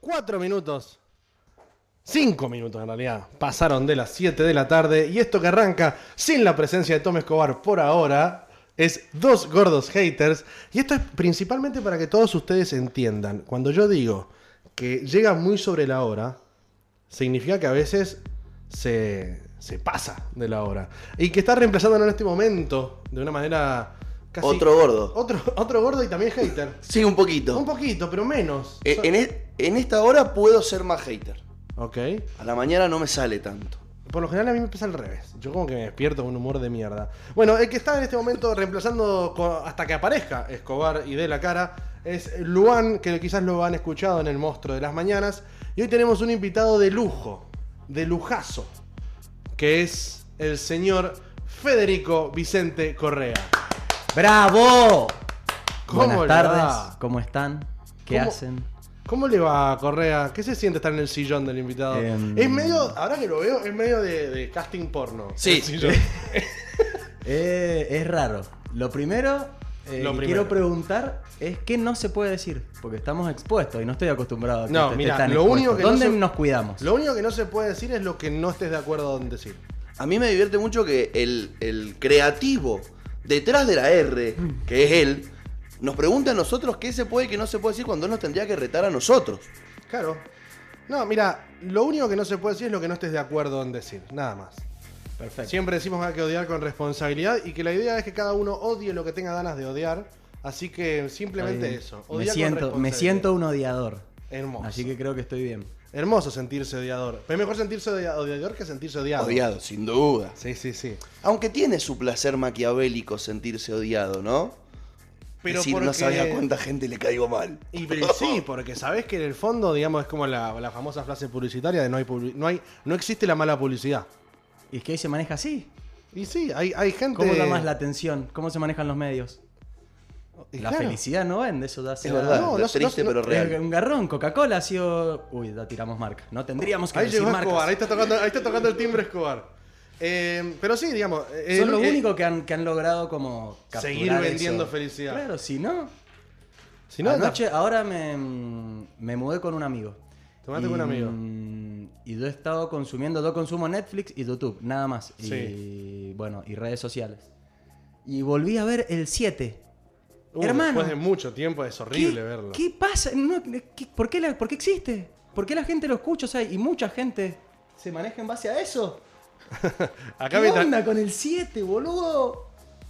4 minutos, 5 minutos en realidad, pasaron de las 7 de la tarde y esto que arranca sin la presencia de Tom Escobar por ahora es Dos Gordos Haters. Y esto es principalmente para que todos ustedes entiendan. Cuando yo digo que llega muy sobre la hora, significa que a veces se pasa de la hora. Y que está reemplazándolo en este momento de una manera casi... Otro gordo. Otro gordo y también hater. Sí, un poquito. Un poquito, pero menos. En esta hora puedo ser más hater. Ok. A la mañana no me sale tanto. Por lo general a mí me pasa al revés. Yo como que me despierto con un humor de mierda. Bueno, el que está en este momento reemplazando hasta que aparezca Escobar y dé la cara es Luan, que quizás lo han escuchado en El Monstruo de las Mañanas. Y hoy tenemos un invitado de lujo, de lujazo, que es el señor Federico Vicente Correa. ¡Bravo! Buenas tardes, ¿cómo están? ¿Qué hacen? ¿Cómo le va, Correa? ¿Qué se siente estar en el sillón del invitado? Es medio, ahora que lo veo, es medio de casting porno. Sí. Es raro. Lo primero quiero preguntar es qué no se puede decir, porque estamos expuestos y no estoy acostumbrado a que No, mira, lo único que ¿Dónde nos cuidamos? Lo único que no se puede decir es lo que no estés de acuerdo en decir. A mí me divierte mucho que el creativo detrás de la R, que es él, nos pregunta a nosotros qué se puede y qué no se puede decir cuando él nos tendría que retar a nosotros. Claro. No, mira, lo único que no se puede decir es lo que no estés de acuerdo en decir, nada más. Perfecto. Siempre decimos que hay que odiar con responsabilidad y que la idea es que cada uno odie lo que tenga ganas de odiar. Así que simplemente eso. Me siento un odiador. Hermoso. Así que creo que estoy bien. Hermoso sentirse odiador. Pero es mejor sentirse odiador que sentirse odiado. Odiado, sin duda. Sí, sí, sí. Aunque tiene su placer maquiavélico sentirse odiado, ¿no? Pero decir, no sabía cuánta gente le caigo mal. Pero sí, porque sabés que en el fondo, digamos, es como la famosa frase publicitaria de no existe la mala publicidad. Y es que hoy se maneja así. Y sí, hay gente... ¿Cómo da más la atención? ¿Cómo se manejan los medios? La felicidad no vende, eso da... Es verdad, no, triste pero real. Un garrón, Coca-Cola ha sido... Uy, ya tiramos marca. No tendríamos que decir marcas. Escobar, ahí está tocando el timbre Escobar. Pero sí, digamos... Son los únicos que han logrado como seguir vendiendo eso. Felicidad. Claro, si no anoche, ahora me mudé con un amigo. ¿Tomaste con un amigo? Y yo he estado consumiendo, yo consumo Netflix y YouTube, nada más. Sí. Y bueno, y redes sociales. Y volví a ver el 7. Hermano. Después de mucho tiempo es horrible verlo. ¿Qué pasa? ¿Por qué existe? ¿Por qué la gente lo escucha? O sea, y mucha gente se maneja en base a eso. Acá ¿Qué onda con el 7, boludo?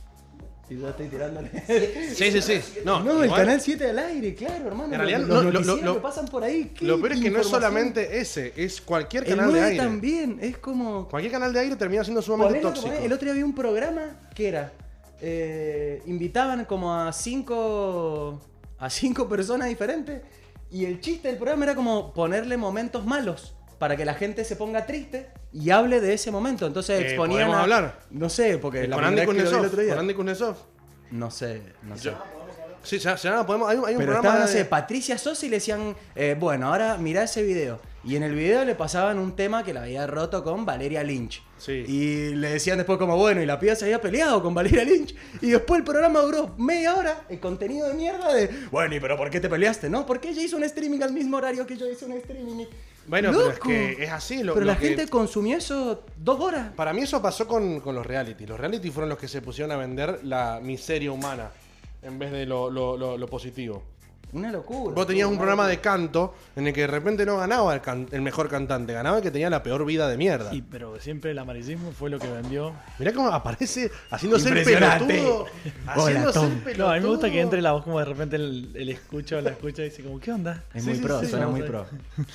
Y yo estoy tirándole. Sí. No, el canal 7 al aire, claro, hermano. En realidad, los noticieros que pasan por ahí. Lo peor es que no es solamente ese, es cualquier canal de aire. También, es como... Cualquier canal de aire termina siendo sumamente tóxico. El otro día había un programa que era... invitaban como a 5 personas diferentes y el chiste del programa era como ponerle momentos malos para que la gente se ponga triste y hable de ese momento. Entonces exponían ¿podemos hablar? No sé, porque la con primera Andy vez que lo vi el otro día. ¿Con Andy Kuznetsov? No sé. Sí, ya podemos. Hay un Pero programa estaba, no sé, Patricia Sosa y le decían, bueno, ahora mirá ese video. Y en el video le pasaban un tema que la había roto con Valeria Lynch. Sí. Y le decían después como, bueno, y la piba se había peleado con Valeria Lynch. Y después el programa duró media hora, el contenido de mierda de, bueno, ¿y pero por qué te peleaste? No, porque ella hizo un streaming al mismo horario que yo hice un streaming. Bueno, ¡loco! pero es que es así. Pero la gente consumió eso 2 horas. Para mí eso pasó con los reality. Los reality fueron los que se pusieron a vender la miseria humana en vez de lo positivo. Una locura. Vos tenías un programa de canto en el que de repente no ganaba el mejor cantante, ganaba el que tenía la peor vida de mierda. Sí, pero siempre el amarillismo fue lo que vendió. Mirá cómo aparece haciéndose el Impresionante. pelotudo. Haciéndose el pelotudo. No, a mí me gusta que entre la voz como de repente la escucha y dice como, ¿qué onda? Es muy pro, suena muy pro.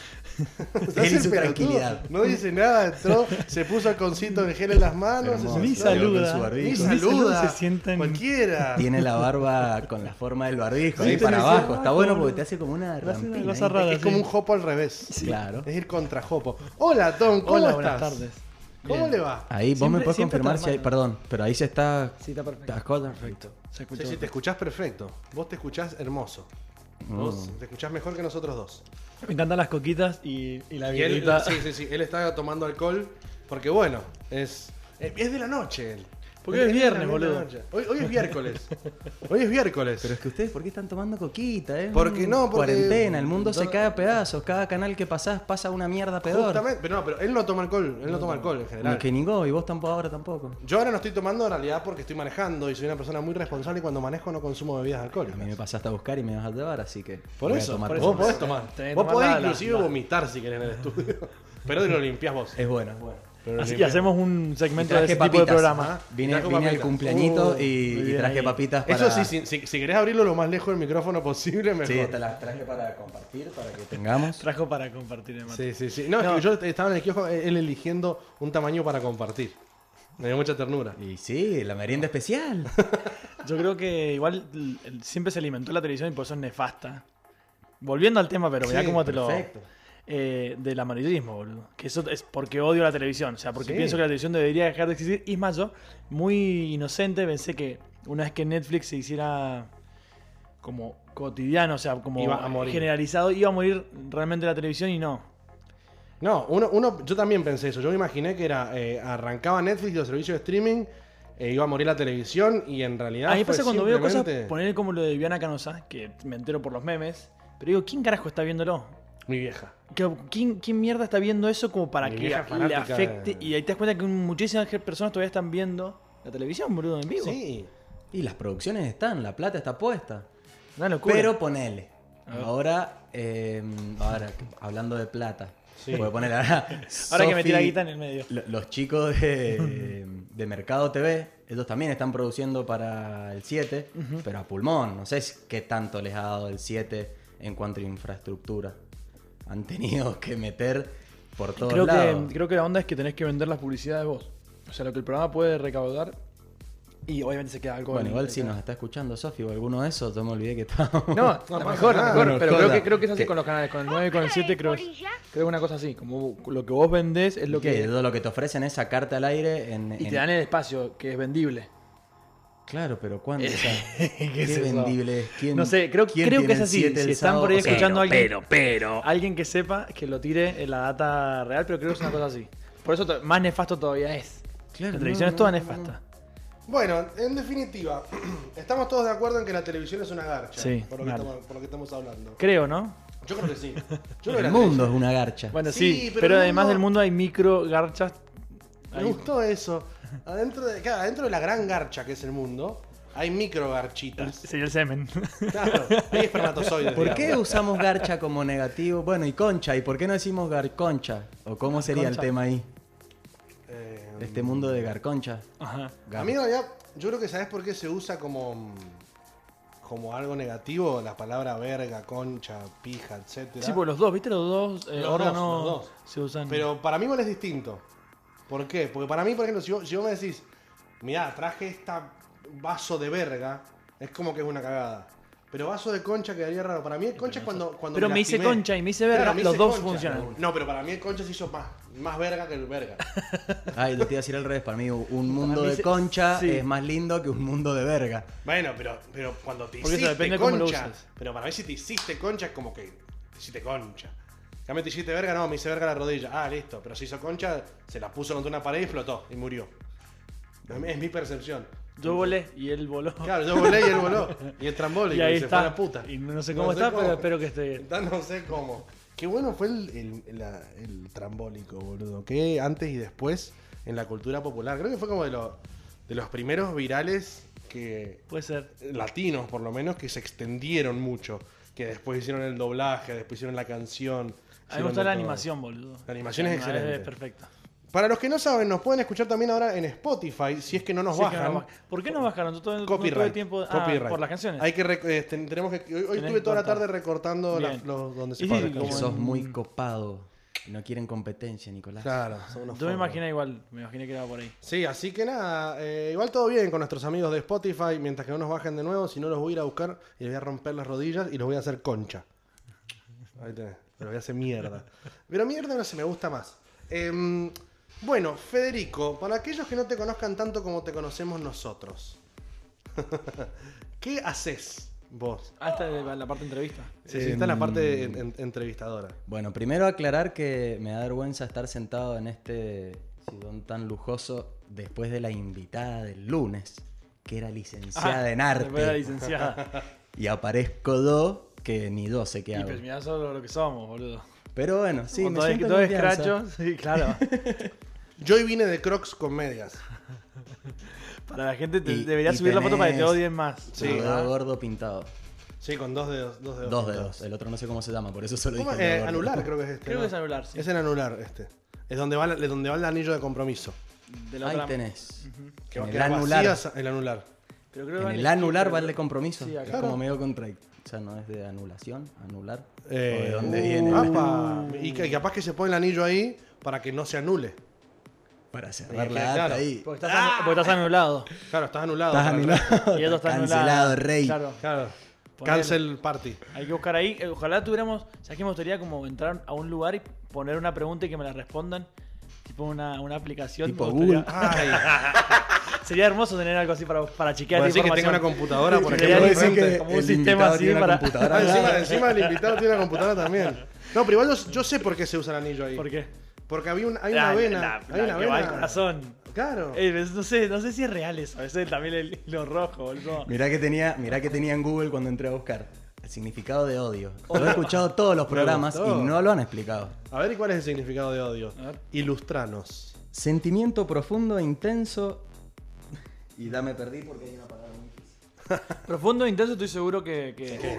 Él y su tranquilidad. No dice nada, entró, se puso el concito de gel en las manos. Ni saluda. Ni saluda. Se sientan... Cualquiera. Tiene la barba con la forma del barbijo, Sí, ahí para sí, abajo. sí. Está bueno porque te hace como una Hace una rampina. cosa ahí. rara. Es como un jopo al revés. Sí. Claro. Es ir contra jopo. Hola, Tom, ¿cómo Hola, estás? buenas tardes. ¿Cómo Bien. le va? Ahí vos me podés Siempre confirmar está si hay. mal. Perdón, pero ahí se está. Sí, está perfecto. Está perfecto. Se escucha. Sí, te escuchás perfecto. Vos te escuchás hermoso. Vos te escuchás mejor que nosotros dos. Me encantan las coquitas y la Y él, birrita. sí, él está tomando alcohol porque bueno, es de la noche él. Porque es viernes, boludo. Hoy es miércoles. Hoy es miércoles. Pero es que ustedes, ¿por qué están tomando coquita, Porque no, porque- Cuarentena, el mundo se no- cae a pedazos. Cada canal que pasás pasa una mierda peor. Justamente, pero él no toma alcohol. Él no toma alcohol en general. Ni que ni go, y vos tampoco ahora tampoco. Yo ahora no estoy tomando en realidad porque estoy manejando y soy una persona muy responsable y cuando manejo no consumo bebidas A alcohólicas. mí me pasaste a buscar y me vas a llevar, así que. Por voy a eso, tomar vos todo. podés tomar. Tenés que Vos tomar podés la- inclusive la- vomitar si querés en el estudio. Pero lo limpiás vos. Es bueno, es bueno. Pero lo Así que limpiás hacemos vos. un Y segmento de traje ese tipo de papitas. programa. Vine Trajo al papitas. cumpleañito muy y bien traje ahí. papitas para. Eso sí, si querés abrirlo lo más lejos del micrófono posible, mejor. Sí, te las traje para compartir, para que tengamos. Trajo para compartir el mate. Sí. No, es que yo estaba en el kiosco, él eligiendo un tamaño para compartir. Me dio mucha ternura. Y sí, la merienda especial. Yo creo que igual siempre se alimentó la televisión y por eso es nefasta. Volviendo al tema, pero mirá Sí, cómo te lo... Perfecto. Del amarillismo, boludo. Que eso es porque odio la televisión. O sea, porque Sí. pienso que la televisión debería dejar de existir. Y es más, yo, muy inocente, pensé que una vez que Netflix se hiciera como cotidiano, o sea, como Iba a morir. generalizado, iba a morir realmente la televisión y no. No, yo también pensé eso. Yo me imaginé que era arrancaba Netflix y los servicios de streaming, iba a morir la televisión y en realidad A mí me fue pasa cuando veo cosas, simplemente poner como lo de Viviana Canosa, que me entero por los memes, pero digo, ¿quién carajo está viéndolo? mi vieja. ¿Quién mierda está viendo eso como para Mi que vieja le fanática afecte? de- Y ahí te das cuenta que muchísimas personas todavía están viendo la televisión, boludo, en vivo. Sí. Y las producciones están, la plata está puesta. Una locura. Pero ponele. A ver. Ahora, hablando de plata. Sí. Puedo poner ahora. Ahora que metí la guita en el medio. Los chicos de Mercado TV, ellos también están produciendo para el 7, pero a pulmón. No sé qué tanto les ha dado el 7 en cuanto a infraestructura. Han tenido que meter por todos lados. Creo que la onda es que tenés que vender las publicidades vos. O sea, lo que el programa puede recaudar y obviamente se queda algo... Bueno, en- igual si nos está escuchando Sofi o alguno de esos, yo me olvidé que estábamos. No, No la pasa mejor, nada. pero Joda. creo que es así ¿Qué? con los canales, con el 9 y con el 7 creo que es una cosa así, como lo que vos vendés es lo ¿Qué? que... Todo lo que te ofrecen es sacarte al aire Y te dan el espacio, que es vendible. Claro, pero ¿cuándo? O sea, ¿qué es eso? vendible es? ¿Quién- No sé, creo quién que tiene es el así. 7 el Si están por sábado? ahí escuchando a alguien, pero. alguien que sepa, que lo tire en la data real, pero creo que es una cosa así. Por eso más nefasto todavía es. Claro, La televisión no, es toda no, nefasta. Bueno, en definitiva, estamos todos de acuerdo en que la televisión es una garcha. Sí, por, lo que mal. por lo que estamos hablando. Creo, ¿no? Yo creo que sí. Yo creo que El la mundo es una garcha. Bueno, Sí, sí, pero pero el además mundo- del mundo hay micro garchas. Me Ahí. gustó eso. Adentro de la gran garcha que es el mundo, hay micro garchitas. Sería el semen. Claro, hay espermatozoides. ¿Por qué digamos. usamos garcha como negativo? Bueno, y concha, ¿y por qué no decimos garconcha? ¿O cómo sería el Concha. tema ahí? Eh, Este mundo de garconcha. Ajá. A mí, en realidad, yo creo que ¿sabes por qué se usa como algo negativo la palabra verga, concha, pija, etcétera? Sí, pues los dos, ¿viste? Los dos Los órganos dos. se usan. Pero para mí igual es distinto. ¿Por qué? Porque para mí, por ejemplo, si vos me decís, mirá, traje esta vaso de verga, es como que es una cagada. Pero vaso de concha quedaría raro. Para mí el concha es cuando Pero me hice lastimé. concha y me hice verga, me los hice dos concha. funcionan. No, pero para mí el concha se hizo más verga que el verga. Ay, lo te iba a decir al revés. Para mí, un mundo mí de se- concha sí. es más lindo que un mundo de verga. Bueno, pero cuando te Porque eso hiciste depende de cómo lo concha, uses. pero para mí si te hiciste concha es como que te hiciste concha. En cambio te hiciste verga, no, me hice verga la rodilla. Ah, listo. Pero se hizo concha, se la puso contra una pared y flotó y murió. Es mi percepción. Yo volé y él voló. Claro, yo volé y él voló. Y el trambólico Y ahí se fue a está. la puta. Y no sé cómo está, pero espero que esté bien. No sé cómo. Qué bueno fue el trambólico, boludo. Que antes y después en la cultura popular. Creo que fue como de los primeros virales que Puede ser. latinos por lo menos que se extendieron mucho, que después hicieron el doblaje, después hicieron la canción. A mí hicieron me gusta de la todo. animación, boludo. La animación es excelente. perfecta. Para los que no saben, nos pueden escuchar también ahora en Spotify, si es que no nos Sí, es que bajan. no baja. ¿Por qué no bajaron? Todo el, Copyright. todo el tiempo. Copyright. Por las canciones. Hay que tenemos que hoy Tenés estuve que toda la cortar. tarde recortando Bien. donde se Y paga sí, la como Que canción. sos muy copado. Y no quieren competencia, Nicolás. Claro, son unos Yo me forros. imaginé igual. Me imaginé que era por ahí. Sí, así que nada, igual todo bien con nuestros amigos de Spotify, mientras que no nos bajen de nuevo, si no los voy a ir a buscar y les voy a romper las rodillas y los voy a hacer concha. Ahí tenés, los voy a hacer mierda. Pero mierda no se me gusta más. Bueno, Federico, para aquellos que no te conozcan tanto como te conocemos nosotros, ¿qué haces vos? Ah, esta es la parte de entrevista. Sí, está en la parte entrevistadora. Bueno, primero aclarar que me da vergüenza estar sentado en este si don tan lujoso, después de la invitada del lunes, que era licenciada en arte. Después de la licenciada. Y aparezco yo, que ni yo sé qué Y hago. pues mirá solo lo que somos, boludo. Pero bueno, sí, Con me todo, siento todo en confianza. escracho, sí, claro. Yo hoy vine de Crocs con medias. Para la gente Y- debería y subir la foto para que te tenés- odien más. Sí, Sí, ¿ah? gordo pintado. Sí, con dos dedos. Dos dedos. El otro no sé cómo se llama, por eso solo ¿Cómo? dije el dedo gordo. Anular creo que es este. Creo ¿no? que es anular, sí. Es el anular este. Es donde va, donde va el anillo de compromiso. De la Ahí otra- tenés. Que En va a el quedar anular. vacía el anular. Pero creo que En va el en anular sticker, va el de compromiso. Sí, que acá. es como medio contract. O sea, no es de anulación, anular. ¿O ¿De de dónde viene? Apa. Y capaz que se pone el anillo ahí para que no se anule. Para cerrar la Claro. data ahí. Porque estás anulado. Claro, estás anulado. Estás para el anulado. resto. Y esto está Cancelado, anulado. rey. Claro. Claro. Ponele. Cancel party. Hay que buscar ahí. Ojalá tuviéramos. ¿Sabes qué me gustaría? Como entrar a un lugar y poner una pregunta y que me la respondan. Tipo una aplicación. Tipo me gustaría. Ay, Sería hermoso tener algo así para chequear puede esa decir que tenga una información. computadora por Sería ejemplo. decir enfrente. que- como un el sistema invitado así tiene una para- computadora Ah, al lado. encima el invitado tiene una computadora también. No, pero igual yo sé por qué se usa el anillo ahí. ¿Por qué? Porque hay una vena. Hay una que va al vena. corazón. Claro. No sé si es real eso. A veces también el hilo rojo, boludo. Mirá que tenía en Google cuando entré a buscar. El significado de odio. Lo he escuchado todos los programas gustó. y no lo han explicado. A ver, ¿y cuál es el significado de odio? A ver. Ilustranos. Sentimiento profundo, intenso. Y ya me perdí porque hay una palabra muy difícil. Profundo e intenso, estoy seguro que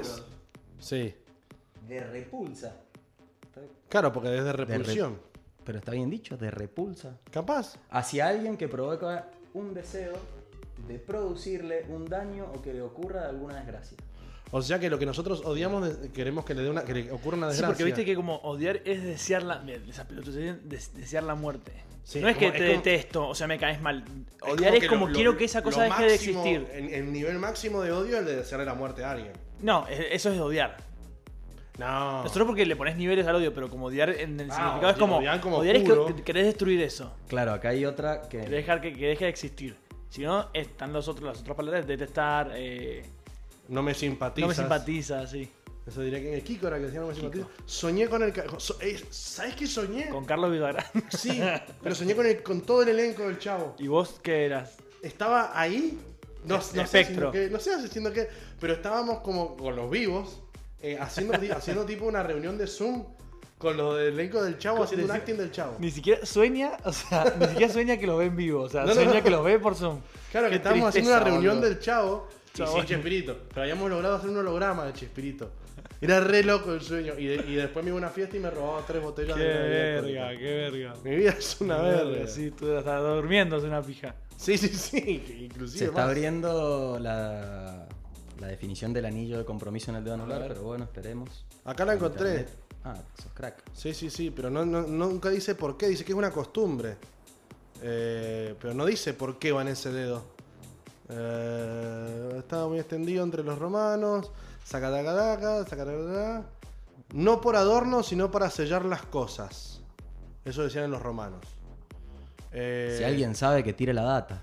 Sí. De repulsa. Claro, porque es de repulsión. Pero está bien dicho, de repulsa. Capaz. Hacia alguien que provoca un deseo de producirle un daño o que le ocurra alguna desgracia. O sea que lo que nosotros odiamos queremos que que le ocurra una Sí, desgracia. porque viste que como odiar es desear la. Mira, esa pelotudez es desear la muerte. Sí, no es que como- te es como- detesto, o sea, me caes mal. Odiar es como lo- quiero que esa cosa lo deje de máximo- existir. El nivel máximo de odio es el de desearle la muerte a alguien. No, eso es odiar. No. Nosotros porque le pones niveles al odio, pero como odiar en el significado es como. odiar como odiar puro. es que querés destruir eso. Claro, acá hay otra Querés que... dejar que deje de existir. Si no, están las otras palabras, detestar, No me simpatizas. no me simpatiza, sí. Eso diría que Kiko era que decía no me simpatiza. Soñé con el... ¿Sabes qué soñé? Con Carlos Villagrán. Sí, pero soñé con todo el elenco del Chavo. ¿Y vos qué eras? Estaba ahí, no sé Espectro. haciendo qué, no sé haciendo qué, pero estábamos como con los vivos, haciendo tipo una reunión de Zoom con los del elenco del Chavo, haciendo un acting del Chavo. Ni siquiera sueña, o sea, ni siquiera sueña que los ve en vivo, o sea, No, sueña no. que los ve por Zoom. Claro, que Qué estábamos haciendo una tristeza, reunión boludo. del Chavo y Chabón. sin Chespirito, pero habíamos logrado hacer un holograma de Chespirito. Era re loco el sueño. Y después me iba a una fiesta y me robaba 3 botellas Qué de bebida verga, alcohólica. qué verga. Mi vida es una verga. Sí, tú estás durmiendo, es una pija. Sí, inclusive Se está más. abriendo la definición del anillo de compromiso en el dedo anular, pero bueno, esperemos. Acá la encontré. Internet. Ah, sos crack. Sí, pero nunca dice por qué, dice que es una costumbre. Pero no dice por qué va en ese dedo. Estaba muy extendido entre los romanos. Sacatacadaca. No por adorno, sino para sellar las cosas. Eso decían en los romanos. Si alguien sabe que tire la data.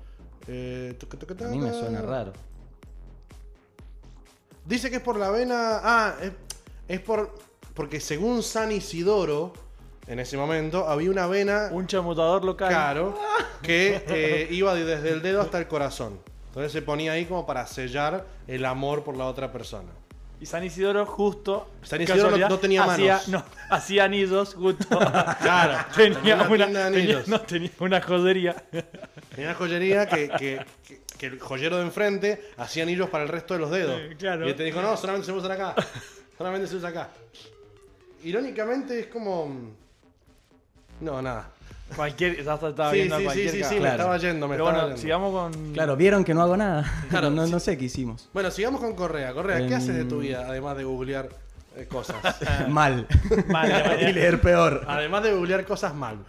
A mí me suena raro. Dice que es por la vena. Es porque según San Isidoro, en ese momento, había una vena. Un chamutador local. Claro, que iba desde el dedo hasta el corazón. Entonces se ponía ahí como para sellar el amor por la otra persona. Y San Isidoro justo. San Isidoro casualidad, no tenía manos. Hacía anillos justo. Claro, tenía una una, tienda de anillos. tenía una joyería. Tenía una joyería que el joyero de enfrente hacía anillos para el resto de los dedos. Claro. Y él te dijo, no, solamente se usan acá. Solamente se usa acá. Irónicamente es como... No, nada. Cualquier. Ya estaba Sí, viendo a sí, cualquier me caso. Claro. estaba yendo, Pero bueno, sigamos con. Claro, vieron que no hago nada. Claro, no sé qué hicimos. Bueno, sigamos con Correa. Correa, ¿qué haces de tu vida además de googlear cosas? Mal. Vale, Y leer peor. Además de googlear cosas mal.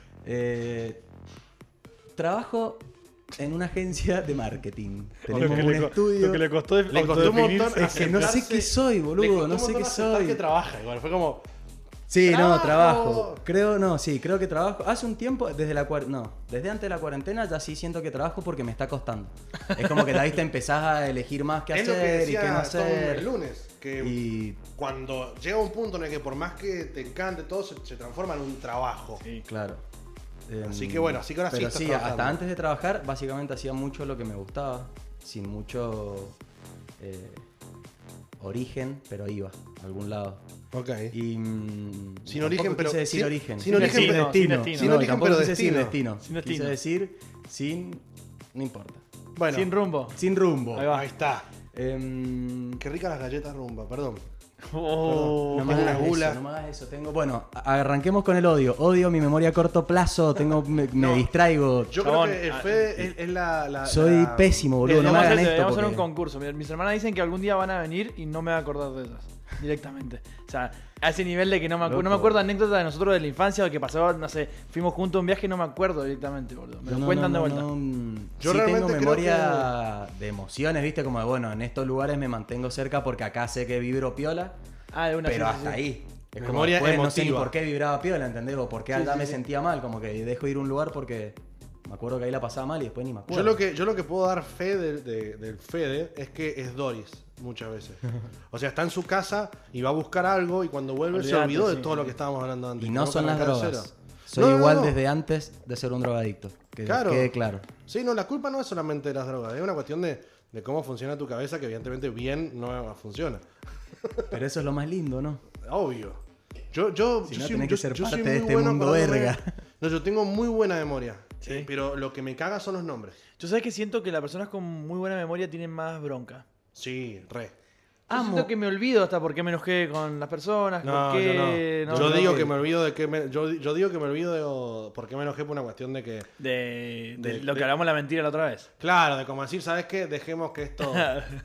Trabajo en una agencia de marketing. Lo Tenemos que un le co- estudio. Lo que le costó Le costó un montón. Es que no sé aceptarse- qué soy, le boludo. costó No un sé montón qué aceptar soy. que trabaja igual. Fue como... Sí, no, ¡Trabajo! trabajo. Creo que trabajo. Hace un tiempo, desde antes de la cuarentena ya sí siento que trabajo porque me está costando. Es como que ahí te empezás a elegir más qué Es lo que hacer y decía qué no Tom hacer. el lunes. Que Y cuando llega un punto en el que por más que te encante todo, se transforma en un trabajo. Sí. claro. Así que bueno, así que ahora sí pero estás sí, trabajando. hasta antes de trabajar, básicamente hacía mucho lo que me gustaba, sin mucho origen, pero iba a algún lado. Ok. Y, Sin origen, pero- quise decir sin- origen. sin origen, pero destino. destino. Sin No, origen, tampoco pero quise decir destino. destino. Sin destino. Quise decir sin... No importa. Bueno, Sin rumbo. Sin rumbo. Ahí va. ahí está. Em, Qué ricas las galletas rumba, perdón. Oh, no me tengo una hagas gula. eso, no me hagas eso. Tengo, bueno, arranquemos con el odio. Odio mi memoria a corto plazo, me No. distraigo. Yo Chabón, creo que el Fede es la... Soy la- pésimo, boludo. No me Deberíamos hagan hacer, esto. deberíamos hacer un porque- concurso. Mis hermanas dicen que algún día van a venir y no me voy a acordar de esas. Directamente. O sea, a ese nivel de que no me Loco. acuerdo anécdotas de nosotros de la infancia o que pasaba, no sé, fuimos juntos a un viaje y no me acuerdo directamente, boludo. Me Yo lo no, cuentan no, de no, vuelta. no. Yo Sí realmente tengo creo memoria de emociones, viste, como de, bueno, en estos lugares me mantengo cerca porque acá sé que vibro piola, Ah, de una pero sí, sí, hasta sí. ahí. Es como Memoria después no sé ni emotiva. por qué vibraba piola, ¿entendés? O por qué Sí, allá sí, me sí. sentía mal, como que dejo ir a un lugar porque me acuerdo que ahí la pasaba mal y después ni me acuerdo. Yo lo que puedo dar fe del Fede es que es Doris muchas veces. O sea, está en su casa y va a buscar algo y cuando vuelve se Olvídate, olvidó de sí, todo lo sí. que estábamos hablando antes. Y no Tenemos son que las arrancar de drogas. cero. Soy No, no, igual no. desde antes de ser un drogadicto. Que Claro. quede claro. Sí, no, la culpa no es solamente de las drogas, es una cuestión de cómo funciona tu cabeza, que evidentemente bien no funciona. Pero eso es lo más lindo, ¿no? Obvio. Si no, tenés que ser soy parte muy de este bueno mundo acordándome- verga. No, yo tengo muy buena memoria. Sí. Pero lo que me caga son los nombres. Yo sabes que siento que las personas con muy buena memoria tienen más bronca. Sí, re. Yo siento que me olvido hasta por qué me enojé con las personas, No, por yo qué... no. Yo digo que me olvido de que yo digo que me olvido de por qué me enojé por una cuestión de que. De lo que hablamos la mentira la otra vez. Claro, de como decir, ¿sabes qué? Dejemos que esto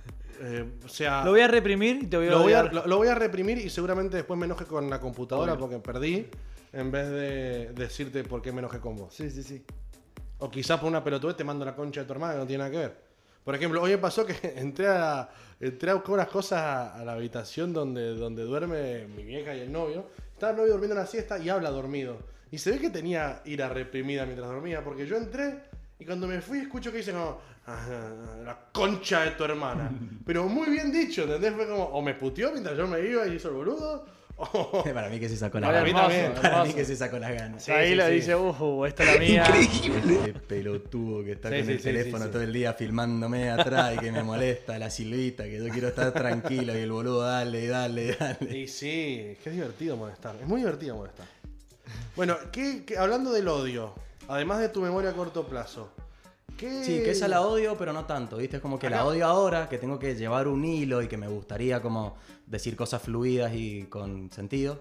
sea. Lo voy a reprimir y te voy a Lo voy a, odiar. lo voy a reprimir y seguramente después me enoje con la computadora Obvio. porque perdí, en vez de decirte por qué me enojé con vos. Sí, sí, sí. O quizás por una pelotudez te mando la concha de tu hermana que no tiene nada que ver. Por ejemplo, hoy me pasó que entré a buscar unas cosas a la habitación donde duerme mi vieja y el novio. Estaba el novio durmiendo una siesta y habla dormido. Y se ve que tenía ira reprimida mientras dormía, porque yo entré y cuando me fui escucho que dice como, la concha de tu hermana. Pero muy bien dicho, ¿entendés? Fue como, o me puteó mientras yo me iba y hizo el boludo, o... Para mí que se sacó la Para mí gana. también. Para mí que se sacó las ganas. Sí, Ahí sí, le sí. dice, esta es la mía. Este pelotudo que está Sí, con sí, el sí, teléfono sí, sí. todo el día filmándome atrás y que me molesta la Silvita, que yo quiero estar tranquilo y el boludo dale. Y sí, es que es divertido molestar. Es muy divertido molestar. Bueno, hablando del odio, además de tu memoria a corto plazo, ¿qué...? Sí, que esa la odio, pero no tanto, ¿viste? Es como que la odio ahora, que tengo que llevar un hilo y que me gustaría como decir cosas fluidas y con sentido,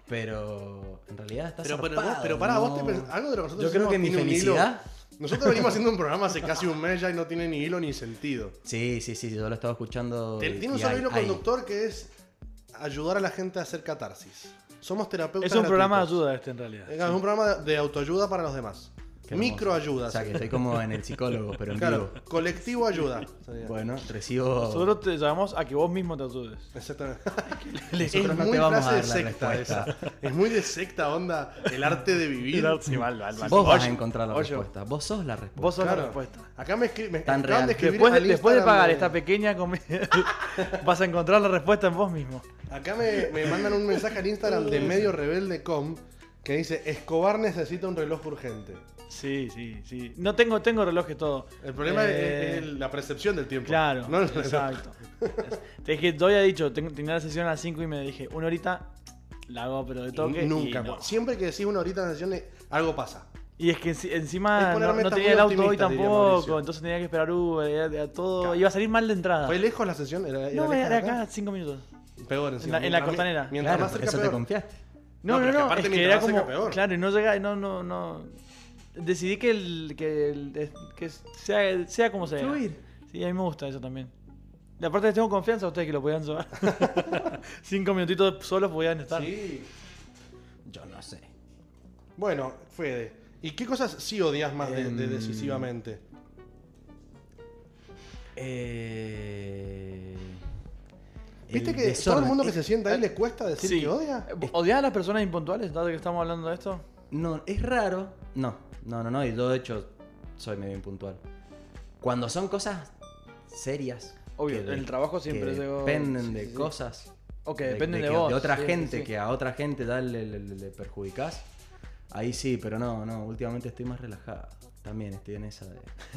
pero en realidad está Pero pará, vos te pensás, algo de lo que nosotros Yo creo hacemos que mi tiene un felicidad... hilo. Nosotros venimos haciendo un programa hace casi un mes ya y no tiene ni hilo ni sentido. Sí, yo lo estaba escuchando. Tiene un y solo hay- hilo hay. conductor que es ayudar a la gente a hacer catarsis. Somos terapeutas Es un programa de gratuitos. ayuda este en realidad. Es un programa de autoayuda para los demás. Qué hermoso. Microayuda. O sea, que estoy como en el psicólogo, pero en Claro, vivo. colectivo ayuda. sería. Bueno, recibo... Nosotros te llamamos a que vos mismo te ayudes. Exactamente. Nosotros Es no muy te vamos frase a de dar la secta respuesta. esa. Es muy de secta onda, el arte de vivir. Sí, mal. Vos vas a Oye, encontrar la oye, respuesta. Vos sos la respuesta. Vos sos Claro. la respuesta. Acá me Tan acaban real. de escribir Después al de Instagram pagar de- esta pequeña comida, vas a encontrar la respuesta en vos mismo. Acá me mandan un mensaje al Instagram de Medio Rebelde.com que dice: Escobar necesita un reloj urgente. Sí. No tengo relojes todo. El problema es la percepción del tiempo. Claro, no el reloj. exacto. Es que yo había dicho, tenía la sesión a las 5 y me dije, una horita la hago pero de toque. Nunca. Y, no. Siempre que decís una horita de sesión, algo pasa. Y es que encima Es poner no metas tenía muy el auto hoy optimistas, diría tampoco, Mauricio. entonces tenía que esperar Uber, era todo. Claro. Iba a salir mal de entrada. ¿Fue lejos la sesión? ¿Era No, lejos era de acá 5 minutos. Peor encima. En la Mientras- costanera. Mientras Claro, más por cerca, eso te peor. confiaste. No, pero es que aparte es que mientras era más cerca, como. peor. Claro, y no llega, no. Decidí que sea como sea. Fluir. Sí, a mí me gusta eso también. Y aparte les tengo confianza a ustedes que lo podían llevar. 5 minutitos solos podían estar. Sí. Yo no sé. Bueno, Fede. ¿Y qué cosas sí odias más de decisivamente? ¿Viste que todo el mundo que se sienta ahí le cuesta decir Sí. que odia? ¿Odias a las personas impuntuales, dado que estamos hablando de esto? No, es raro. No. Y yo de hecho soy medio impuntual. Cuando son cosas serias. Obvio, que en el trabajo siempre que digo- dependen sí, de sí. cosas. O que dependen de que- vos. De otra Sí, gente, sí. que a otra gente le perjudicás. Ahí sí, pero no, últimamente estoy más relajado. También estoy en esa de...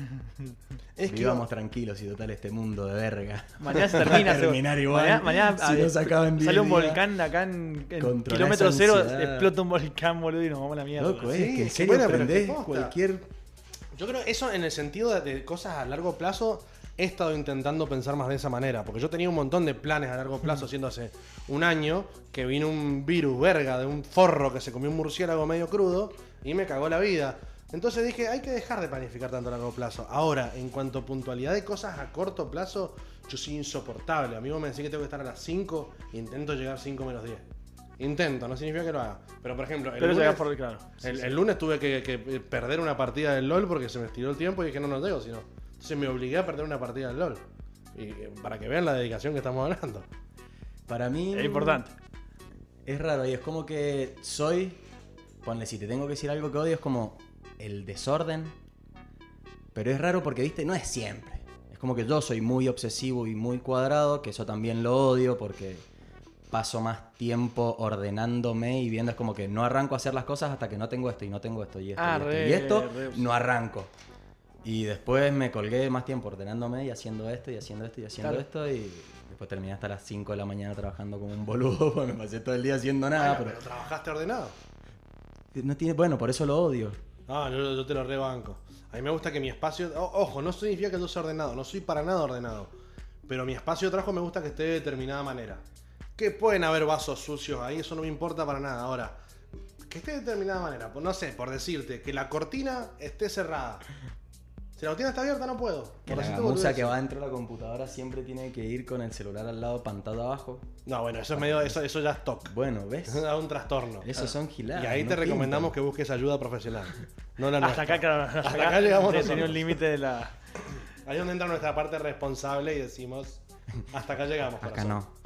Es que Vivamos tranquilos y total este mundo de verga. Mañana se termina. Va a terminar igual. Mañana si no se acaba en 10 sale un días. volcán acá en Controlá kilómetro esa cero. ansiedad. Explota un volcán, boludo, y nos vamos a la mierda. Loco, Sí, es que en que serio bueno, pero aprendés que posta. cualquier... Yo creo que eso en el sentido de cosas a largo plazo he estado intentando pensar más de esa manera. Porque yo tenía un montón de planes a largo plazo, siendo hace un año que vino un virus verga de un forro que se comió un murciélago medio crudo y me cagó la vida. Entonces dije, hay que dejar de planificar tanto a largo plazo. Ahora, en cuanto a puntualidad de cosas a corto plazo, yo soy insoportable. A mí vos me decís que tengo que estar a las 5 e intento llegar 5 menos 10. Intento, no significa que lo haga. Pero por ejemplo, Pero llegás por el claro. el lunes tuve que perder una partida del LOL porque se me estiró el tiempo y dije no llego, sino. Entonces me obligué a perder una partida del LOL. Y para que vean la dedicación que estamos hablando. Para mí... Es importante. Es raro y es como que soy... Ponle, si te tengo que decir algo que odio es como el desorden. Pero es raro porque, viste, no es siempre. Es como que yo soy muy obsesivo y muy cuadrado, que eso también lo odio porque paso más tiempo ordenándome y viendo, es como que no arranco a hacer las cosas hasta que no tengo esto y no tengo esto y esto y esto no arranco. Y después me colgué más tiempo ordenándome y haciendo esto y haciendo esto y haciendo Claro. esto y después terminé hasta las 5 de la mañana trabajando como un boludo, porque me pasé todo el día haciendo nada. Pero trabajaste ordenado. No tiene, bueno, por eso lo odio. Ah, yo te lo rebanco. A mí me gusta que mi espacio... Ojo, no significa que yo sea ordenado, no soy para nada ordenado. Pero mi espacio de trabajo me gusta que esté de determinada manera. Que pueden haber vasos sucios ahí, eso no me importa para nada. Ahora, que esté de determinada manera. Pues no sé, por decirte, que la cortina esté cerrada. Si la cortina está abierta no puedo. Que Por la decirte gamuza boludeces. que va dentro de la computadora siempre tiene que ir con el celular al lado, pantado abajo. No, bueno, eso es medio... Eso ya es TOC. Bueno, ¿ves? Eso da un trastorno. Esos son giladas. Y ahí no te recomendamos pintan. que busques ayuda profesional. No la Hasta nuestra. acá, claro, Hasta acá llegamos tenía nosotros. un límite de la. Ahí es donde entra nuestra parte responsable y decimos, hasta acá llegamos. Acá corazón. no.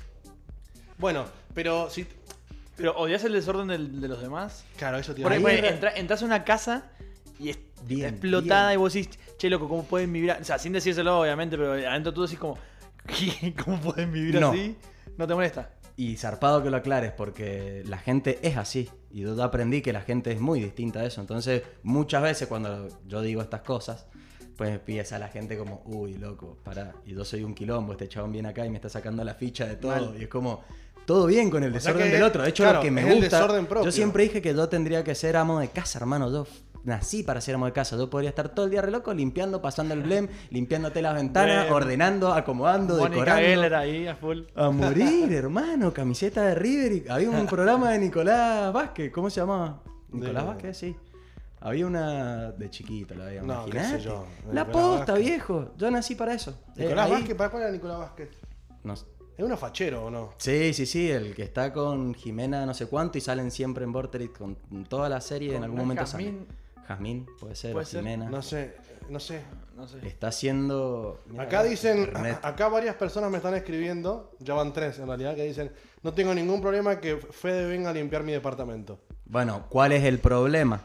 Bueno, pero si... Pero odias el desorden de los demás. Claro, eso tiene... Por Ahí ejemplo, era- entras a una casa y Bien, explotada bien. y vos decís, che, loco, ¿cómo pueden vivir? O sea, sin decírselo, obviamente, pero adentro tú decís como, ¿qué? ¿Cómo pueden vivir No. así? ¿No te molesta? Y zarpado que lo aclares, porque la gente es así. Y yo aprendí que la gente es muy distinta a eso. Entonces, muchas veces cuando yo digo estas cosas, pues empieza la gente como, uy, loco, pará. Y yo soy un quilombo, este chabón viene acá y me está sacando la ficha de todo. Mal. Y es como, todo bien con el O sea desorden que, del otro. De hecho, claro, lo que me es el gusta. desorden propio. Yo siempre dije que yo tendría que ser amo de casa, hermano. Yo nací para ser amo de casa. Yo podría estar todo el día re loco limpiando, pasando el blem, limpiándote las ventanas, Blem. ordenando, acomodando, Mónica decorando. Geller ahí a full. A morir, hermano, camiseta de River. Y había un programa de Nicolás Vázquez, ¿cómo se llamaba? Nicolás De- Vázquez, sí. Había una de chiquito, la veía. No, qué Imaginate. sé yo, de La Nicolás posta, Vázquez. viejo. Yo nací para eso. Nicolás Ahí- Vázquez, ¿para cuál era Nicolás Vázquez? No- ¿Es uno fachero o no? Sí, sí, sí, el que está con Jimena no sé cuánto y salen siempre en Vorterix con toda la serie, en Con algún momento Jazmín. sale. Jazmín, puede ser, Puede o ser. Jimena. No sé. No sé. Está haciendo... mira, Acá dicen, internet. acá varias personas me están escribiendo, ya van 3 en realidad, que dicen, no tengo ningún problema que Fede venga a limpiar mi departamento. Bueno, ¿cuál es el problema?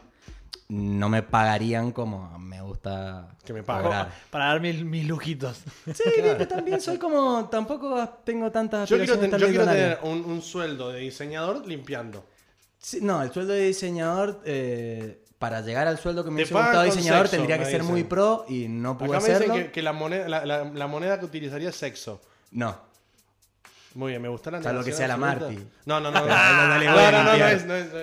No me pagarían como me gusta Que me paguen. cobrar. Para dar mis lujitos. Sí, yo también soy como... Tampoco tengo tantas Yo quiero, aspiraciones tan yo quiero millonarias. tener un sueldo de diseñador limpiando. Sí, no, el sueldo de diseñador... para llegar al sueldo que me Te hubiese pagan gustado con diseñador sexo, tendría que me ser dicen. muy pro y no pude Acá me dicen hacerlo. que la moneda, la moneda que utilizaría es sexo. No, Muy bien, me gusta la salvo que sea la negación Marty. absoluta. No, no, no. No, Dale, no, voy a no, no, limpiar.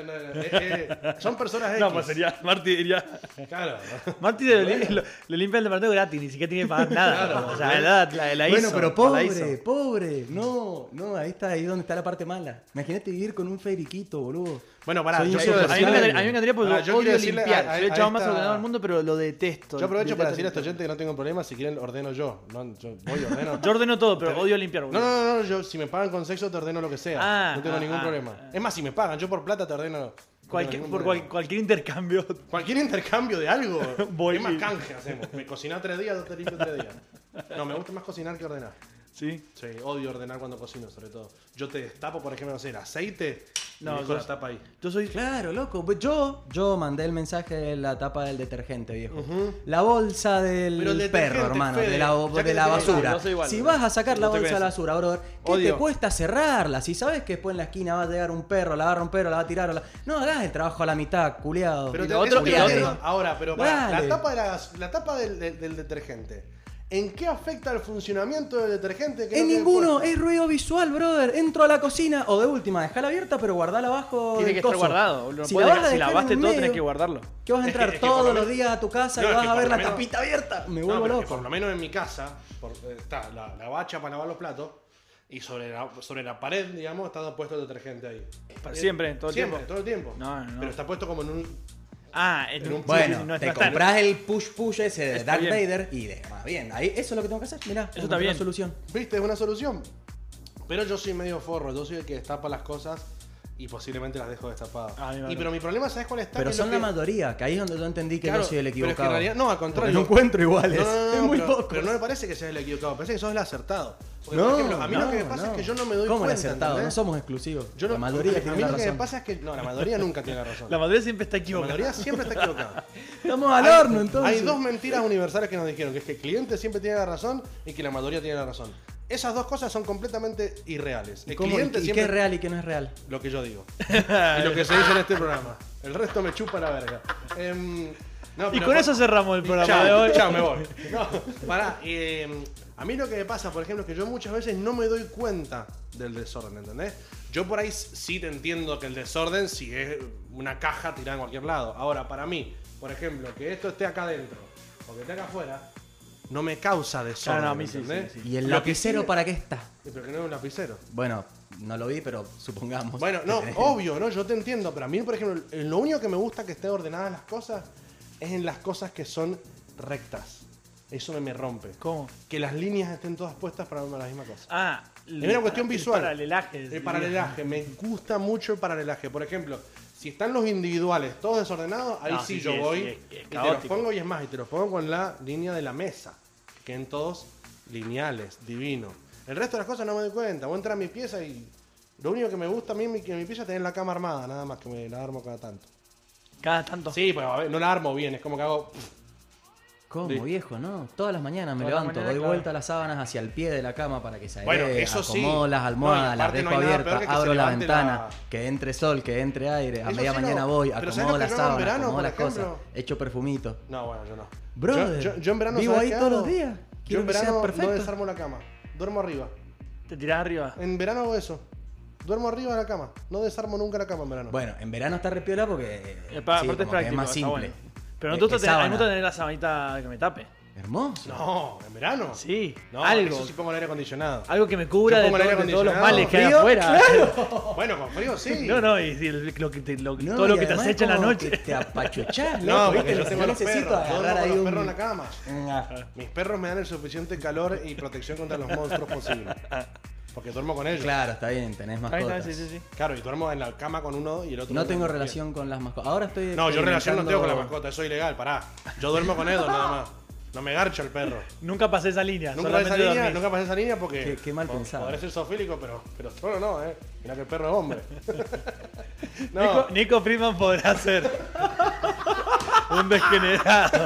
son personas X. No, pues sería. Marty diría. Claro. Marty le limpia el departamento gratis, ni siquiera tiene que pagar nada. Claro. O sea, la Bueno, hizo, pero la pobre, hizo. pobre. No, no, ahí está, ahí donde está la parte mala. Imagínate vivir con un feriquito, boludo. Bueno, pará, Soy yo A quiero mí insoportable. me decirle... encantaría porque Pará, yo yo quiero odio decirle limpiar. a- Soy el a chavo más esta- ordenado del mundo, pero lo detesto. Yo aprovecho para decir a Detesto esta gente que no tengo problema, si quieren ordeno yo. No, yo voy y ordeno. Yo ordeno todo, pero odio limpiar. No, boludo. no, no, yo si me pagan con sexo te ordeno lo que sea. Ah, no tengo ah, ningún ah, problema. ah. Es más, si me pagan, yo por plata te ordeno. no tengo Cualquier, ningún por problema. cualquier intercambio. Cualquier intercambio de algo. Voy es más y- canje hacemos. Me cocinas 3 días, yo te limpio 3 días. No, me gusta más cocinar que ordenar. Sí. Sí, odio ordenar cuando cocino, sobre todo. Yo te destapo, por ejemplo, no sé, el aceite No, con la tapa ahí. Yo soy. Claro, loco. Yo mandé el mensaje de la tapa del detergente, viejo. Ujú. La bolsa del Pero el detergente, perro, hermano, Fede, de ya que de te la tengo- basura. yo soy igual, Si bro. vas a sacar la No te bolsa de la conozco. basura, brother, ¿qué te Odio. cuesta cerrarla? Si sabes que después en la esquina va a llegar un perro, la va a romper o la va a tirar o la... No hagas el trabajo a la mitad, culiado. Pero Y te, lo eso otro- te y lo entiendo. otro- Ahora, pero para, Dale. la tapa del detergente. ¿En qué afecta el funcionamiento del detergente? Que En no quede ninguno, puesto? es ruido visual, brother. Entro a la cocina o de última, dejala abierta, pero guardala abajo. Tiene del que estar coso. guardado. No Si puedes la vas a dejar- si dejar en lavaste el todo, medio, tenés que guardarlo. ¿Qué vas a Es que- entrar es que por todos lo los menos- días a tu casa No, y es vas que a ver por la lo menos- tapita abierta? Me No, vuelvo pero es que loco. por lo menos en mi casa está la bacha para lavar los platos y sobre la pared, digamos, está puesto el detergente ahí. Siempre, todo el Siempre, tiempo. todo el tiempo. No, no. Pero está puesto como en un... Ah, En un- Bueno, no te está- compras el push ese de Está Darth bien. Vader y de más bien. Ahí, eso es lo que tengo que hacer. Mirá, Eso está bien. la solución. ¿Viste? Es una solución. Pero yo soy medio forro, yo soy el que destapa las cosas y posiblemente las dejo destapadas. Ah, mi madre. Pero mi problema, ¿sabes cuál está? Pero Que son lo la que- mayoría, que ahí es donde yo entendí que Claro, yo soy el pero es que en equivocado. realidad- no, al contrario. No encuentro iguales. No, no, no, es muy pero, poco. pero no me parece que seas el equivocado, parece que sos el acertado. Porque, No, por ejemplo, a mí lo que me no, pasa no. es que yo no me doy ¿Cómo el cuenta. acertado? ¿entendés? No somos exclusivos. Yo no- la mayoría a tiene mí la lo que me razón. pasa es que no, la mayoría nunca tiene la razón. La mayoría siempre está La equivocada. mayoría siempre está equivocada. Estamos al horno, entonces. Hay dos mentiras universales que nos dijeron, que es que el cliente siempre tiene la razón y que la mayoría tiene la razón. Esas dos cosas son completamente irreales. El ¿Cómo? cliente ¿Y qué siempre es real y qué no es real? lo que yo digo. Y lo que se dice en este programa. El resto me chupa la verga. No, Y pero con eso cerramos el programa Chao, de hoy. chao, me voy. No, pará. A mí lo que me pasa, por ejemplo, es que yo muchas veces no me doy cuenta del desorden, ¿entendés? Yo por ahí sí te entiendo que el desorden si es una caja tirada en cualquier lado. Ahora, para mí, por ejemplo, que esto esté acá adentro o que esté acá afuera, no me causa desorden, no, a mí sí, ¿entendés? sí, ¿Y el Lo que lapicero sí- para qué está? Pero que no es un lapicero. Bueno, no lo vi, pero supongamos. Bueno, no, obvio, ¿no? Yo te entiendo, pero a mí, por ejemplo, lo único que me gusta que estén ordenadas las cosas es en las cosas que son rectas. Eso me rompe. ¿Cómo? Que las líneas estén todas puestas para la misma cosa. Ah, Es una cuestión visual. El paralelaje. El paralelaje, me gusta mucho el paralelaje. Por ejemplo, si están los individuales todos desordenados, ahí No, sí, sí, yo sí, voy sí, es y te los caótico. pongo, y es más, y te los pongo con la línea de la mesa. Que queden todos lineales, divinos. El resto de las cosas no me doy cuenta. Voy a entrar a mi pieza y lo único que me gusta a mí que mi pieza es tener la cama armada, nada más que me la armo cada tanto. Cada tanto. Sí, pues a ver, no la armo bien, es como que hago... ¿Cómo, Sí. viejo? No. Todas las mañanas me Todas las levanto, mañanas, doy claro. vuelta las sábanas hacia el pie de la cama para que se aire, Bueno, eso sí. acomodo las No, y almohadas, las aparte dejo no hay nada peor abiertas, que se abro la levante ventana, la- que entre sol, que entre aire. A Eso media sí, no. mañana voy, Pero ¿sabes acomodo lo que las yo hago en sábanas, verano, acomodo por las cosas, ejemplo? echo perfumito. No, bueno, yo no. Brother, yo en verano, vivo ¿sabes ahí qué todos hago? los días. Yo Quiero en que sea verano no perfecto. desarmo la cama, duermo arriba. Te tirás arriba. En verano hago eso. Duermo arriba de la cama. No desarmo nunca la cama en verano. Bueno, en verano está repiola porque sí, Aparte es como que práctico. es más está simple. bueno. Pero Es no te que gusta tener, a mí sábana. me gusta tener la sabanita que me tape. Hermoso. No, en verano. Sí, No, algo. eso sí pongo el aire acondicionado. Algo que me cubra Yo de, pongo el aire de todos los acondicionado. males que hay ¿Frío? afuera. Bueno, con frío sí. No, no, y lo que te, No, todo lo y que te además acecha en la como noche. que te apachuchás, No, loco, porque ¿viste? yo tengo los necesito perros. Yo duermo agarrar con ahí los un... perros en la cama. Ah, Mis perros me dan el suficiente calor y protección contra los monstruos posible. Porque duermo con ellos. Claro, está bien, tenés Ahí mascotas. está, sí, sí, sí. Claro, y duermo en la cama con uno y el otro. No tengo duerme relación con las mascotas. Ahora estoy bien. No, yo relación no tengo con la experimentando- mascota, eso es ilegal, pará. Yo duermo con ellos nada más. No me garcha el perro. Nunca pasé esa línea. Nunca pasé solamente dormís. nunca pasé esa línea porque. Qué mal pensado. Podré ser zoofílico, pero solo no, Mira que el perro es hombre. no. Nico Friedman podrá ser un degenerado.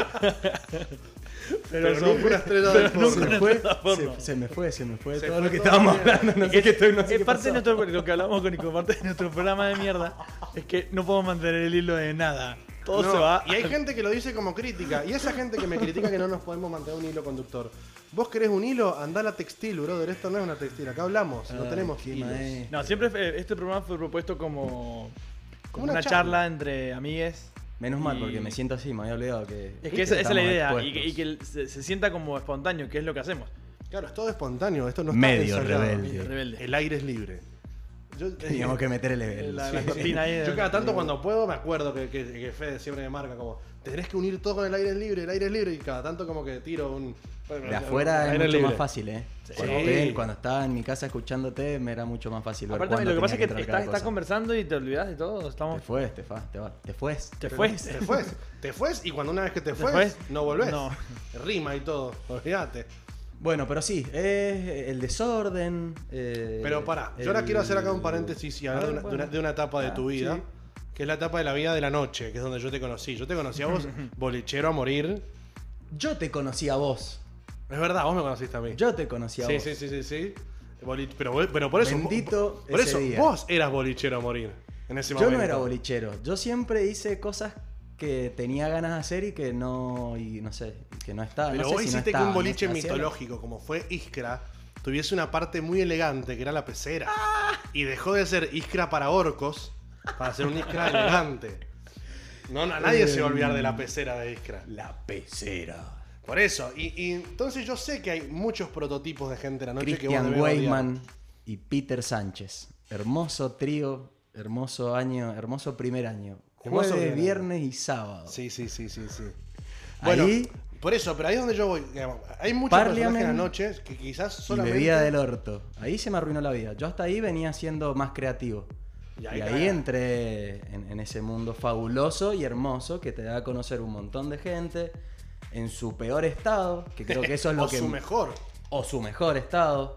Pero son- nunca una estrella del pero nunca porno. una Se fue, estrella porno. se me fue Se todo fue lo que todo estábamos bien. hablando. No sé qué estoy, no sé Es qué parte pasó. de nuestro, lo que hablamos con Nico, parte de nuestro programa de mierda es que no podemos mantener el hilo de nada. Todo No, se va. Y hay gente que lo dice como crítica. Y esa gente que me critica que no nos podemos mantener un hilo conductor. Vos querés un hilo, andá a la textil, brother. Esto no es una textil. Acá hablamos, no Ay, tenemos qué hilos. maestro. No, siempre este programa fue propuesto como Como una una charla. charla entre amigues. Menos mal, Y- porque me siento así, me había olvidado que... Es que ¿viste? esa es la Estamos idea. expuestos. Y que se sienta como espontáneo, que es lo que hacemos. Claro, es todo espontáneo. Esto no está Medio ensayado. rebelde. Rebelde. El aire es libre. Yo, Teníamos que meter el... La sí. cortina ahí de- Yo cada tanto cuando puedo me acuerdo que Fede siempre me marca como tenés que unir todo con el aire es libre, el aire es libre. Y cada tanto como que tiro un... De afuera es aire mucho libre. más fácil, ¿eh? Sí. Cuando estaba en mi casa escuchándote, me era mucho más fácil ver Aparte, cuándo lo que pasa es tenía que entrar cada estás cosa. conversando y te olvidas de todo. Estamos... Te fues, te fues. Te Te fuiste. fues. Te fues y cuando una vez que te fues, fues, no volvés. no. Rima y todo, olvídate. Bueno, pero sí, es el desorden. Pero pará, yo ahora quiero hacer acá un paréntesis y hablar de una etapa de tu vida, sí. que es la etapa de la vida de la noche, que es donde yo te conocí. Yo te conocí a vos, bolichero a morir. Yo te conocí a vos. Es verdad, vos me conociste a mí. Yo te conocí a Sí, vos. sí. Pero por eso, Bendito por ese eso día. vos eras bolichero a morir en ese Yo momento. no era bolichero. Yo siempre hice cosas que tenía ganas de hacer y que no sé, que no estaba. Pero no sé vos si no hiciste que estaba, un boliche no hacía- mitológico, como fue Iskra, tuviese una parte muy elegante, que era la pecera. Ah. Y dejó de ser Iskra para orcos, para ser un Iskra elegante. No, nadie se va a olvidar de la pecera de Iskra. La pecera. Por eso, y entonces yo sé que hay muchos prototipos de gente de la noche que vos Christian debés odiar. Weyman y Peter Sánchez. Hermoso trío, hermoso año, hermoso primer año. Hermoso Jueves, primer año. viernes y sábado. Sí. Bueno, Ahí- por eso, pero ahí es donde yo voy. Digamos, hay muchos personajes en la Parliament noche que quizás Y solamente... bebida del orto. Ahí se me arruinó la vida. Yo hasta ahí venía siendo más creativo. Y Y ahí ahí, caga. entré en ese mundo fabuloso y hermoso que te da a conocer un montón de gente en su peor estado, que creo que eso es lo o que... su mejor. O su mejor estado.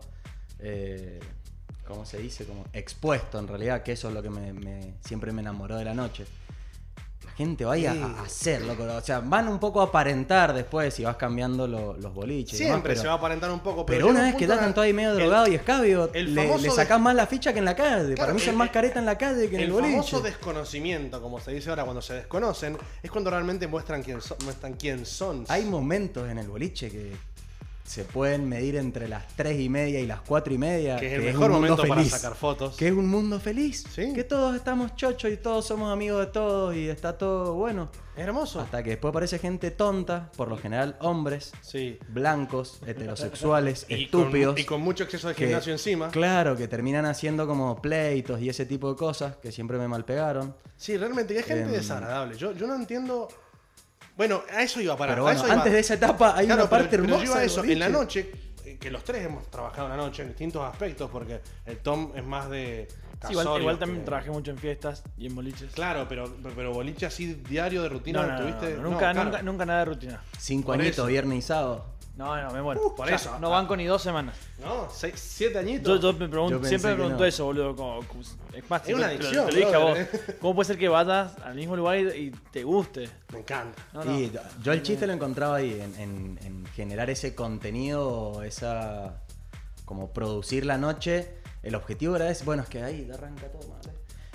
¿Cómo se dice? Como expuesto en realidad, que eso es lo que siempre me enamoró de la noche. La gente vaya Sí. a hacerlo, o sea, van un poco a aparentar después si vas cambiando los boliches. y demás, Siempre pero- se va a aparentar un poco. pero llega una un vez que punto están en todo ahí medio el- drogado y escabio, el le famoso sacás más la ficha que en la calle. Claro, Para mí son más careta en la calle que en el boliche. famoso desconocimiento, como se dice ahora, cuando se desconocen, es cuando realmente muestran quién son. Hay momentos en el boliche que se pueden medir entre las 3:30 y las 4:30. que es el un mejor mundo momento para feliz. sacar fotos. Que es un mundo feliz. Sí. Que todos estamos chochos y todos somos amigos de todos y está todo bueno. Es hermoso. Hasta que después aparece gente tonta, por lo general hombres, Sí. blancos, heterosexuales, Y estúpidos. con mucho exceso de que- gimnasio encima. Claro, que terminan haciendo como pleitos y ese tipo de cosas que siempre me malpegaron. Sí, realmente, y hay gente desagradable. Yo no entiendo. Bueno, a eso iba a parar. Pero a bueno, eso iba. antes de esa etapa hay Claro, una parte pero hermosa. yo iba a del eso. En la boliche. noche, que los tres hemos trabajado en la noche en distintos aspectos, porque el Tom es más de. Sí, casorio, igual también que- trabajé mucho en fiestas y en boliches. Claro, pero boliche así diario de rutina, No, ¿tuviste? nunca, claro. nunca nada de rutina. 5 Por añitos, eso. viernes y sábado. No, me muero. por O sea, eso. No banco ni 2 semanas. No, 7 añitos. Yo me pregunto, Yo pensé siempre me que pregunto no. eso, boludo. Es más, Es una te lo adicción, dije a vos. brother. ¿Cómo puede ser que vayas al mismo lugar y te guste? Me encanta. No, no. Y yo el chiste lo encontraba ahí, en generar ese contenido, esa como producir la noche. El objetivo era ese, bueno, es que ahí arranca todo mal.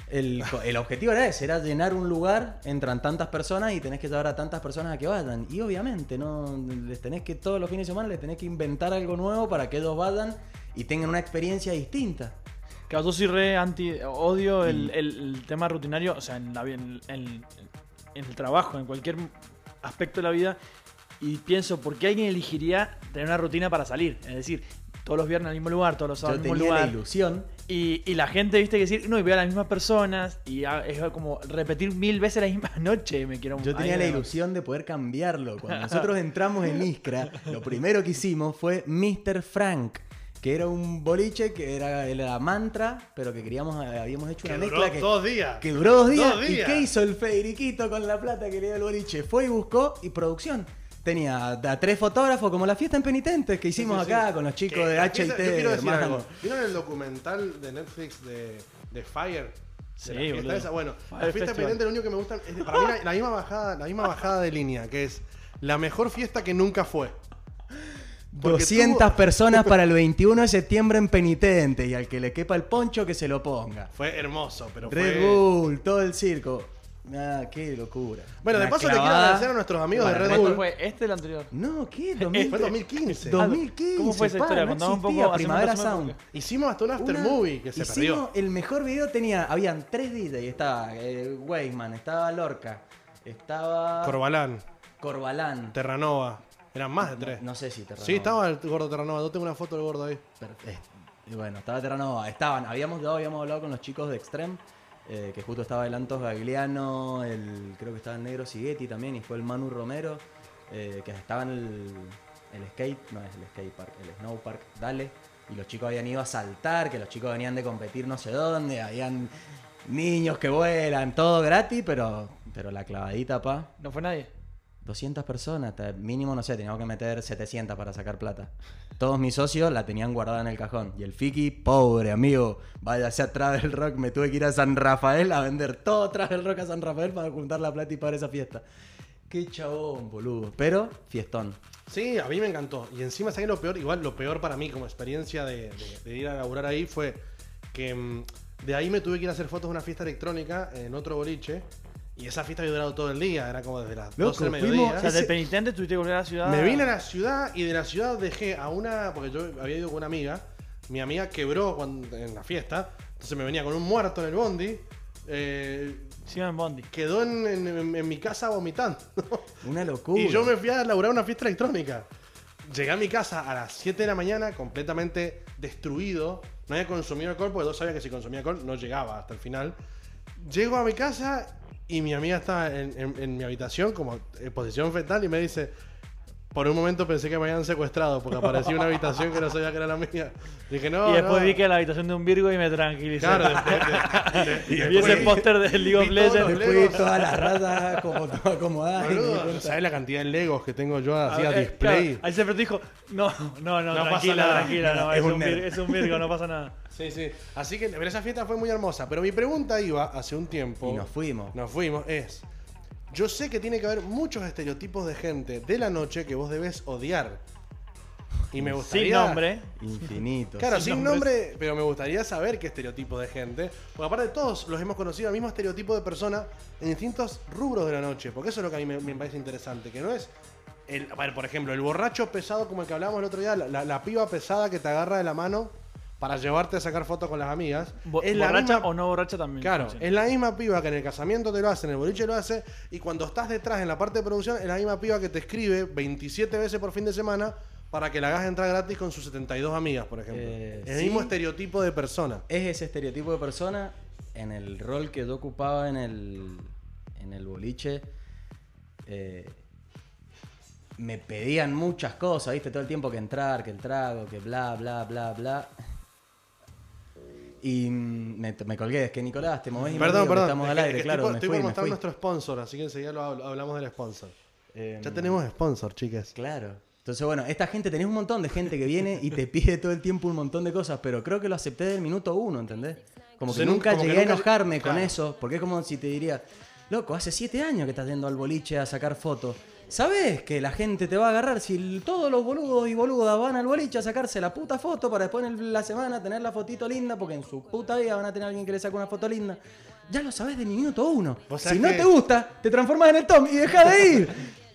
El objetivo era ese, era llenar un lugar, entran tantas personas y tenés que llevar a tantas personas a que vayan. Y obviamente, no les tenés que todos los fines de semana les tenés que inventar algo nuevo para que ellos vayan y tengan una experiencia distinta. Claro, yo soy re odio el tema rutinario, o sea, en el trabajo, en cualquier aspecto de la vida. Y pienso, ¿por qué alguien elegiría tener una rutina para salir? Es decir, todos los viernes al mismo lugar, todos los Yo sábados al mismo tenía la lugar. ilusión. Y la gente, viste, que decir, no, y veo a las mismas personas. Y es como repetir 1000 veces la misma noche. Yo tenía la ilusión de poder cambiarlo. Cuando nosotros entramos en Iskra, lo primero que hicimos fue Mr. Frank, que era un boliche que era mantra, pero que habíamos hecho Que una duró mezcla 2 días. que duró 2 días. 2 ¿Y días. qué hizo el Federiquito con la plata que le dio el boliche? Fue y buscó y producción. Tenía a 3 fotógrafos, como la fiesta en Penitentes que hicimos Sí. acá con los chicos Que de la H&T. fiesta- Yo quiero decir hermano. algo. ¿Vieron el documental de Netflix de Fire? Sí, De la fiesta boludo. esa. Bueno, Fire la fiesta Festival. pendiente lo único que me gusta es para mí la misma bajada de línea, que es la mejor fiesta que nunca fue. Porque 200 tuvo- personas para el 21 de septiembre en Penitente y al que le quepa el poncho que se lo ponga. Fue hermoso, pero Red fue... Bull, todo el circo. Ah, qué locura. Bueno, de Una paso le quiero clavada. agradecer a nuestros amigos de Para Red ¿Cuánto Bull. fue? ¿Este o el anterior? No, ¿qué? Fue 2015. 2015. ¿Cómo fue esa historia? No Contame un poco, existía haceme Primavera resumen, Sound. porque- Hicimos hasta un after movie que se Hicimos perdió. el mejor video habían 3 DJs, estaba Weisman, estaba Lorca, estaba Corbalán, Corbalán. Terranova. Eran más de 3. No sé si Terranova. Sí, estaba el gordo Terranova. Yo tengo una foto del gordo ahí. Y bueno, estaba Terranova. Habíamos hablado con los chicos de Extreme, que justo estaba el Antos Gagliano, creo que estaba el Negro Sigeti también, y fue el Manu Romero, que estaba en el skate, no es el skate park, el snow park, dale. Y los chicos habían ido a saltar, que los chicos venían de competir no sé dónde, habían niños que vuelan, todo gratis, pero la clavadita, pa. ¿No fue nadie? 200 personas, mínimo, no sé, teníamos que meter 700 para sacar plata. Todos mis socios la tenían guardada en el cajón. Y el Fiki, pobre amigo, váyase atrás del rock, me tuve que ir a San Rafael a vender todo atrás del rock a San Rafael para juntar la plata y pagar esa fiesta. Qué chabón, boludo. Pero, fiestón. Sí, a mí me encantó. Y encima, ¿sabes lo peor? Igual lo peor para mí como experiencia de ir a laburar ahí fue que de ahí me tuve que ir a hacer fotos de una fiesta electrónica en otro boliche. Y esa fiesta había durado todo el día, era como desde las 12 del mediodía. O sea, del penitente tuviste que volver a la ciudad. Me vine a la ciudad y de la ciudad dejé a una... Porque yo había ido con una amiga. Mi amiga quebró en la fiesta. Entonces me venía con un muerto en el bondi. Sí, en Bondi. Quedó en mi casa vomitando. Una locura. Y yo me fui a laburar una fiesta electrónica. Llegué a mi casa a las 7 de la mañana completamente destruido. No había consumido alcohol porque yo sabía que si consumía alcohol no llegaba hasta el final. Llego a mi casa y mi amiga estaba en mi habitación como en posición fetal y me dice... Por un momento pensé que me habían secuestrado porque apareció una habitación que no sabía que era la mía. Dije, no, y después no. vi que era la habitación de un Virgo y me tranquilicé. Claro, y vi ese póster del League of vi todos los Legends. Después vi todas las ratas como todo acomodadas. y me di Boludo, cuenta. ¿sabes la cantidad de Legos que tengo yo así a display? Claro, ahí siempre te dijo, no, pasa tranquila, nada. tranquila, no, Es es un un nerd. es un Virgo, no pasa nada. Sí, sí. Así que pero esa fiesta fue muy hermosa. Pero mi pregunta iba hace un tiempo. Y nos fuimos. Nos fuimos. Yo sé que tiene que haber muchos estereotipos de gente de la noche que vos debes odiar. Y me gustaría... Sin nombre. Infinito. Claro, Sin sin nombres. nombre, pero me gustaría saber qué estereotipo de gente. Porque aparte todos los hemos conocido al mismo estereotipo de persona en distintos rubros de la noche. Porque eso es lo que a mí me parece interesante. Que no es... a ver, por ejemplo, el borracho pesado como el que hablábamos el otro día. La piba pesada que te agarra de la mano para llevarte a sacar fotos con las amigas. Es la Borracha misma- o no borracha también. Claro, funciona. es la misma piba que en el casamiento te lo hace, en el boliche lo hace, y cuando estás detrás en la parte de producción, es la misma piba que te escribe 27 veces por fin de semana para que la hagas entrar gratis con sus 72 amigas, por ejemplo. Es el sí. mismo estereotipo de persona. Es ese estereotipo de persona en el rol que yo ocupaba en el boliche. Me pedían muchas cosas, ¿viste? Todo el tiempo que entrar, que el trago, que bla, bla, bla, bla. Y me colgué, es que Nicolás, te movés y me Perdón, olvido que perdón. estamos al es que- aire, es que claro, estoy me por mostrar fui. nuestro sponsor, así que enseguida hablamos del sponsor. Eh, Ya tenemos sponsor, chicas. Claro. Entonces, bueno, esta gente, tenés un montón de gente que viene y te pide todo el tiempo un montón de cosas, pero creo que lo acepté del minuto uno, ¿entendés? Como que Sí, nunca como que llegué a nunca- enojarme con claro. eso, porque es como si te diría, loco, hace 7 años que estás yendo al boliche a sacar fotos. ¿Sabés que la gente te va a agarrar si todos los boludos y boludas van al boliche a sacarse la puta foto para después en la semana tener la fotito linda? Porque en su puta vida van a tener a alguien que le saque una foto linda. Ya lo sabés de minuto uno. Vos Si sabés no que- te gusta, te transformas en el Tom y deja de ir.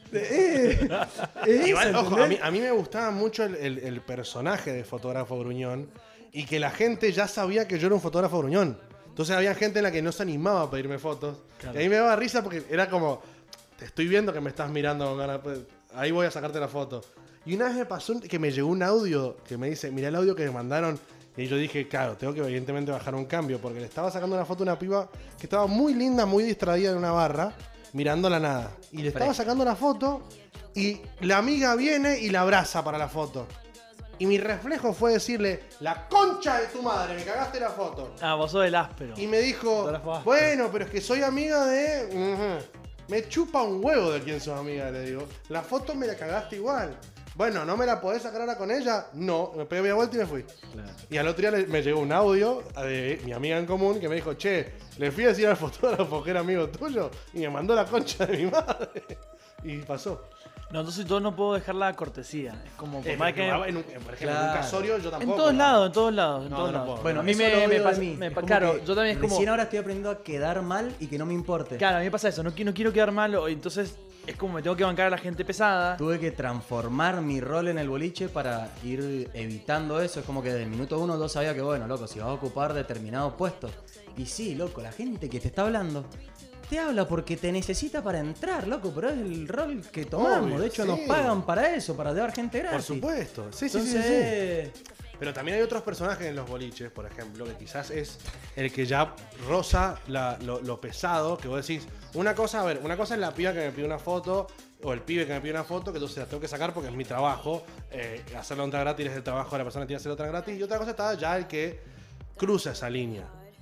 Igual, Eso, ojo, ¿entendés? a mí me gustaba mucho el personaje de fotógrafo gruñón y que la gente ya sabía que yo era un fotógrafo gruñón. Entonces había gente en la que no se animaba a pedirme fotos. Y a mí me daba risa porque era como, te estoy viendo que me estás mirando con ganas, pues, ahí voy a sacarte la foto. Y una vez me pasó que me llegó un audio que me dice, mirá el audio que me mandaron. Y yo dije, claro, tengo que evidentemente bajar un cambio porque le estaba sacando una foto a una piba que estaba muy linda, muy distraída en una barra, mirando la nada. Y le estaba sacando la foto y la amiga viene y la abraza para la foto. Y mi reflejo fue decirle, la concha de tu madre, me cagaste la foto. Ah, vos sos el áspero. Y me dijo, Fotógrafo áspero. bueno, pero es que soy amiga de... Me chupa un huevo de quién sos amiga, le digo. La foto me la cagaste igual. Bueno, ¿no me la podés sacar ahora con ella? No, me pegué media vuelta y me fui. Claro. Y al otro día me llegó un audio de mi amiga en común que me dijo, che, le fui a decir al fotógrafo que era amigo tuyo y me mandó la concha de mi madre. Y pasó. No, entonces yo no puedo dejar la cortesía. Es como, por más que... Por ejemplo, en un Claro. casorio yo En tampoco. todos lados, en todos lados, en No, todos no lados. puedo. Bueno, a mí Eso me lo odio de pasa... mí. Es como claro, que yo también es como... Recién ahora estoy aprendiendo a quedar mal y que no me importe. Claro, a mí me pasa eso, no quiero quedar mal, entonces es como me tengo que bancar a la gente pesada. Tuve que transformar mi rol en el boliche para ir evitando eso. Es como que desde el minuto uno yo sabía que, bueno, loco, si vas a ocupar determinados puestos. Y sí, loco, la gente que te está hablando, te habla porque te necesita para entrar, loco, pero es el rol que tomamos. Obvio, de hecho, sí. nos pagan para eso, para llevar gente gratis. Por supuesto. Sí, sí, sí, sí, sí. Entonces, Pero también hay otros personajes en los boliches, por ejemplo, que quizás es el que ya roza lo pesado, que vos decís, una cosa es la piba que me pide una foto, o el pibe que me pide una foto, que entonces la tengo que sacar porque es mi trabajo, hacerla otra gratis es el trabajo de la persona que tiene que hacerla otra gratis, y otra cosa está ya el que cruza esa línea.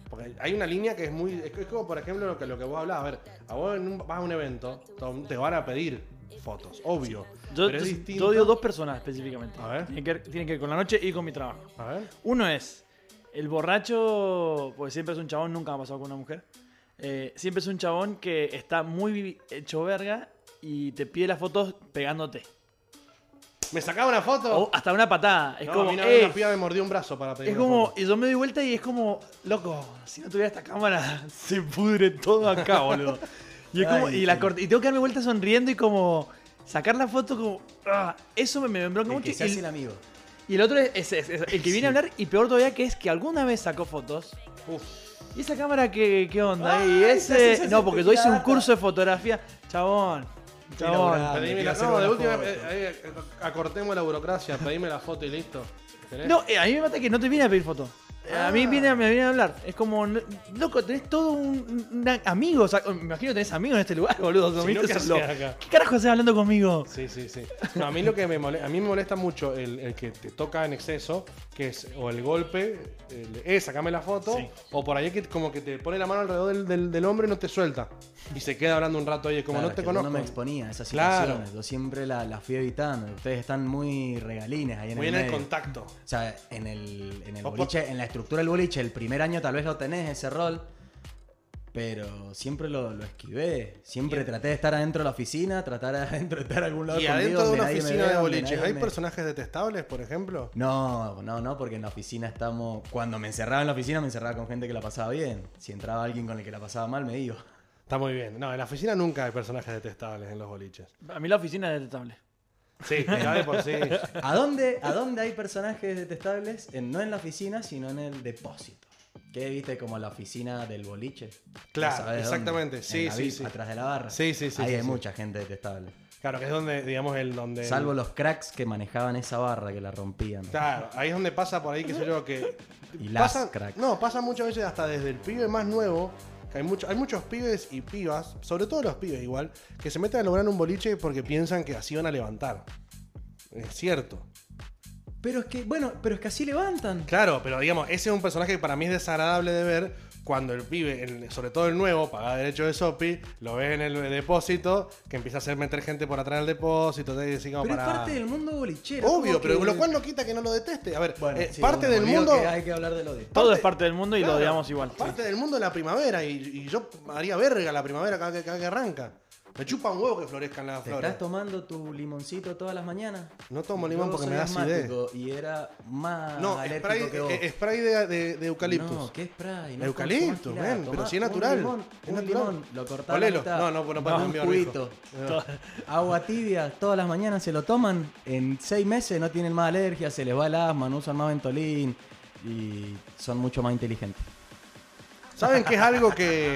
Porque hay una línea que es muy... Es como, por ejemplo, lo que vos hablás. A ver, a vos vas a un evento, te van a pedir fotos, obvio. Yo pero es distinto. yo odio dos personas específicamente. A ver. Tienen que ver con la noche y con mi trabajo. A ver. Uno es el borracho, pues siempre es un chabón, nunca me ha pasado con una mujer. Siempre es un chabón que está muy hecho verga y te pide las fotos pegándote. ¿Me sacaba una foto? O hasta una patada. Es No, como, a mí una vez una piba me mordió un brazo para pedir es una como, foto. y yo me doy vuelta y es como, loco, si no tuviera esta cámara, se pudre todo acá, boludo. Y es como, Ay, y, la sí. y tengo que darme vuelta sonriendo y como sacar la foto como, eso me bronca El mucho. que se hace el amigo. Y el otro es el que viene a hablar y peor todavía que es que alguna vez sacó fotos. Uf. ¿Y esa cámara qué onda? Ay, Y ese... esa No, porque yo hice un data. curso de fotografía. Chabón. Chabón. laburando. Pedime quiero la, hacer no, de una última, foto. acortemos la burocracia, pedime la foto y listo. ¿Tenés? No, a mí me mata que no te viene a pedir foto. A mí me viene a hablar. Es como, loco, tenés todo un amigo. O sea, me imagino que tenés amigos en este lugar, boludo. Si no, ¿Viste? ¿qué haces acá? ¿Qué carajo estás hablando conmigo? Sí, sí, sí. No, a mí lo que a mí me molesta mucho el que te toca en exceso, que es o el golpe, sacame la foto, Sí. o por ahí que como que te pone la mano alrededor del hombre y no te suelta. Y se queda hablando un rato ahí, es como Claro, no te que conozco. Yo no me exponía a esas Claro. situaciones. Yo siempre las fui evitando. Ustedes están muy regalines ahí en Muy el en el medio. contacto. O sea, en el Vos boliche, en la estructura del boliche, el primer año tal vez lo tenés ese rol, pero siempre lo esquivé. Siempre Bien. traté de estar adentro de la oficina, tratar adentro de estar a algún lado Y escondido adentro de donde una nadie me oficina vea, de donde boliches, nadie ¿hay me- personajes detestables, por ejemplo? No, porque en la oficina estamos... Cuando me encerraba en la oficina me encerraba con gente que la pasaba bien. Si entraba alguien con el que la pasaba mal, me iba. Está muy bien. No, en la oficina nunca hay personajes detestables en los boliches. A mí la oficina es detestable. Sí, ya de por sí. ¿A dónde hay personajes detestables? No en la oficina, sino en el depósito. ¿Qué viste como la oficina del boliche? Claro, ¿Ya sabés exactamente. dónde? Sí, En la sí, VIP, sí. atrás de la barra. Sí, sí, sí, Ahí sí, hay sí. mucha gente detestable. Claro, que es donde, digamos, donde... Salvo los cracks que manejaban esa barra, que la rompían. Claro, ahí es donde pasa por ahí, qué sé yo, que... Y las cracks. No, pasa muchas veces hasta desde el pibe más nuevo, que hay muchos pibes y pibas, sobre todo los pibes igual, que se meten a lograr un boliche porque piensan que así van a levantar. Es cierto. Pero es que así levantan. Claro, pero digamos, ese es un personaje que para mí es desagradable de ver cuando el pibe, sobre todo el nuevo, paga derecho de Sopi, lo ves en el depósito, que empieza a hacer meter gente por atrás del depósito, y así como Pero para... es parte del mundo bolichero. Obvio, como pero que- lo cual no quita que no lo deteste. A ver, Bueno, sí, parte bueno, del olvido mundo... que hay que hablar del odio. Todo es parte del mundo y Claro, lo odiamos igual. Parte del mundo de la primavera y yo haría verga la primavera cada que arranca. Me chupa un huevo que florezcan las ¿Te flores. estás tomando tu limoncito todas las mañanas? No tomo limón Yo porque soy me da acidez. asmático y era más No, alérgico que vos. spray de eucaliptus. No, ¿qué spray? No Eucaliptus, consumas men, gilada. pero Tomá si es un natural. limón, Es un natural. limón, lo cortás Olelo. a la mitad, No puede un enviar juguito. Agua tibia, todas las mañanas se lo toman. En 6 meses no tienen más alergia, se les va el asma, no usan más Ventolin y son mucho más inteligentes. ¿Saben qué es algo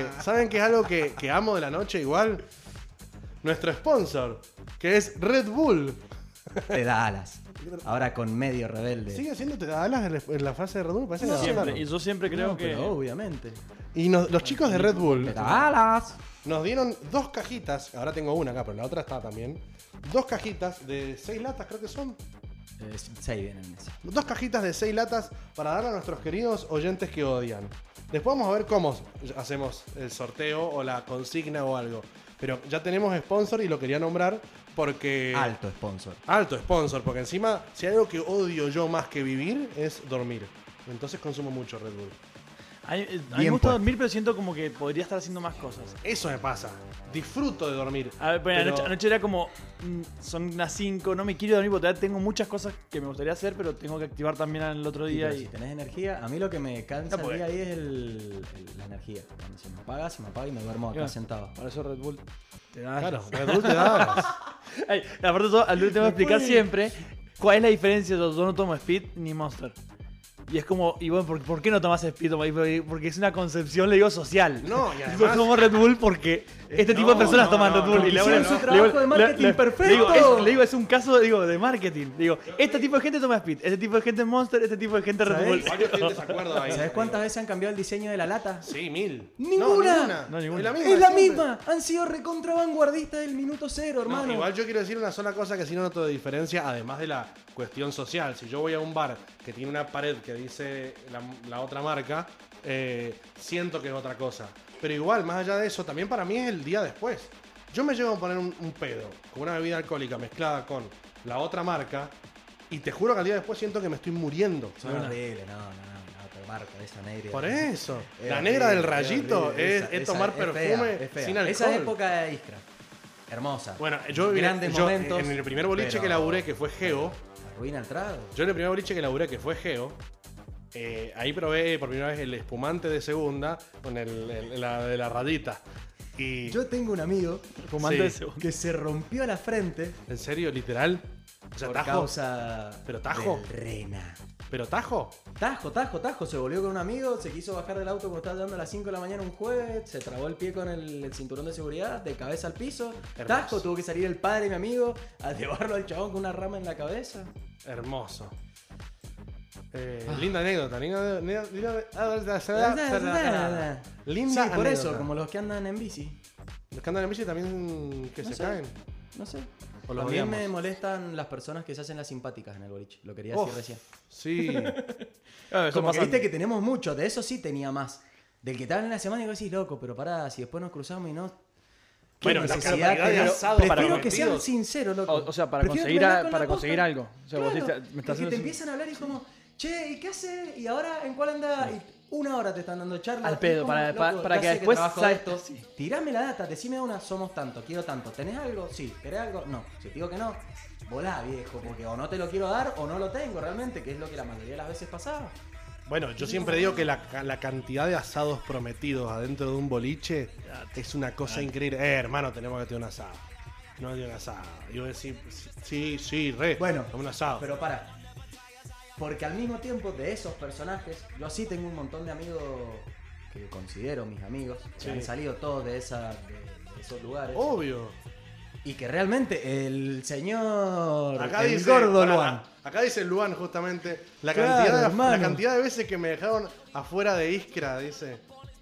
que amo de la noche igual? Nuestro sponsor, que es Red Bull. Te da alas. Ahora con medio rebelde. ¿Sigue siendo te da alas en la fase de Red Bull? Parece que la Siempre. sacaron. Y yo siempre creo No, que... pero obviamente. Y los chicos de Red Bull Te da alas. nos dieron 2 cajitas. Ahora tengo una acá, pero la otra está también. 2 cajitas de 6 latas, creo que son. 6 vienen esas. 2 cajitas de 6 latas para dar a nuestros queridos oyentes que odian. Después vamos a ver cómo hacemos el sorteo o la consigna o algo. Pero ya tenemos sponsor y lo quería nombrar porque... Alto sponsor. Alto sponsor, porque encima, si hay algo que odio yo más que vivir, es dormir. Entonces consumo mucho Red Bull. A mí me Bien gusta puesto. dormir, pero siento como que podría estar haciendo más cosas. Eso me pasa. Disfruto de dormir. A ver, pero pero- anoche era como, son las 5, no me quiero dormir porque todavía tengo muchas cosas que me gustaría hacer, pero tengo que activar también el otro Sí, día. pero Y... si tenés energía, a mí lo que me cansa No, porque- el día ahí es la energía. Cuando se me apaga y me duermo acá Claro. sentado. Para eso Red Bull te da... Claro, Red Bull te da alas. Ay, aparte de todo, al último tengo que explicar siempre cuál es la diferencia. Yo no tomo Speed ni Monster. Y es como, y bueno, ¿por qué no tomas Speed? Porque es una concepción, le digo, social. No, y Yo además- tomo Red Bull porque este tipo de personas no, toman no, Red Bull. no, y le hicieron hago- su le digo- trabajo de marketing le perfecto. le digo, es un caso de marketing. Digo, este tipo de gente toma Speed, este tipo de gente Monster, este tipo de gente Red ¿Sabés? Bull. Igual yo estoy en desacuerdo ahí. ¿Sabes cuántas veces han cambiado el diseño de la lata? Sí, 1000. ¡Ninguna! No, ninguna. Es la misma. Es la siempre. misma. Han sido recontra vanguardistas del minuto cero, No, hermano. igual yo quiero decir una sola cosa que sí no noto de diferencia, además de la cuestión social. Si yo voy a un bar que tiene una pared que dice la otra marca, siento que es otra cosa. Pero igual, más allá de eso, también para mí es el día después. Yo me llevo a poner un pedo con una bebida alcohólica mezclada con la otra marca y te juro que al día después siento que me estoy muriendo. Son horribles, no, otra marca, esa negra. Por eso, Es la negra del horrible, rayito horrible. es tomar perfume es fea. sin alcohol. Esa época de Iskra, hermosa. Bueno, yo grandes momentos. en el primer boliche pero que laburé, que fue Geo, arruina el trago. yo en el primer boliche que laburé, que fue Geo, ahí probé por primera vez el espumante de segunda con la de la rayita. Y, Yo tengo un amigo Fumante de Sí. segundo. que se rompió la frente ¿en serio? ¿Literal? O sea, por tajo. causa ¿Pero tajo? del Rena. ¿Pero tajo? Tajo. Se volvió con un amigo, se quiso bajar del auto cuando estaba dando a las 5 de la mañana un jueves, se trabó el pie con el cinturón de seguridad, de cabeza al piso. Hermoso. Tajo, tuvo que salir el padre de mi amigo a llevarlo al chabón con una rama en la cabeza. Hermoso. Linda anécdota. Linda Sí, por eso, anécdota. como los que andan en bici. Los que andan en bici también que No se sé. caen. No sé. O los También me odiamos. molestan las personas que se hacen las simpáticas en el boliche. Lo quería Uf, decir recién. Sí. Claro, eso Como pasa que viste antes. que tenemos mucho, de eso sí tenía más. Del que estaban en la semana y vos decís, loco, pero pará, si después nos cruzamos y no. ¿Qué Bueno, la necesidad cantidad de tenés? asados para Prefiero que sean cometidos. sinceros, loco. O sea, para Prefiero conseguir, trabajar con para la conseguir posta. algo. O sea, vos Claro, decís, me es que estás haciendo te empiezan a hablar y es como, che, ¿y qué haces? ¿Y ahora en cuál andás? Y una hora te están dando charla. Al y pedo, como, para- loco, para ya que sé después trabajo de sa- esto. Tirame la data, decime una, somos tanto, quiero tanto. ¿Tenés algo? Sí. ¿Querés algo? No. Si te digo que no, volá, viejo, porque o no te lo quiero dar o no lo tengo realmente, que es lo que la mayoría de las veces pasaba. Bueno, yo siempre digo que la cantidad de asados prometidos adentro de un boliche es una cosa increíble. Hermano, tenemos que tener un asado. No hay un asado. Y vos decís, sí, re. Bueno, un asado. Pero para. Porque al mismo tiempo de esos personajes, yo sí tengo un montón de amigos que considero mis amigos, que Sí. han salido todos de esos lugares. Obvio. Y que realmente el señor. Acá el dice, gordo pará, Luan. acá dice Luan justamente la, Claro, cantidad hermano. la cantidad de veces que me dejaron afuera de Iskra, dice.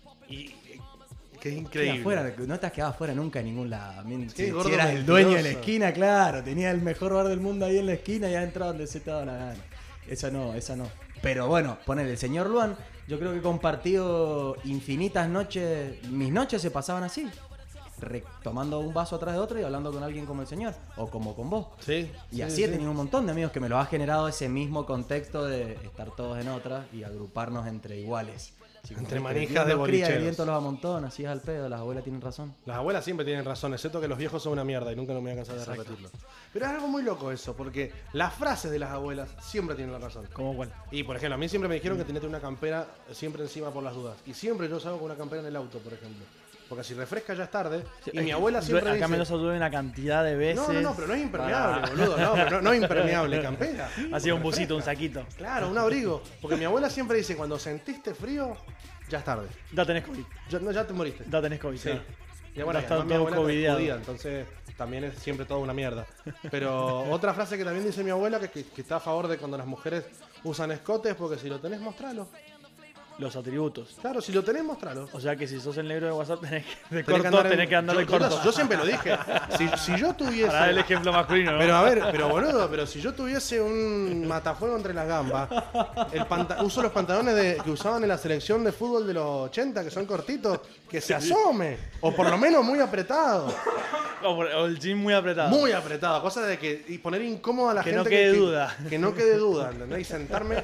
Y que es increíble. Afuera, no te has quedado afuera nunca en ningún lado. Si gordo eras el dueño de la mentiroso. esquina, claro, tenía el mejor bar del mundo ahí en la esquina y has entrado donde se te daba la gana. Esa no. Pero bueno, ponele, el señor Luan, yo creo que he compartido infinitas noches, mis noches se pasaban así, tomando un vaso atrás de otro y hablando con alguien como el señor, o como con vos. Sí. Y así he tenido un montón de amigos que me lo ha generado ese mismo contexto de estar todos en otra y agruparnos entre iguales. Así como, Entre Dios manijas de los cría, bolicheros. el viento los amontona, así es al pedo, las abuelas tienen razón. Las abuelas siempre tienen razón, excepto que los viejos son una mierda y nunca me voy a cansar de repetirlo. Pero es algo muy loco eso, porque las frases de las abuelas siempre tienen la razón. ¿Cómo cuál? Y por ejemplo, a mí siempre me dijeron que tenía que tener una campera siempre encima por las dudas. Y siempre yo salgo con una campera en el auto, por ejemplo. Porque si refresca ya es tarde. Y mi abuela siempre Acá dice... en Mendoza tuve una cantidad de veces. No, pero no es impermeable, boludo. No, pero no es impermeable, campera. Hacía un busito, un saquito. Claro, un abrigo. Porque mi abuela siempre dice, cuando sentiste frío, ya es tarde. Ya tenés COVID. Ya te moriste. Ya tenés COVID. Sí. claro. Y bueno, Ya está además mi todo abuela es covideado. judía, entonces también es siempre toda una mierda. Pero otra frase que también dice mi abuela, que está a favor de cuando las mujeres usan escotes, porque si lo tenés, mostralo. Los atributos. Claro, si lo tenés, mostralo. O sea que si sos el negro de WhatsApp tenés que, de Tenés corto, andar en- tenés que andar de yo- corto. Yo siempre lo dije. Si yo tuviese... Para dar el ejemplo masculino, ¿no? Pero a ver, pero boludo, pero si yo tuviese un matafuego entre las gambas, uso los pantalones que usaban en la selección de fútbol de los 80, que son cortitos, que se asome. O por lo menos muy apretado. O el jean muy apretado. Muy apretado. Cosa de que y poner incómoda a la Que gente. no quede duda. Que no quede duda, ¿entendés? Y sentarme.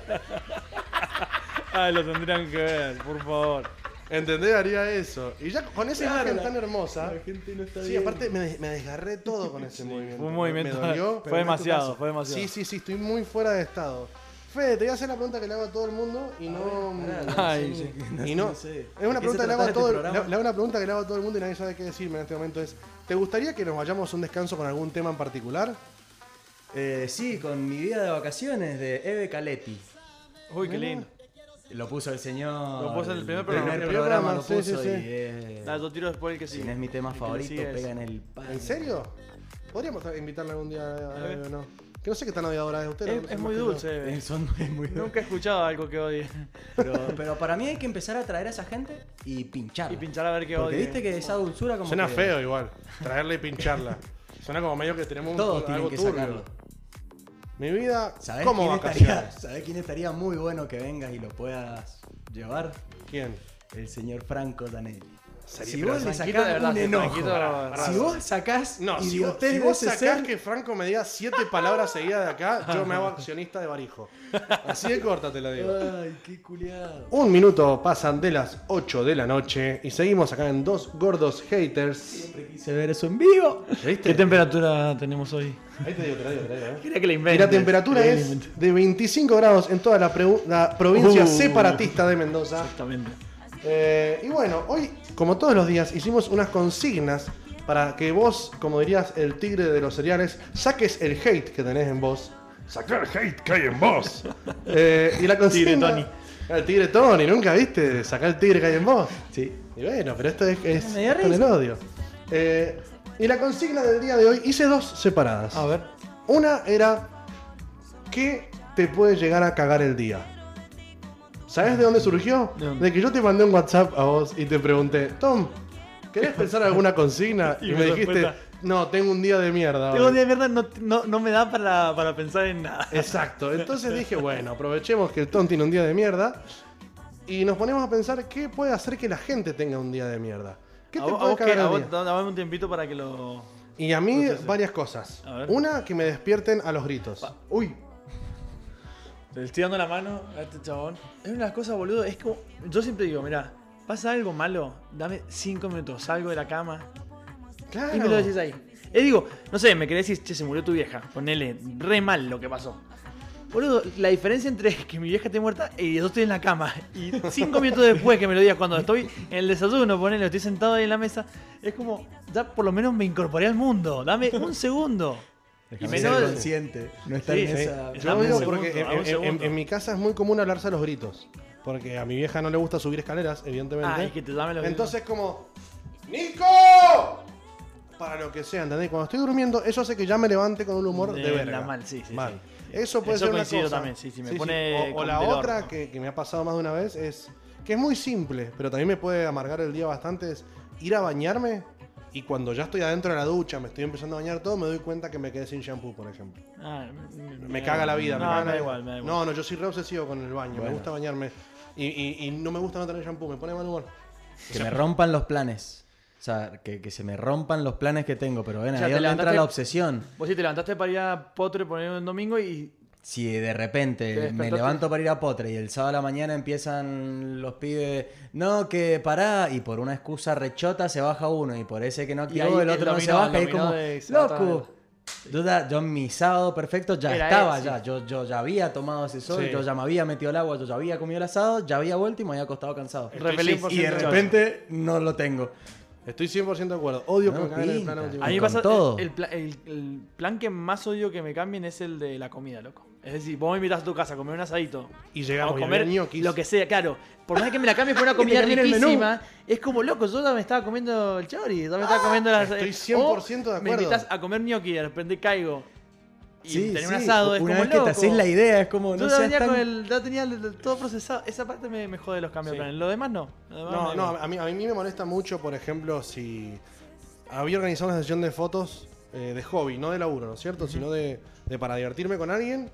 Ay, lo tendrían que ver, por favor. ¿Entendés? Haría eso. Y ya con esa imagen tan hermosa. gente no está Sí, aparte me desgarré todo con ese movimiento. Fue un movimiento. Me dolió. Fue demasiado, fue demasiado. Sí, estoy muy fuera de estado. Fede, te voy a hacer la pregunta que le hago a todo el mundo y no. Ay, sí. Y no. sé. Es una ¿De qué se pregunta que le hago a trata todo este le programa? hago una pregunta que le hago a todo el mundo y nadie sabe qué decirme en este momento es. ¿Te gustaría que nos vayamos a un descanso con algún tema en particular? Sí, con mi vida de vacaciones de Eve Caletti. Uy, qué lindo. Lo puso el señor. Lo puso en el primer El programa. primer El primer programa programa, lo sí, puso sí, sí. y es. Dale, dos tiros después el que Si sigue. no es mi tema El que le favorito, sigue es- pega en el pan. ¿En serio? Podríamos invitarle algún día a Eve o no. Que no sé qué tan odiadora es usted. ¿no? Es muy dulce. Es muy Nunca he escuchado algo que odie. pero para mí hay que empezar a traer a esa gente y pincharla. Y pinchar a ver qué Porque odie. viste que esa dulzura como Suena que feo igual. Traerla y pincharla. Suena como medio que tenemos todos tienen algo que turbio. sacarlo. Mi vida ¿Sabés como quién vacaciones. ¿Sabés quién estaría muy bueno que vengas y lo puedas llevar? ¿Quién? El señor Franco Danelli. Sería- Si pero vos le Franquito, sacás de verdad, un sí, enojo, Franquito- si vos sacás No, si vos, idiotez si de vos ese sacás ser, que Franco me diga 7 palabras seguidas de acá, yo me hago accionista de Barijo. Así de corta te lo digo. Ay, qué culiado. Un minuto pasan de las 8 de la noche y seguimos acá en Dos Gordos Haters. Siempre quise ver eso en vivo. ¿Qué temperatura tenemos hoy? Ahí te digo, ¿eh? Quería que le Y invente. la temperatura es de 25 grados en toda la provincia separatista de Mendoza. Exactamente. Y bueno, hoy, como todos los días, hicimos unas consignas para que vos, como dirías el tigre de los cereales, saques el hate que tenés en vos. Sacar el hate que hay en vos. Y la consigna... Tigre Tony. El tigre Tony, ¿nunca viste? Sacar el tigre que hay en vos. Sí. Y bueno, pero esto es Me dio con el risa. odio. Y la consigna del día de hoy, hice dos separadas. A ver. Una era, ¿qué te puede llegar a cagar el día? ¿Sabes de dónde surgió? ¿De dónde? De que yo te mandé un WhatsApp a vos y te pregunté, Tom, ¿querés pensar alguna consigna? Y Y mi me dijiste, respuesta, no, tengo un día de mierda. Tengo hoy". un día de mierda, no me da para pensar en nada. Exacto, entonces dije, bueno, aprovechemos que el Tom tiene un día de mierda y nos ponemos a pensar qué puede hacer que la gente tenga un día de mierda. ¿Qué te puede cagar el día? Dame un tiempito para que lo... Y a mí Procese. varias cosas. A ver. Una, que me despierten a los gritos. Uy. Te estoy dando la mano a este chabón. Es una de las cosas, boludo. Es como. Yo siempre digo, mira, pasa algo malo, dame 5 minutos, salgo de la cama Claro. y me lo decís ahí. Digo, no sé, me querés decir, che, se murió tu vieja. Ponele re mal lo que pasó. Boludo, la diferencia entre que mi vieja esté muerta y yo estoy en la cama y 5 minutos después que me lo digas cuando estoy en el desayuno, ponele, estoy sentado ahí en la mesa, es como, ya por lo menos me incorporé al mundo, dame un segundo. Y Déjame menos- ser consciente. No estar Sí, en sí. esa... Yo Dame lo digo un porque segundo, dame un segundo. en mi casa es muy común hablarse a los gritos. Porque a mi vieja no le gusta subir escaleras, evidentemente. Ay, que te llame los Entonces como, ¡Nico! Para lo que sea, ¿entendés? Cuando estoy durmiendo, eso hace que ya me levante con un humor de verga. mal, sí, sí. Mal. sí. Eso puede Eso ser una coincido cosa. también, sí, sí, me pone O con la del otra orto. que me ha pasado más de una vez es que es muy simple, pero también me puede amargar el día bastante, es ir a bañarme y cuando ya estoy adentro de la ducha, me estoy empezando a bañar todo, me doy cuenta que me quedé sin shampoo, por ejemplo. Ah, Me caga la vida. No, caga me la da vida. igual, me da igual. No, yo soy re obsesivo con el baño, me Bueno. gusta bañarme y no me gusta no tener shampoo, me pone de mal humor. Que me rompan los planes. O sea, que se me rompan los planes que tengo. Pero ven, O sea, ahí te donde entra levantaste- la obsesión. Vos sí te levantaste para ir a Potre, poner un domingo y... Si de Te repente me despertaste. levanto para ir a Potre y el sábado a la mañana empiezan los pibes, no, que pará, y por una excusa rechota se baja uno, y por ese que no Y activó ahí el otro el no se dominó- baja, y el es como, dominó de- se va otra loco. Yo en mi sábado perfecto ya Era estaba, ese. ya. Yo ya había tomado ese sol, Sí. yo ya me había metido el agua, yo ya había comido el asado, ya había vuelto y me había acostado cansado. Re feliz. Y de repente no lo tengo. Estoy 100% de acuerdo. Odio No, que me caguen el pinta. plan a última A mí Y me con pasa todo. el plan que más odio que me cambien es el de la comida, loco. Es decir, vos me invitas a tu casa a comer un asadito. Y llegamos o y comer había ñoquis. lo que sea, claro. Por más que me la cambies por una te comida cambien el menú. riquísima, es como loco, yo ya me estaba comiendo el chori, ya me estaba comiendo las... estoy 100% de Me acuerdo. invitas a comer gnocchi y de repente caigo y Sí, tener un sí, asado, es una como vez que loco. te haces la idea, es como, Yo no ya seas venía tan... con ya tenía todo procesado. Esa parte me jode los cambios Sí. de planes. Lo demás no. Lo demás No, me- no, a mí me molesta mucho, por ejemplo, si había organizado una sesión de fotos de hobby, no de laburo, ¿no es cierto? Sino de para divertirme con alguien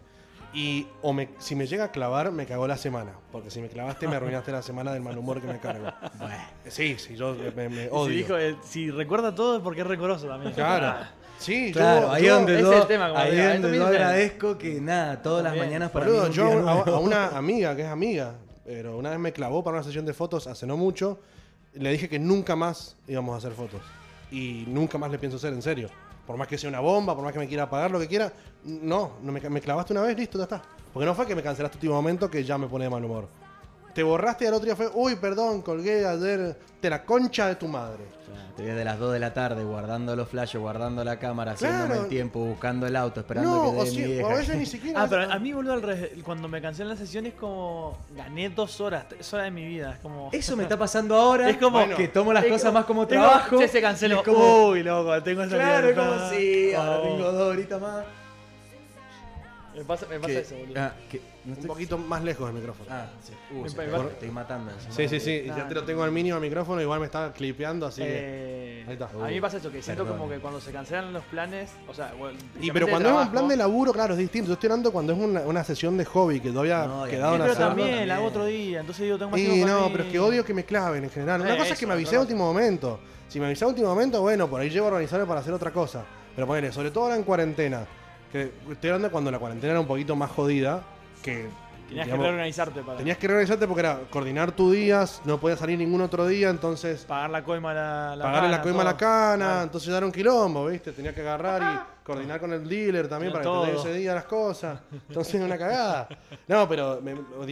y si me llega a clavar, me cagó la semana. Porque si me clavaste, me arruinaste la semana del mal humor que me cargo. Sí, yo me Y odio. si dijo, si recuerda todo es porque es rencoroso también. Claro. Ah. Sí, Claro, ahí yo, donde ese yo, es el tema, como ahí digo, donde esto yo mismo es el- agradezco que nada, todas las También. mañanas para boludo, mí un yo día a nuevo. una amiga que es amiga, pero una vez me clavó para una sesión de fotos hace no mucho, le dije que nunca más íbamos a hacer fotos. Y nunca más le pienso hacer, en serio. Por más que sea una bomba, por más que me quiera pagar lo que quiera, no me clavaste una vez, listo, ya está. Porque no fue que me cancelaste último momento que ya me pone de mal humor. Te borraste y al otro día fue, uy, perdón, colgué ayer, te la concha de tu madre. Te ves de las 2 de la tarde guardando los flashes, guardando la cámara, haciéndome Claro. el tiempo, buscando el auto, esperando No, que o, dé mi o vieja. a veces ni siquiera. Pero a mí, boludo, al revés. Cuando me cancelan la sesión es como. Gané 2 horas, 3 horas de mi vida. Es como. Eso me está pasando ahora, Es como- que tomo las es cosas como- más como es como, trabajo. che, se canceló. y es como, Uy, loco, tengo esa claro, es como libertad. sí, ahora Oh. tengo 2 horitas más. Me pasa Que- eso, boludo. que Un poquito más lejos del micrófono. Ah, sí. Me Se pa- te igual- estoy matando. encima. Sí, ya te lo tengo al mínimo al micrófono, igual me está clipeando, así que... Ahí está. A mí me pasa eso, que siento Perdón. como que cuando se cancelan los planes, o sea, bueno, Y pero especialmente cuando es un trabajo, plan de laburo, claro, es distinto. Yo estoy hablando cuando es una sesión de hobby que todavía No, y quedado a en mí pero hacerlo. también la hago otro día, entonces yo tengo más tiempo Y para no, mí. pero es que odio que me claven en general. Una cosa es que Eso, me avisé a último momento. Si me avisé a último momento, bueno, por ahí llego a organizarme para hacer otra cosa. Pero ponele, sobre todo ahora en cuarentena. Que estoy hablando cuando la cuarentena era un poquito más jodida. Que Tenías digamos, que reorganizarte para tenías que reorganizarte porque era coordinar tus días, no podía salir ningún otro día, entonces pagar la coima a la pagarle cana, la coima a la todo. cana, Claro. entonces ya era un quilombo, ¿viste? Tenía que agarrar y coordinar con el dealer también para que te Todo. dé ese día las cosas. Entonces es una cagada. No, pero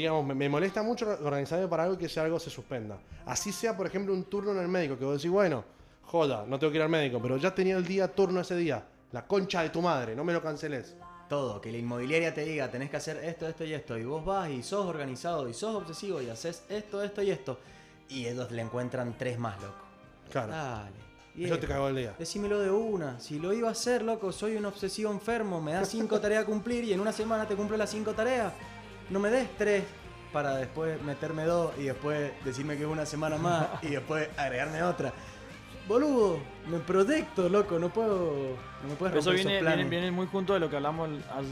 me molesta mucho organizarme para algo y que ese algo se suspenda. Así sea, por ejemplo, un turno en el médico, que vos decís, bueno, joda, no tengo que ir al médico, pero ya tenía el día turno ese día. La concha de tu madre, no me lo canceles. Todo, que la inmobiliaria te diga, tenés que hacer esto, esto y esto. Y vos vas y sos organizado y sos obsesivo y haces esto, esto y esto. Y ellos le encuentran 3 más, loco. Claro, Dale. eso viejo, te cagó el día. Decímelo de una. Si lo iba a hacer, loco, soy un obsesivo enfermo. Me das 5 tareas a cumplir y en una semana te cumplo las 5 tareas. No me des 3 para después meterme 2 y después decirme que es una semana más y después agregarme otra. Boludo, me proyecto, loco, no me puedes Pero romper eso esos planes. viene muy junto de lo que hablamos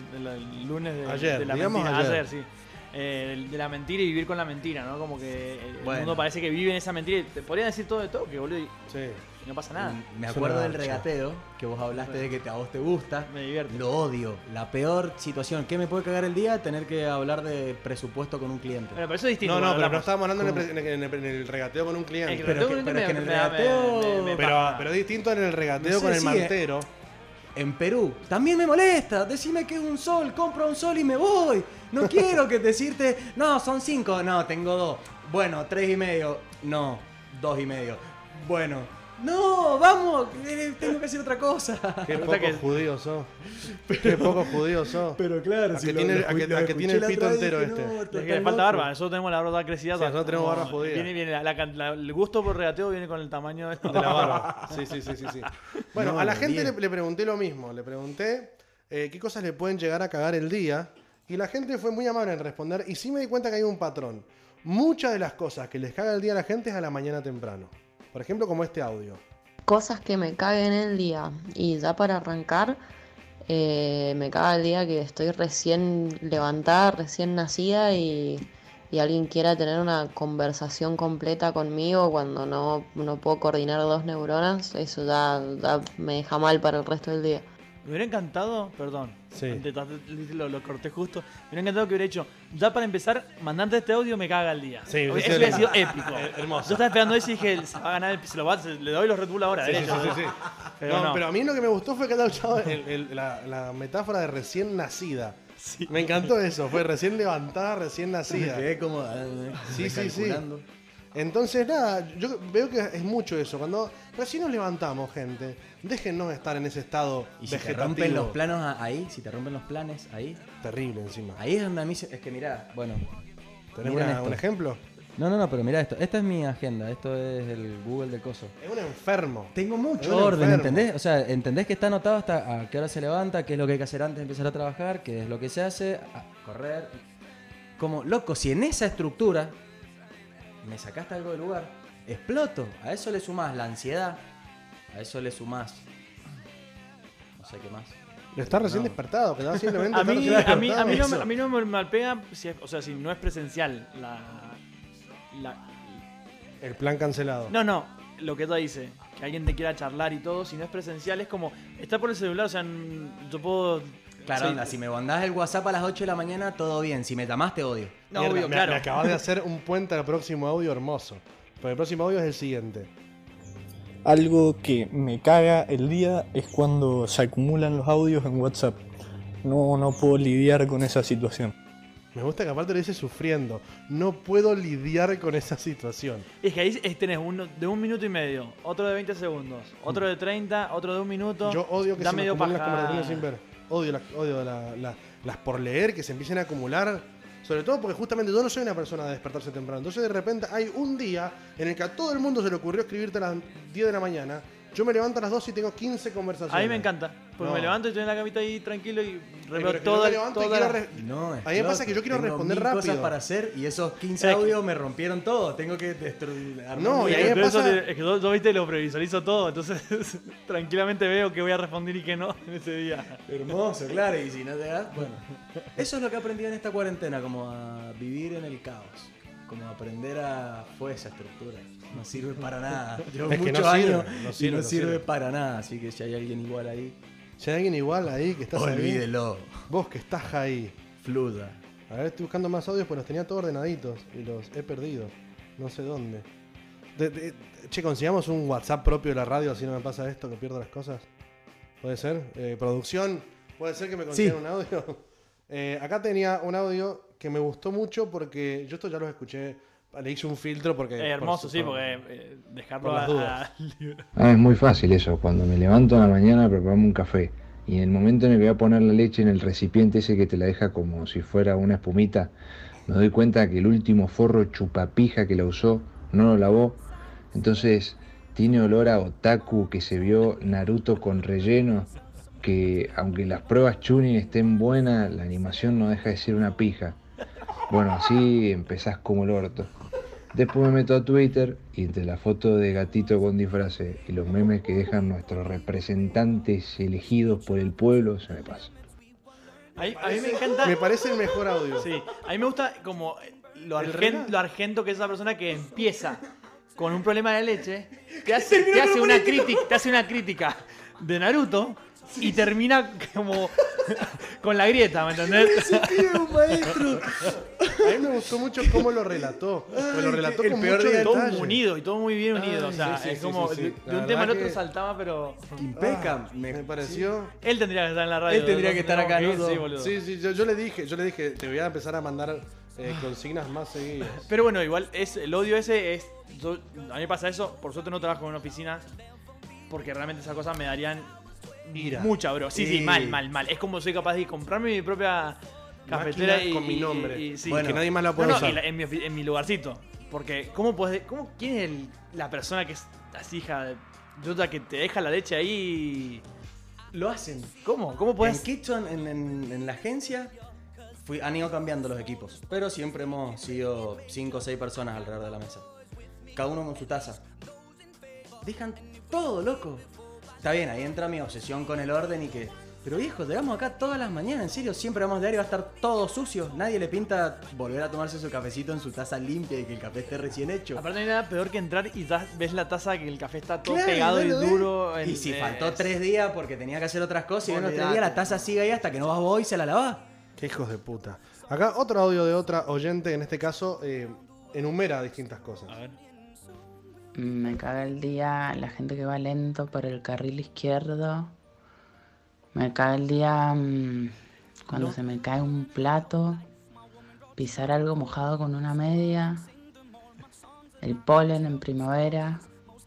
el lunes de, Ayer, de la digamos mentira. ayer. Sí. De la mentira y vivir con la mentira, ¿no? Como que el Bueno. mundo parece que vive en esa mentira. Y te podrían decir todo de toque, boludo, y Sí. no pasa nada. Me Es acuerdo una del garcha. regateo, que vos hablaste de que a vos te gusta. Me divierte. Lo odio. La peor situación. ¿Qué me puede cagar el día? Tener que hablar de presupuesto con un cliente. Bueno, pero eso es distinto. No, no, cuando pero no hablamos. estábamos hablando ¿Cómo? en el regateo con un cliente. El Pero regateo que- con pero es que en el me da- regateo- me Pero, paja. pero es distinto en el regateo No sé con el si mantero. En Perú. También me molesta. Decime que es un sol. Compro un sol y me voy. No quiero que decirte, no, son 5. No, tengo 2. Bueno, 3,5. No, 2,5. Bueno. No, vamos. Tengo que hacer otra cosa. Qué Nota poco que- judío sos. Qué poco judío sos. Pero claro, A que tiene- a que tiene el pito entero este. Es que le falta barba, nosotros tenemos la barba crecida. Sí, nosotros tenemos barba jodida. Viene, el gusto por regateo viene con el tamaño de De la barba. Sí. Bueno, No, a la gente bien. le pregunté lo mismo. Le pregunté qué cosas le pueden llegar a cagar el día. Y la gente fue muy amable en responder. Y sí me di cuenta que hay un patrón. Muchas de las cosas que les caga el día a la gente es a la mañana temprano. Por ejemplo, como este audio. Cosas que me caguen el día. Y ya para arrancar, me caga el día que estoy recién levantada, recién nacida y alguien quiera tener una conversación completa conmigo cuando no puedo coordinar 2 neuronas. Eso ya me deja mal para el resto del día. Me hubiera encantado, perdón, Sí. lo corté justo. Me hubiera encantado que hubiera hecho, ya para empezar, mandante este audio me caga el día. Sí, eso hubiese hubiera sido sido épico. hermoso. Yo estaba esperando eso y dije, se va a ganar, le doy los Red Bull ahora, Sí, derecho. sí. Pero no. Pero a mí lo que me gustó fue que haya usado la metáfora de recién nacida. Me encantó eso. Fue recién levantada, recién Me nacida. quedé como Sí. recalculando. Entonces, nada, yo veo que es mucho eso. Cuando recién nos levantamos, gente, déjennos estar en ese estado Y si te vegetativo. rompen los planos ahí, si te rompen los planes ahí, Terrible encima. ahí es donde a mí es que mirá, bueno. ¿Tenés miren esto. un ejemplo? No, pero mirá esto. Esta es mi agenda, esto es el Google del coso. Es un enfermo. Tengo Es mucho un orden, enfermo. ¿entendés? O sea, entendés que está anotado hasta a qué hora se levanta, qué es lo que hay que hacer antes de empezar a trabajar, qué es lo que se hace, a correr. Como, loco, si en esa estructura me sacaste algo del lugar, exploto. A eso le sumás la ansiedad, a eso le sumás no sé qué más. Está recién No. despertado, que está simplemente A está mí, recién a, mí, a, mí no, despertado. me- a mí no me malpega, o sea, si no es presencial. El plan cancelado. No, lo que tú dices, que alguien te quiera charlar y todo, si no es presencial es como, está por el celular, o sea, yo puedo... Claro, sí, onda, si me mandás el WhatsApp a las 8 de la mañana, todo bien. Si me llamás, te odio. No, Mierda, obvio, me claro. acabas de hacer un puente al próximo audio hermoso. Porque el próximo audio es el siguiente. Algo que me caga el día es cuando se acumulan los audios en WhatsApp. No puedo lidiar con esa situación. Me gusta que aparte lo dice sufriendo. No puedo lidiar con esa situación. Es que ahí tenés uno de 1 minuto y medio, otro de 20 segundos, otro de 30, otro de 1 minuto. Yo odio que da se me medio acumulen las paja. conversaciones sin ver. Odio las por leer, que se empiecen a acumular. Sobre todo porque justamente yo no soy una persona de despertarse temprano. Entonces de repente hay un día en el que a todo el mundo se le ocurrió escribirte a las 10 de la mañana Yo me levanto a las 2 y tengo 15 conversaciones. A mí me encanta. Porque No. me levanto y estoy en la camita ahí tranquilo y Pero reveo es que todo. yo me levanto y quiero No, a mí me pasa que yo quiero tengo responder 1000 rápido. cosas para hacer y esos 15 Es que- audios me rompieron todo. Tengo que destruir. No, y ahí me Pero eso pasa- es que yo viste, lo previsualizo todo. Entonces, tranquilamente veo que voy a responder y que no en ese día. Hermoso, claro. Y si no te das, bueno. Eso es lo que aprendí en esta cuarentena, como a vivir en el caos. Como aprender a... Fue esa estructura. No sirve para nada. Llevo Es que muchos no sirve, años no y sirve, no no sirve sirve. para nada. Así que si hay alguien igual ahí, Si hay alguien igual ahí que estás ahí, olvídelo. vos que estás ahí. Fluda. A ver, estoy buscando más audios, pues los tenía todos ordenaditos y los he perdido. No sé dónde. Che, consigamos un WhatsApp propio de la radio, así no me pasa esto, que pierdo las cosas. ¿Puede ser? Producción, ¿puede ser que me consigan Sí. un audio? Acá tenía un audio que me gustó mucho porque yo esto ya los escuché. Le hice un filtro porque... Hermoso, sí, por- porque dejarlo por las a dudas. Es muy fácil eso. Cuando me levanto a la mañana, prepararme un café. Y en el momento en el que voy a poner la leche en el recipiente ese que te la deja como si fuera una espumita, me doy cuenta que el último forro chupapija que la usó no lo lavó. Entonces tiene olor a otaku que se vio Naruto con relleno. Que aunque las pruebas Chunin estén buenas, la animación no deja de ser una pija. Bueno, así empezás como el orto. Después me meto a Twitter y entre la foto de gatito con disfraces y los memes que dejan nuestros representantes elegidos por el pueblo, se me pasa. A mí me encanta. Me parece el mejor audio. Sí, a mí me gusta como lo argento que es esa persona que empieza con un problema de leche, te hace una crítica de Naruto y termina como con la grieta, ¿me entendés? maestro! A mí me gustó mucho cómo lo relató. Pues lo relató el con peor mucho día de Todo detalle. unido y todo muy bien unido. Ay, O sea, sí, sí, es sí, como sí, sí. de La un tema al verdad otro que- saltaba, pero Impeca. Me pareció... él tendría que estar en la radio. Él tendría que estar acá, ¿no? ¿no? Sí, boludo. Sí, sí, yo le dije, te voy a empezar a mandar consignas más seguidas. Pero bueno, igual el odio ese es. A mí me pasa eso, por suerte no trabajo en una oficina. Porque realmente esas cosas me darían Ira. mucha, bro. Sí, Sí. mal. Es como soy capaz de comprarme mi propia cafetera Máquina y con mi nombre. sí. Bueno, que nadie más la puede No, usar. y en mi lugarcito. Porque, ¿quién es la persona que es así, hija de puta, que te deja la leche ahí? Lo hacen. ¿Cómo? ¿Cómo En puedes? Kitchen, en la agencia, han ido cambiando los equipos. Pero siempre hemos sido 5 o 6 personas alrededor de la mesa. Cada uno con su taza. Dejan todo, loco. Está bien, ahí entra mi obsesión con el orden y que... Pero viejo, llegamos acá todas las mañanas, en serio, siempre vamos diario, va a estar todo sucio. Nadie le pinta volver a tomarse su cafecito en su taza limpia y que el café esté recién hecho. Aparte no hay nada peor que entrar y ves la taza que el café está todo Claro, pegado y no lo ves. duro. Y si faltó 3 días porque tenía que hacer otras cosas y ven los 3 días, Olvidate. la taza sigue ahí hasta que no vas vos y se la lavás. Qué hijos de puta. Acá otro audio de otra oyente, en este caso, enumera distintas cosas. A ver. Me caga el día la gente que va lento por el carril izquierdo. Me caga el día cuando se me cae un plato. Pisar algo mojado con una media. El polen en primavera.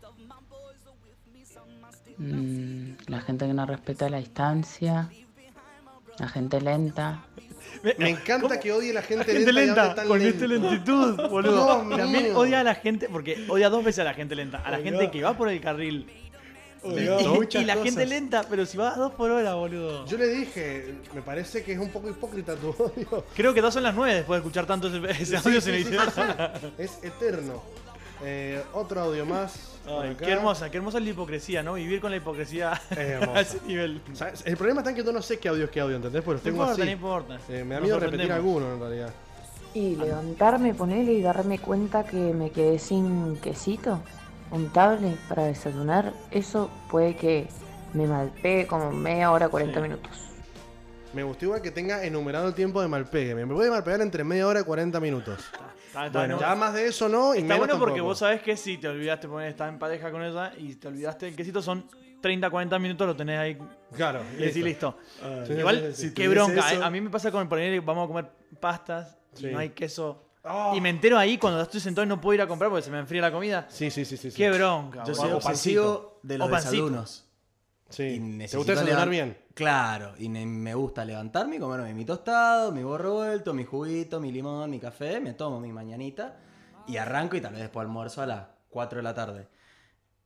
La gente que no respeta la distancia. La gente lenta. Me encanta ¿Cómo? que odie la gente, La gente lenta y lenta, hable tan con lento. esta lentitud, boludo. Dios También mío. odia a la gente, porque odia dos veces a la gente lenta. A la gente que va por el carril. Y la gente lenta, pero si va a 2 por hora, boludo. Yo le dije, me parece que es un poco hipócrita tu odio. Creo que 2 son las 9 después de escuchar tanto ese audio Sí, se sí, me sí, sí. Es eterno. Otro audio más. por Ay, acá. qué hermosa es la hipocresía, ¿no? Vivir con la hipocresía Es a hermosa. ese nivel. ¿Sabes? El problema está en que yo no sé qué audio es qué audio, ¿entendés? Porque los No tengo importa, así. no importa. Me da Nos miedo repetir sorprendemos. alguno en realidad. Y levantarme, ponerle y darme cuenta que me quedé sin quesito untable para desayunar, eso puede que me malpegue como media hora, 40 minutos. Me gustó igual que tenga enumerado el tiempo de malpegue. Me puede malpegar entre media hora y 40 minutos. Está Bueno, bueno. ya más de eso no. Y Está menos bueno porque tampoco. vos sabés que si te olvidaste poner estar en pareja con ella y te olvidaste del quesito, son 30, 40 minutos, lo tenés ahí Claro. y decís listo. Sí, Igual, sí, sí. qué bronca. A mí me pasa con poner, vamos a comer pastas Sí. y no hay queso. Oh. Y me entero ahí cuando estoy sentado y no puedo ir a comprar porque se me enfría la comida. Sí, sí, sí, sí. Qué bronca. Yo boludo. soy o obsesivo de los O pancito. desayunos. Sí. Y ¿Te necesito gusta desayunar levan- bien? Claro, y me gusta levantarme y comerme mi tostado, mi huevo revuelto, mi juguito, mi limón, mi café, me tomo mi mañanita y arranco y tal vez después almuerzo a las 4 de la tarde.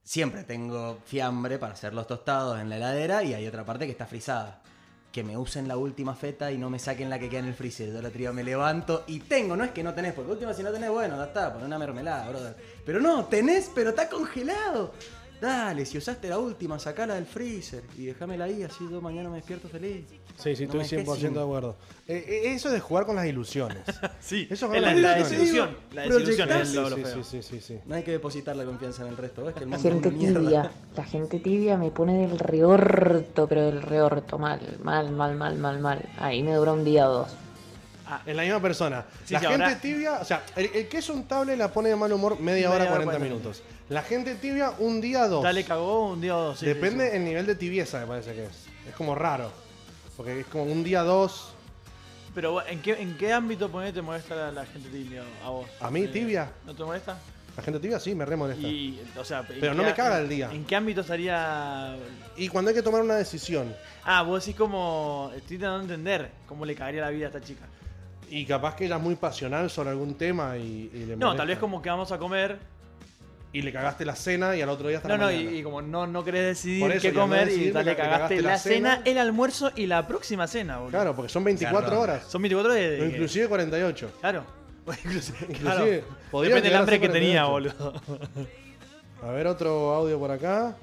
siempre tengo fiambre para hacer los tostados en la heladera y hay otra parte que está frisada. Que me usen la última feta y no me saquen la que queda en el freezer. Yo la trío me levanto y tengo, no es que no tenés, porque última si no tenés, bueno, ya está, pon una mermelada, brother. Pero no, tenés, pero está congelado. Dale, si usaste la última, sacala del freezer y déjamela ahí, así yo mañana me despierto feliz. Sí, No me estoy 100% dejes sin- de acuerdo. Eso de jugar con las ilusiones. Sí, Eso es es la lo que desilusión. La desilusión es Sí, lo sí, feo. sí. No hay que depositar la confianza en el resto, ¿ves? Que el La mundo es gente una mierda. tibia, la gente tibia me pone del reorto, pero del reorto, mal. Ahí me dura un día o dos. Es la misma persona. Sí, La sí, gente ahora- tibia, o sea, el que es untable la pone de mal humor media hora, 40 minutos. La gente tibia, un día, dos. Dale cagó un día o dos. sí, Depende sí, sí. el nivel de tibieza, me parece que es. Es como raro. Porque es como un día, dos. Pero ¿en qué ámbito ponete te molesta la gente tibia a vos? ¿A mí, tibia? ¿No te molesta? La gente tibia sí, me re molesta. O sea, ¿en Pero no qué- me caga el día. ¿En qué ámbito estaría...? Y cuando hay que tomar una decisión. Vos decís como... Estoy intentando entender cómo le cagaría la vida a esta chica. Y capaz que ella es muy pasional sobre algún tema y le No, molesta. tal vez como que vamos a comer... Y le cagaste la cena y al otro día está No, la no, mañana. y como no querés decidir Por eso, qué y al no comer y decidir, tal, le le cagaste cagaste la la cena, cena. el almuerzo y la próxima cena, boludo. Claro, porque son 24 horas. Son 24 horas O inclusive 48. Claro. Inclusive, Inclusive, podría depende del llegar a hambre ser que tenía, 48. boludo. A ver, otro audio por acá.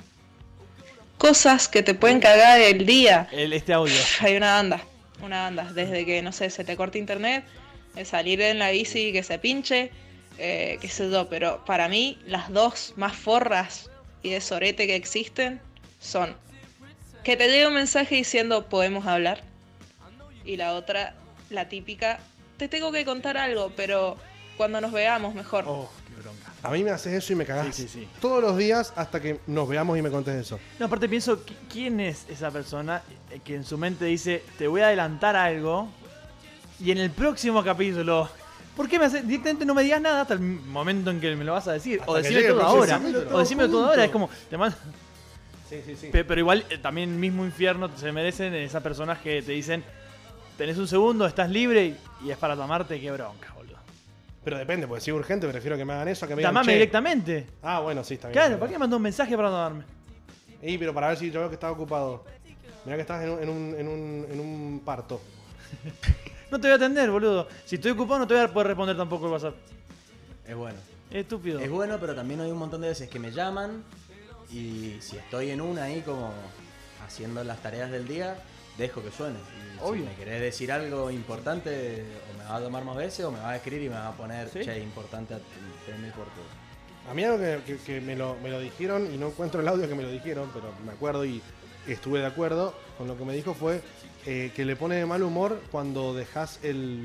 Cosas que te pueden cagar el día. Este audio. Hay una banda. Desde que, no sé, se te corta internet, salir en la bici que se pinche, qué sé yo. Pero para mí, las dos más forras y de sorete que existen son que te llegue un mensaje diciendo podemos hablar. Y la otra, la típica, te tengo que contar algo, pero cuando nos veamos mejor. Oh, qué bronca. A mí me haces eso y me cagás. Sí. Todos los días hasta que nos veamos y me contes eso. No, aparte pienso, ¿quién es esa persona que en su mente dice, te voy a adelantar algo y en el próximo capítulo, ¿por qué me haces? Directamente no me digas nada hasta el momento en que me lo vas a decir? Hasta O que decime llegue el todo próximo ahora. capítulo. O decime todo ahora. Es como, te mando... Sí. Pero igual también mismo infierno se merecen esas personas que te dicen, tenés un segundo, estás libre y es para tomarte, qué bronca, boludo. Pero depende, porque si es urgente, prefiero que me hagan eso a que me digan, Llamame "Che". directamente. Ah, bueno, sí, está bien. Claro, ¿para qué me mandó un mensaje para tomarme? Pero para ver si yo veo que estás ocupado. Mirá que estás en un parto. No te voy a atender, boludo. Si estoy ocupado no te voy a poder responder tampoco el WhatsApp. Es bueno. Es estúpido. Es bueno, pero también hay un montón de veces que me llaman y si estoy en una ahí como haciendo las tareas del día, dejo que suene. Y Obvio. si me querés decir algo importante, o me va a llamar más veces o me va a escribir y me va a poner, ¿Sí? che, importante, tenme por todo. A mí algo que me lo dijeron, y no encuentro el audio que me lo dijeron, pero me acuerdo y estuve de acuerdo con lo que me dijo, fue que le pone de mal humor cuando dejas el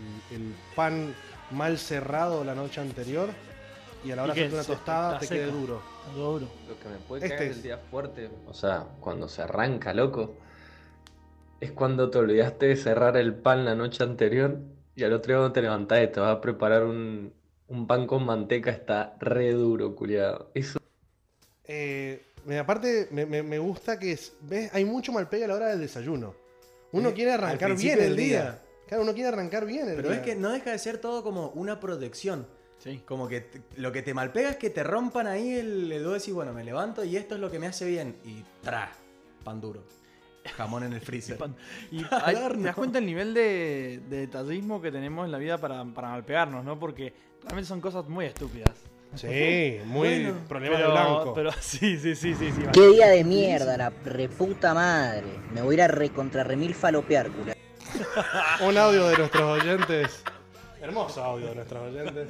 pan mal cerrado la noche anterior y a la hora de que hacerte una se- tostada está te quede seco. duro. Todo duro. Lo que me puede Este caer es. el día fuerte, o sea, cuando se arranca, loco, es cuando te olvidaste de cerrar el pan la noche anterior y al otro día cuando te levantás y te vas a preparar un pan con manteca, está re duro, culiado. Eso. Aparte, me gusta que ¿ves? Hay mucho mal pegue a la hora del desayuno. Uno quiere al arrancar principio bien el del día. día. Claro, uno quiere arrancar bien el Pero día. es que no deja de ser todo como una protección. Sí. Como que lo que te malpega es que te rompan ahí el vos decís, bueno, me levanto y esto es lo que me hace bien. Y pan duro. Jamón en el freezer. Y Al te horno. das cuenta el nivel de detallismo que tenemos en la vida para malpegarnos, ¿no? Porque realmente son cosas muy estúpidas. Sí, muy Bueno, problema de blanco. Pero sí. Qué día de mierda, la reputa madre. Me voy a ir a recontra remil falopear, cura. Un audio de nuestros oyentes. Hermoso audio de nuestros oyentes.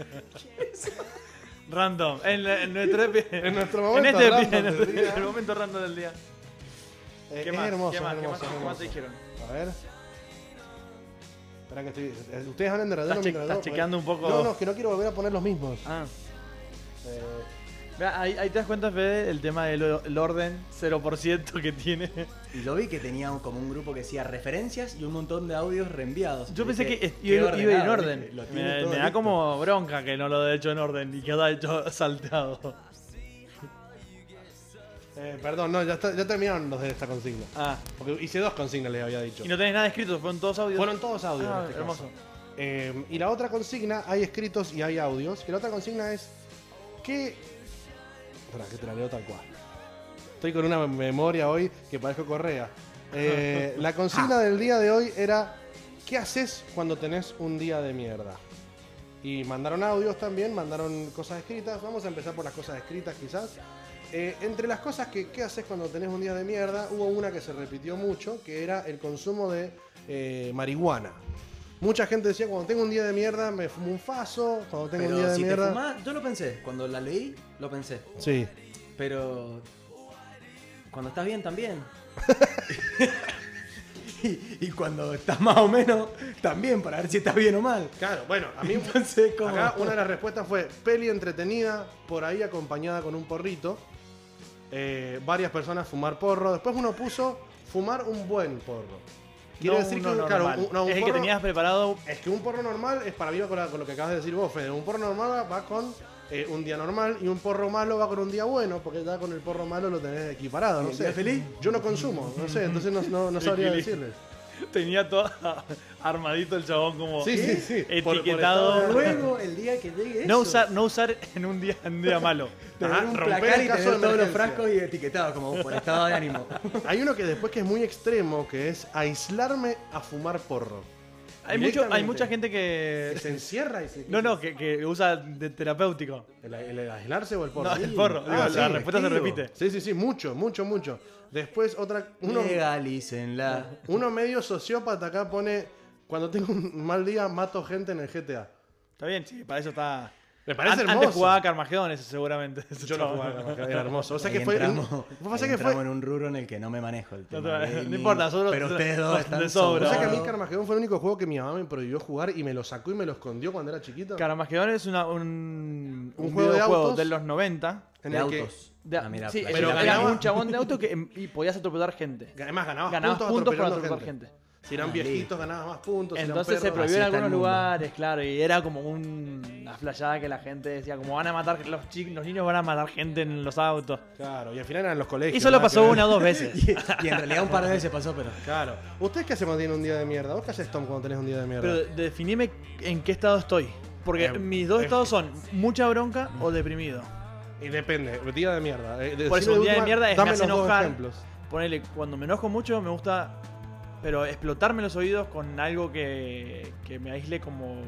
Random. En nuestro momento random del día. el momento random del día. ¿Qué Es más? hermoso, ¿Qué más? hermoso, ¿Qué más hermoso. te dijeron? A ver. Espera que estoy. Ustedes hablan de radio Estás mientras yo- chequeando un poco. No, es que no quiero volver a poner los mismos. Ah. Eh, Vea, ahí te das cuenta, Fede, el tema del orden 0% que tiene. Y yo vi que tenía como un grupo que decía referencias y un montón de audios reenviados. Yo Y pensé dije, que qué iba en ordenado, orden. dije, lo tiene Me todo da listo. como bronca que no lo haya hecho en orden y queda hecho salteado. perdón, no, ya terminaron los de esta consigna. Ah. Porque hice 2 consignas, les había dicho. Y no tenés nada escrito, fueron todos audios. Fueron todos audios. Ah, en este hermoso. caso. Y la otra consigna, hay escritos y hay audios. Y la otra consigna es: ¿qué Espera, que te la leo tal cual. Estoy con una memoria hoy que parezco Correa. La consigna del día de hoy era: ¿qué haces cuando tenés un día de mierda? Y mandaron audios también, mandaron cosas escritas. Vamos a empezar por las cosas escritas quizás. Entre las cosas que ¿qué haces cuando tenés un día de mierda? Hubo una que se repitió mucho, que era el consumo de marihuana. Mucha gente decía, cuando tengo un día de mierda me fumo un faso, cuando tengo un día de si mierda... te fumás, yo lo pensé, cuando la leí, lo pensé. Sí. Pero cuando estás bien también. y cuando estás más o menos, también, para ver si estás bien o mal. Claro, bueno, a mí Entonces, ¿cómo? acá una de las respuestas fue peli entretenida, por ahí acompañada con un porrito. Varias personas fumar porro. Después uno puso fumar un buen porro. Quiere decir que claro, un es el porro, que tenías preparado. Es que un porro normal es para mí con lo que acabas de decir vos, Fede. Un porro normal va con un día normal y un porro malo va con un día bueno, porque ya con el porro malo lo tenés equiparado, no ¿Y el sé. día feliz? Yo no consumo, no sé, entonces no sabría decirles. Tenía todo armadito el chabón como Sí, sí, sí. etiquetado. Luego, el día que llegue No eso, usar en un día malo. tener un romper placar el y caso tener de todos los emergencia. frascos y etiquetados como por estado de ánimo. Hay uno que después que es muy extremo, que es aislarme a fumar porro. Hay Directamente. mucha gente que Que se encierra y se... no, que usa de terapéutico. ¿El aislarse o el porro? No, el porro. Digo, la respuesta se repite. Sí, mucho. Después uno Legalícenla. medio sociópata acá pone, cuando tengo un mal día mato gente en el GTA. Está bien, sí, para eso está. Me parece Antes hermoso. jugaba a Carmageddon ese seguramente. ese Yo no chabón. jugaba a Carmageddon, era hermoso. O sea que Ahí fue... entramos, ¿Vos pensás ahí que entramos fue...? en un rubro en el que no me manejo el tema. No importa, nosotros pero ustedes dos de están sobra. O sea que a mí sobrados. Carmageddon fue el único juego que mi mamá me prohibió jugar y me lo sacó y me lo escondió cuando era chiquito. Carmageddon es un juego de videojuego autos de los 90. En De el que autos. Mira, Sí, flash. pero era ganaba- un chabón de auto y podías atropellar gente. además ganabas Ganabas puntos por atropellando atropellar gente. Si eran viejitos ganabas más puntos. si eran Entonces se perros- prohibió en Así está algunos el mundo. lugares, claro, y era como una flayada que la gente decía, como van a matar, los niños van a matar gente en los autos. Claro, y al final eran los colegios. Y solo nada pasó que ver. una o dos veces. Y en realidad un par de veces pasó, pero. Claro. ¿Ustedes qué hacen cuando tienen un día de mierda? ¿Vos qué haces, Tom, cuando tenés un día de mierda? Pero definime en qué estado estoy. Porque mis dos estados son mucha bronca o deprimido. Y depende, día de mierda. Por eso un día de mierda es me dame hace los dos enojar. ejemplos. Ponele, cuando me enojo mucho me gusta, pero explotarme los oídos con algo que me aísle como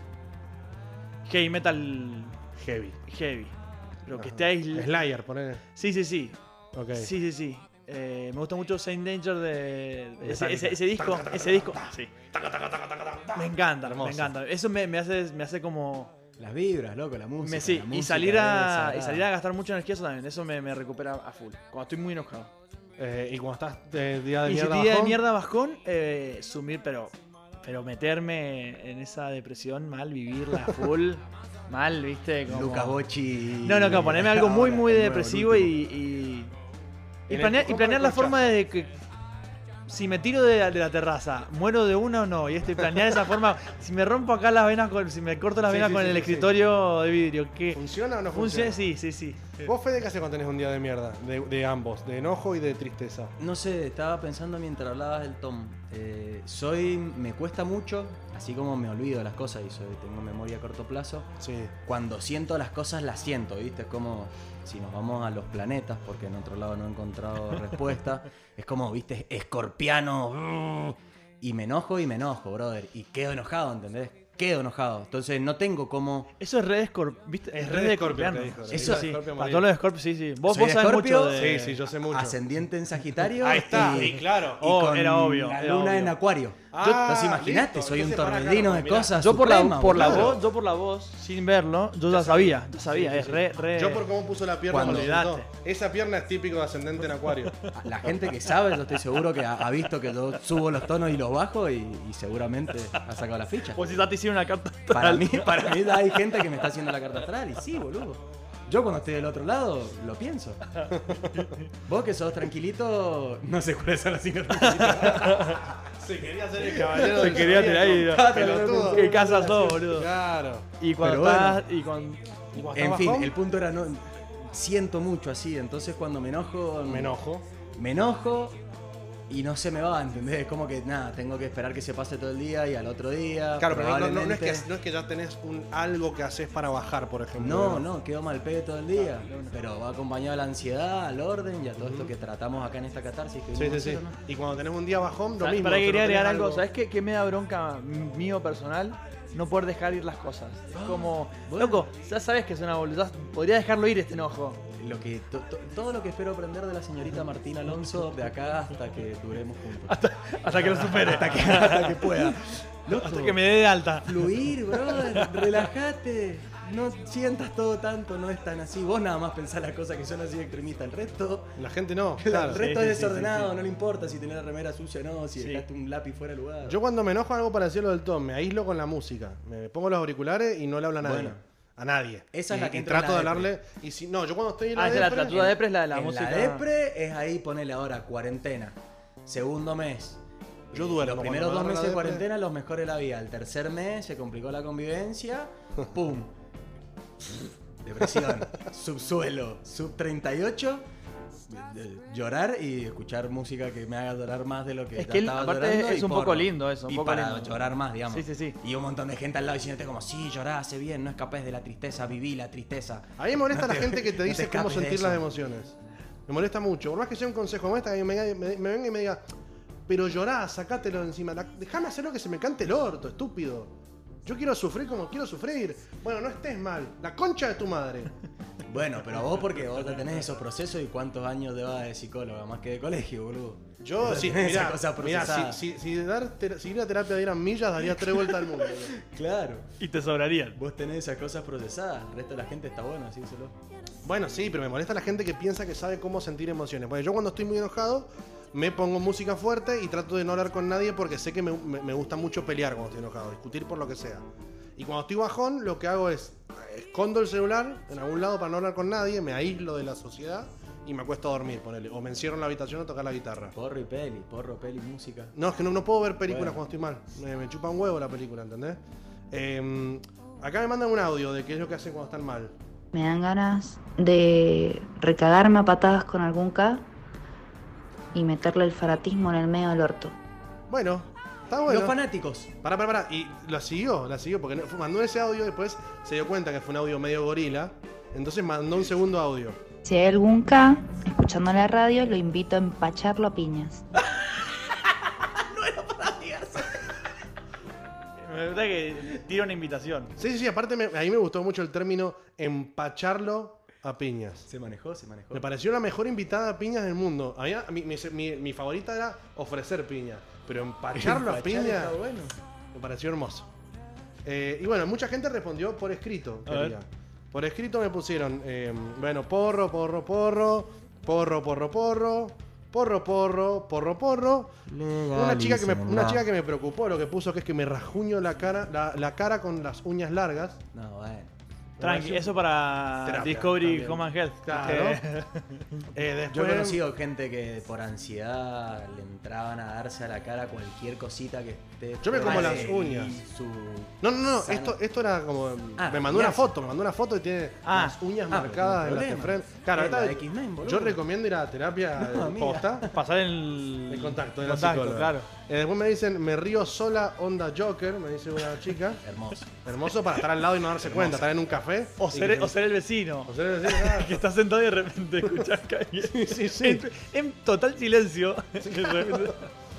heavy metal Heavy. Pero que Ajá. esté aislado. Slayer, ponele. Sí. Ok. Sí. Me gusta mucho Saint Danger de Metallica. ese disco. Ese disco. Sí. Taca, taca, taca, taca, taca. Me encanta, Hermoso. me encanta. Eso me hace como. Las vibras, loco, la música. Sí, la y música salir debe a ser- gastar mucha energía, eso también. Eso me recupera a full. Cuando estoy muy enojado. Y cuando estás día de Y si mierda estoy día de bajón, mierda bajón, sumir, pero meterme en esa depresión mal, vivirla a full, mal, viste, como... Lucas Bocci. No, claro, ponerme algo muy, Ahora, muy el nuevo, depresivo el y En planear, el- planear la ¿cómo forma de que si me tiro de la terraza, muero de una o no, y planear esa forma, si me rompo acá las venas, si me corto las Sí, venas sí, con sí, el sí, escritorio de vidrio, ¿qué? ¿funciona o no funciona? Funciona, sí. ¿Vos, Fede, qué haces cuando tenés un día de mierda? De ambos, de enojo y de tristeza. No sé, estaba pensando mientras hablabas del Tom. Me cuesta mucho, así como me olvido de las cosas y tengo memoria a corto plazo. Sí. Cuando siento las cosas, las siento, ¿viste? Es como si nos vamos a los planetas, porque en otro lado no he encontrado respuesta. Es como, ¿viste? Escorpiano. Y me enojo, brother. Y quedo enojado, ¿entendés? Quedo enojado. Entonces no tengo como... Eso es red Scorpio, ¿viste? Es Es red red de Scorpio Scorpiano. que dijo, Eso sí. Scorpio Para morir. todos los Scorpios, sí. Vos Soy sabés Scorpio, mucho de... Sí, yo sé mucho. Ascendiente en Sagitario. Ahí está, y- y claro. y Oh, con era obvio, la era luna obvio. en Acuario. Ah, Entonces imagínate, listo. soy un Entonces, pará, torbellino claro, de mirá. cosas. Yo por la supremas, voz, sin verlo, yo ya sabía. Es re... Yo por cómo puso la pierna Cuando- cuando Olvidate. sentó. Esa pierna es típico de ascendente en acuario. La gente que sabe, yo estoy seguro que ha visto que yo subo los tonos y los bajo y seguramente ha sacado la ficha. Pues si ya te hicieron una carta Para astral. mí hay gente que me está haciendo la carta astral y sí, boludo. Yo cuando estoy del otro lado lo pienso. Vos que sos tranquilito, no sé cuáles son los signos tranquilitos. Se quería ser el caballero Se del quería tirar ahí. Zodíaco. Pelotudo. ¿Qué casa sos, boludo? Claro. Y cuando Pero estás... Y cuando... ¿Y cuando En estás fin, bajón? el punto era no siento mucho así, entonces cuando me enojo, Me enojo. me enojo y no se me va, ¿entendés? Es como que nada, tengo que esperar que se pase todo el día y al otro día. Claro, pero no es, probablemente- no es que ya tenés algo que haces para bajar, por ejemplo. No, quedo mal pedo todo el día. Pero va acompañado a la ansiedad, al orden y a todo esto que tratamos acá en esta catarsis. Que Sí, vinimos sí, a sí. hacer, ¿o no? Y cuando tenés un día bajón, lo ¿Sabes? mismo. Para que solo quería agregar tenés algo, ¿sabes qué me da bronca mío personal? No poder dejar ir las cosas. Es como, bueno. loco, ya sabes que es una boludez, podría dejarlo ir este enojo. Todo lo que espero aprender de la señorita Martina Alonso de acá hasta que duremos juntos. Hasta que lo supere. hasta que pueda. Loco, Hasta que me dé de alta. Fluir, brother, relájate. No sientas todo tanto, no es tan así. Vos nada más pensás las cosas que son así extremistas. El resto, La gente no. el Claro. resto Sí, es sí, desordenado, sí. no le importa si tenés la remera sucia o no, si Sí. dejaste un lápiz fuera de lugar. Yo cuando me enojo algo parecido a lo del Tom, me aíslo con la música. Me pongo los auriculares y no le hablo a nadie. Bueno. A nadie. Esa es la que y entra en trato de la hablarle. Y si no, yo cuando estoy en la La depre, tuya depre es la de la en música. la depre es ahí, ponele ahora, cuarentena. Segundo mes. yo duermo. Los primeros cuando 2 me meses agarra de la cuarentena, los mejores de la vida. El tercer mes se complicó la convivencia. ¡Pum! Depresión. Subsuelo. Sub 38. Llorar y escuchar música que me haga llorar más de lo que Es ya que estaba aparte llorando, es y un poco porro. lindo eso, un y poco para lindo. llorar más, digamos. Sí, sí, sí. Y un montón de gente al lado diciéndote como, sí, llorá, hace bien, no escapes de la tristeza, viví la tristeza. A mí me molesta No la te- gente que te no dice cómo escapes de sentir eso. las emociones. Me molesta mucho. Por más que sea un consejo como esta, que me venga y me diga, pero llorá, sacátelo de encima. Déjame hacer lo que se me cante el orto, estúpido. Yo quiero sufrir como quiero sufrir. Bueno, no estés mal. La concha de tu madre. Bueno, pero vos porque vos ya tenés esos procesos y cuántos años llevas de psicóloga, más que de colegio, boludo. Yo, Vos sí, tenés esa mirá, cosa mirá, procesada. si ir a terapia dieran millas, daría 3 vueltas al mundo. Claro. Y te sobrarían. Vos tenés esas cosas procesadas, el resto de la gente está bueno, así solo. Bueno, sí, pero me molesta la gente que piensa que sabe cómo sentir emociones. Porque yo cuando estoy muy enojado, me pongo música fuerte y trato de no hablar con nadie porque sé que me gusta mucho pelear cuando estoy enojado, discutir por lo que sea. Y cuando estoy bajón, lo que hago es escondo el celular en algún lado para no hablar con nadie, me aíslo de la sociedad y me acuesto a dormir, ponele. O me encierro en la habitación a tocar la guitarra. Porro, peli, música. No, es que no puedo ver películas Bueno. cuando estoy mal. Me chupa un huevo la película, ¿entendés? Acá me mandan un audio de qué es lo que hacen cuando están mal. Me dan ganas de recagarme a patadas con algún K y meterle el fanatismo en el medio del orto. Bueno, está bueno. Los fanáticos. Pará. Y la siguió, porque mandó ese audio y después se dio cuenta que fue un audio medio gorila. Entonces mandó un segundo audio. Si hay algún K escuchando la radio, lo invito a empacharlo a piñas. Me gusta que tira una invitación. Sí, aparte a mí me gustó mucho el término empacharlo a piñas. Se manejó. Me pareció la mejor invitada a piñas del mundo. Mi favorita era ofrecer piña, pero empacharlo a Empachar piñas está bueno. me pareció hermoso. Y bueno, mucha gente respondió por escrito. A ver. quería. Por escrito me pusieron, bueno, porro. Una chica que me preocupó lo que puso, que es que me rajuño la cara con las uñas largas. No, bueno. Tranqui, eso para Terapia, Discovery también. Home and Health. Claro. Después, Yo he conocido gente que por ansiedad le entraban a darse a la cara cualquier cosita que esté. Yo me como fuera las de uñas. su No, sano- esto era como. Ah, me mandó una mirá. foto y tiene las uñas pero marcadas no en hay las de problema. frente. Claro, Es la ahorita de X-Men, boludo. yo recomiendo ir a terapia No, amiga. posta. Pasar el contacto de la contacto, psicóloga. claro. Después me dicen, me río sola, onda Joker, me dice una chica. Hermoso. Hermoso para estar al lado y no darse cuenta, estar en un café. O y ser, que- o ser el vecino. o ser el vecino, claro. Que está sentado y de repente escuchás que alguien- Sí. En total silencio. De repente-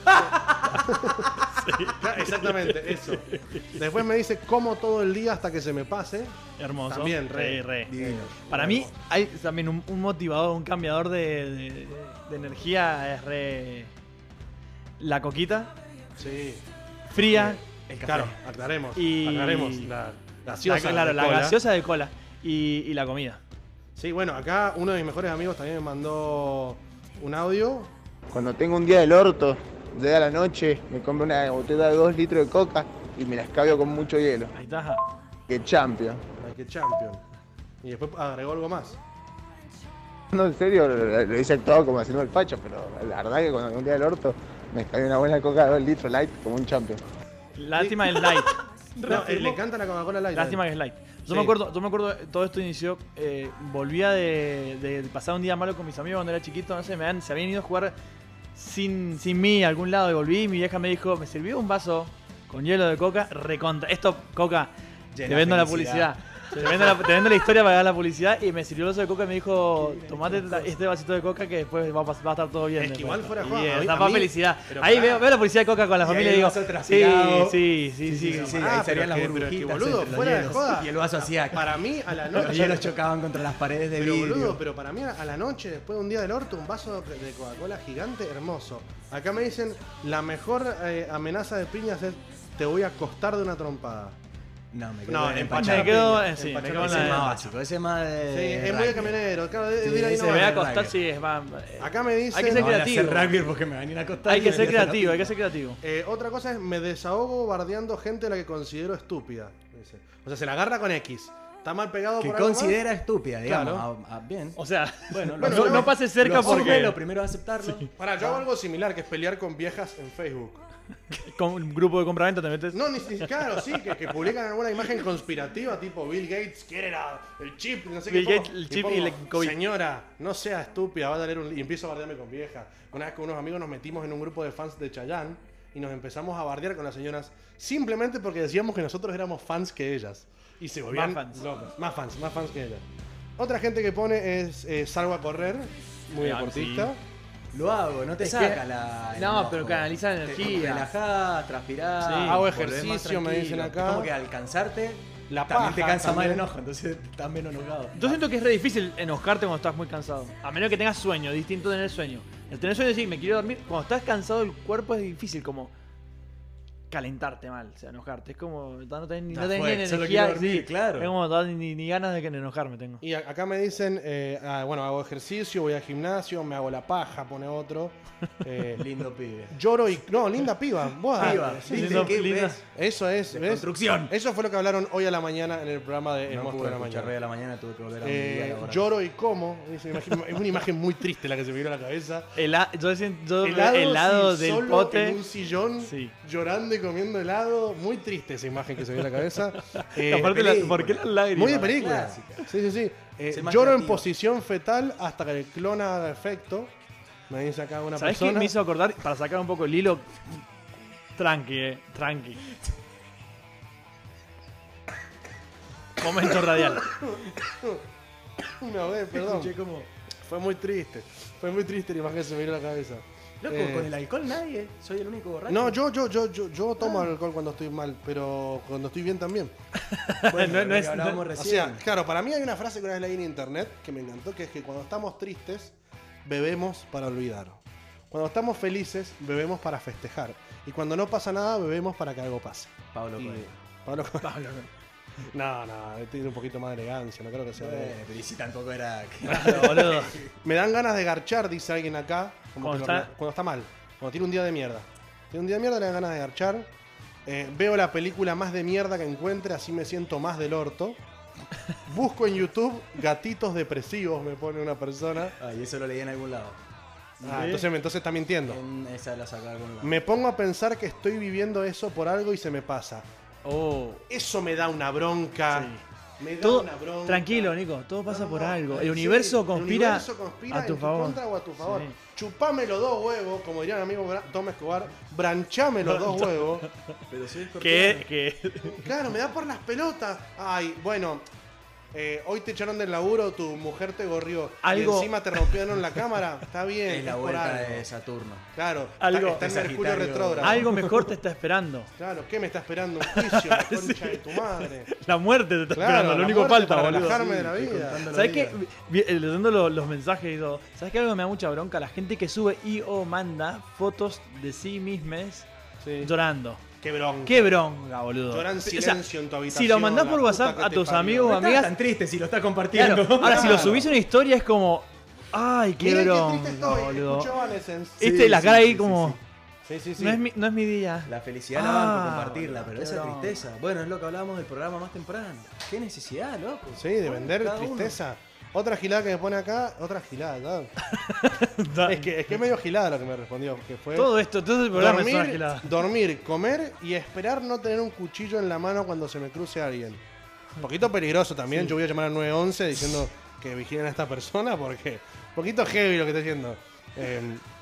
Claro, exactamente, eso. Después me dice, como todo el día hasta que se me pase. Hermoso. También, Sí, re. Divino. Para mí hay también un motivador, un cambiador de energía, es re... La coquita, Sí. fría, El café. Claro, aclaremos. Y- Aclaremos. La gaseosa. claro, de la cola. gaseosa de cola y la comida. Sí, bueno, acá uno de mis mejores amigos también me mandó un audio. Cuando tengo un día del orto, llega la noche, me compro una botella de 2 litros de coca y me la escabio con mucho hielo. Ahí está. Que champion. Ay, qué champion. Y después agregó algo más. No, en serio, lo hice todo como haciendo el facho, pero la verdad que cuando tengo un día del orto, me escabio una buena coca de 2 litros light como un champion. Lástima el light. No, le encanta la Coca-Cola Light. Lástima que es light. Yo Sí. me acuerdo, todo esto inició, volvía de pasar un día malo con mis amigos cuando era chiquito, no sé, se habían ido a jugar sin mí a algún lado y volví. Mi vieja me dijo, me sirvió un vaso con hielo de coca, recontra. Esto, coca, te vendo la publicidad. Te vendo la historia para ganar la publicidad y me sirvió el vaso de coca y me dijo, tomate este vasito de coca que después va a estar todo bien. Es que igual fuera Y joda, esa a fue mí- felicidad. pero Ahí pará. veo la publicidad de coca con la familia y digo, sí. ahí serían las pero burbujitas boludo, entre los fuera de hielos. joda. Y el vaso hacía. Para mí, a la Los noche. hielos chocaban contra las paredes de Pero vidrio. boludo, pero para mí a la noche, después de un día del orto, un vaso de Coca-Cola gigante, hermoso. Acá me dicen, la mejor amenaza de piñas es, te voy a acostar de una trompada. No, me quedo No, en empachar me quedo, piña, sí, empachar me quedo en piña. Ese es la más de- básico, ese es más de. Sí, es muy de camionero, claro, de ir ahí Se no me va a va. acostar, sí, es más. Acá me dicen... Hay que ser No voy a creativo. hacer rugby porque me van a ir a acostar. Hay que y ser me quedo creativo, la hay que ser creativo. Otra cosa es, me desahogo bardeando gente a la que considero estúpida. Dice. O sea, se la agarra con X. Está mal pegado Que por algo más. considera estúpida, digamos. Claro. Bien. O sea, Bueno, no pases cerca lo porque. asume, lo primero es aceptarlo. Pará, yo hago algo similar, que es pelear con viejas en Facebook. Con un grupo de compraventa te metes. No, ni claro, sí, que publican alguna imagen conspirativa, tipo Bill Gates quiere el chip, no sé Bill qué. Gates, el chip pongo, y el COVID. Señora, no sea estúpida, va a tener un... Y empiezo a bardearme con viejas. Una vez con unos amigos nos metimos en un grupo de fans de Chayanne y nos empezamos a bardear con las señoras simplemente porque decíamos que nosotros éramos fans que ellas. Y se volvían Más fans. locos. Más fans que ellas. Otra gente que pone es salgo a correr, muy Ah, deportista. Lo hago, no te Es saca que- la. el no, enojo. pero canaliza la energía. Relajás, transpirás. Sí. Hago volvés ejercicio, más me tranquilo. dicen acá. Es como que al cansarte, La también te paja cansa más el también. enojo, entonces estás menos enojado. Yo siento que es re difícil enojarte cuando estás muy cansado. A menos que tengas sueño, distinto de tener sueño. El tener sueño es decir, me quiero dormir. Cuando estás cansado, el cuerpo es difícil como calentarte mal, o sea, enojarte. Es como, no tenés ni Ya fue, ni solo energía. quiero dormir, sí, claro. Es como, ni ganas de enojarme tengo. Y acá me dicen, bueno, hago ejercicio, voy al gimnasio, me hago la paja, pone otro. Lindo pibe. Lloro y... No, linda piba. Buah, Piba, sí, ¿viste? lindo- ¿Qué linda. ves? Eso es, De ¿ves? construcción. Eso fue lo que hablaron hoy a la mañana en el programa de El No Monstruo pude de la escuchar Mañana. de la mañana, tuve que volver a mi día laboral. Lloro y como. Es una imagen muy triste la que se me vino a la cabeza. Yo helado sí, del solo pote. en un sillón, Sí. llorando y comiendo helado. Muy triste esa imagen que se me vino a la cabeza. Aparte, ¿por qué las lágrimas? Muy de película. Clásica. Sí, sí, sí. Sé más Lloro en creativo. posición fetal hasta que el clon haga efecto. Me dice acá una ¿Sabes qué persona. me hizo acordar? Para sacar un poco el hilo. Tranqui, tranqui. Momento radial. Me ahogué, perdón. Escuché como. Fue muy triste. Fue muy triste la imagen que se me vino a la cabeza. Loco, con el alcohol nadie. Soy el único borracho. No, yo tomo alcohol cuando estoy mal, pero cuando estoy bien también. Bueno, no es- hablábamos O recién. sea, claro, para mí hay una frase que una vez leí en internet que me encantó, que es que cuando estamos tristes, bebemos para olvidar. Cuando estamos felices, bebemos para festejar. Y cuando no pasa nada, bebemos para que algo pase. Pablo Y- Coelho. Pablo Coelho. No, tiene un poquito más de elegancia, no creo que sea de... Pero y si tampoco era. Claro, boludo. Me dan ganas de garchar, dice alguien acá. Como Cuando que está- cuando está mal. Cuando tiene un día de mierda. Tiene un día de mierda, le dan ganas de garchar. Veo la película más de mierda que encuentre, así me siento más del orto. Busco en YouTube gatitos depresivos, me pone una persona. Ay, eso lo leí en algún lado. Ah, entonces está mintiendo. Esa la saca de algún lado. Me pongo a pensar que estoy viviendo eso por algo y se me pasa. Oh. Eso me da una bronca. Me da Todo, una bronca. tranquilo, Nico, todo pasa por algo. El Sí, universo conspira, el universo conspira a tu en favor. contra o a tu favor. Sí. Chupame los dos huevos, como diría mi amigo Tom Escobar, branchame los dos huevos. Pero soy escorpión. Que Claro, me da por las pelotas. Ay, bueno, hoy te echaron del laburo, tu mujer te gorrió Algo- y encima te rompieron la cámara. Está bien, Es la por vuelta algo. de Saturno. Claro, Algo- está en de Mercurio Sagitario. retrógrado. algo mejor te está esperando. Claro, ¿qué me está esperando? Un juicio, la concha de tu madre. La muerte te está Claro, esperando, lo la único muerte falta, para boludo. relajarme de la estoy vida. contando la ¿Sabes vida. qué? Leyendo los mensajes y todo. ¿Sabes qué algo que me da mucha bronca? La gente que sube y o manda fotos de sí mismas Sí. llorando. Qué bronca. Qué bronca, boludo. Llora en O sea, silencio en tu habitación. si lo mandás la por puta WhatsApp que a te tus parió. amigos o No estás amigas. tan triste si lo estás compartiendo. Claro, ahora si lo Claro. subís en una historia es como. Ay, qué Miren qué bronca, triste estoy, boludo. escucho Evanescence. Este, la sí, cara ahí sí, como. Sí. No es mi día. La felicidad la van a Ah, compartirla, pero qué esa bronca. tristeza. Bueno, es lo que hablábamos del programa más temprano. ¿Qué necesidad, loco? Sí, de Bueno, vender cada uno. tristeza. Otra gilada que me pone acá, otra gilada, ¿no? es que es medio gilada lo que me respondió, que fue Todo el programa es una gilada. dormir, comer y esperar no tener un cuchillo en la mano cuando se me cruce alguien. Un poquito peligroso también, yo voy a llamar al 911 diciendo que vigilen a esta persona porque un poquito heavy lo que está haciendo.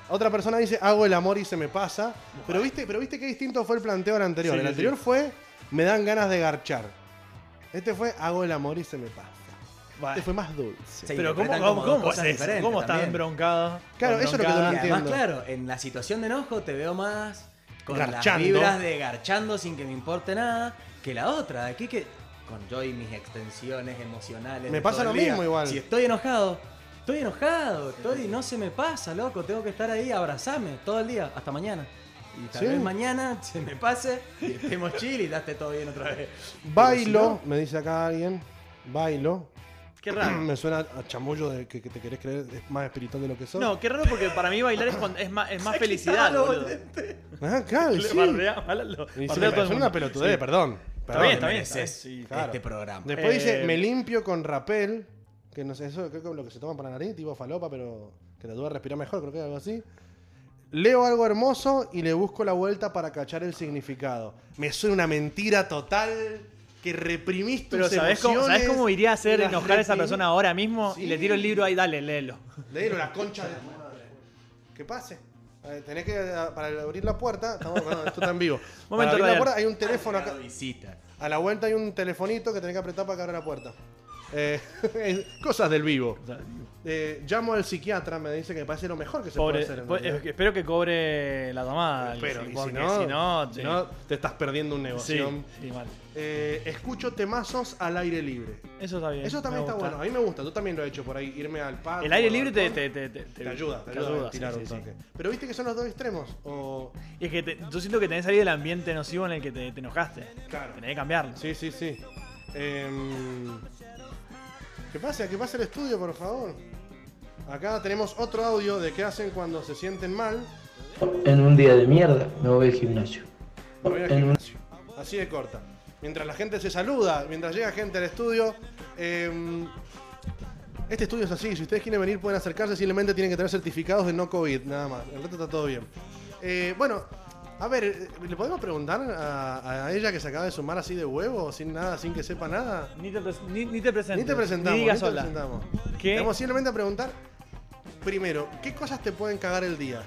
Otra persona dice, hago el amor y se me pasa. Pero viste qué distinto fue el planteo al anterior. Sí, El sí, anterior sí. fue, me dan ganas de garchar. Este fue, hago el amor y se me pasa. Este fue más dulce. Se Pero interpretan ¿cómo como dos es cosas eso? diferentes ¿Cómo estás también. embroncado? Claro, eso es lo que yo no Y además, entiendo. claro, en la situación de enojo te veo más con las Garchando. vibras de garchando sin que me importe nada que la otra. Aquí que con yo y mis extensiones emocionales. Me de pasa todo lo el día. mismo igual. Si estoy enojado, no se me pasa, loco. Tengo que estar ahí, abrazarme todo el día, hasta mañana. Y tal Sí. vez mañana se me pase y estemos chill y daste todo bien otra vez. Bailo, me dice acá alguien. Bailo. Qué raro. Me suena a chamullo de que te querés creer es más espiritual de lo que sos. No, qué raro porque para mí bailar es más felicidad, boludo. Ah, claro, Le sí. bardea, lo Y bardea sí, todo el es una mundo. pelotudez, Sí. perdón. Está bien, está bien. mereces Sí, claro. este programa. Después dice, me limpio con rapel. Que no sé, eso creo que es lo que se toma para la nariz, tipo falopa, pero que te ayuda a respirar mejor, creo que es algo así. Leo algo hermoso y le busco la vuelta para cachar el significado. Me suena una mentira total que reprimís tus Pero ¿sabés cómo iría a hacer las enojar a esa reprimís? persona ahora mismo? Sí. Y le tiro el libro ahí, dale, léelo. Léelo, la concha de tu madre. Que pase. Tenés que, para abrir la puerta, bueno, esto está en vivo. Momento, Para abrir la Ryan. puerta hay un teléfono acá. Visita. A la vuelta hay un telefonito que tenés que apretar para que abra la puerta. Cosas del vivo. Llamo al psiquiatra, me dice que me parece lo mejor que se puede hacer. en realidad. Espero que cobre la tomada. Pero, sí, y porque si no, sí. te estás perdiendo un negocio. Sí, mal. Escucho temazos al aire libre. Eso está bien. Eso también me está gusta. bueno. A mí me gusta. Tú también lo has hecho por ahí. Irme al patio. El aire al libre balcón. te ayuda. Te ayuda a tirar sí, un sí, toque. Pero viste que son los dos extremos. O... Y es que yo siento que tenés que salir del ambiente nocivo en el que te enojaste. Claro. Tenés que cambiarlo. Sí. Que pase el estudio, por favor. Acá tenemos otro audio de qué hacen cuando se sienten mal. En un día de mierda me voy al gimnasio. Me voy al gimnasio. Así de corta. Mientras la gente se saluda, mientras llega gente al estudio. Este estudio es así. Si ustedes quieren venir, pueden acercarse. Simplemente tienen que tener certificados de no COVID, nada más. El resto está todo bien. Bueno, a ver, ¿le podemos preguntar a ella que se acaba de sumar así de huevo, sin nada, sin que sepa nada? Ni te presentes. Ni te presentamos, Ni digas ni te hola. presentamos. ¿Qué? Vamos simplemente a preguntar, primero, ¿qué cosas te pueden cagar el día?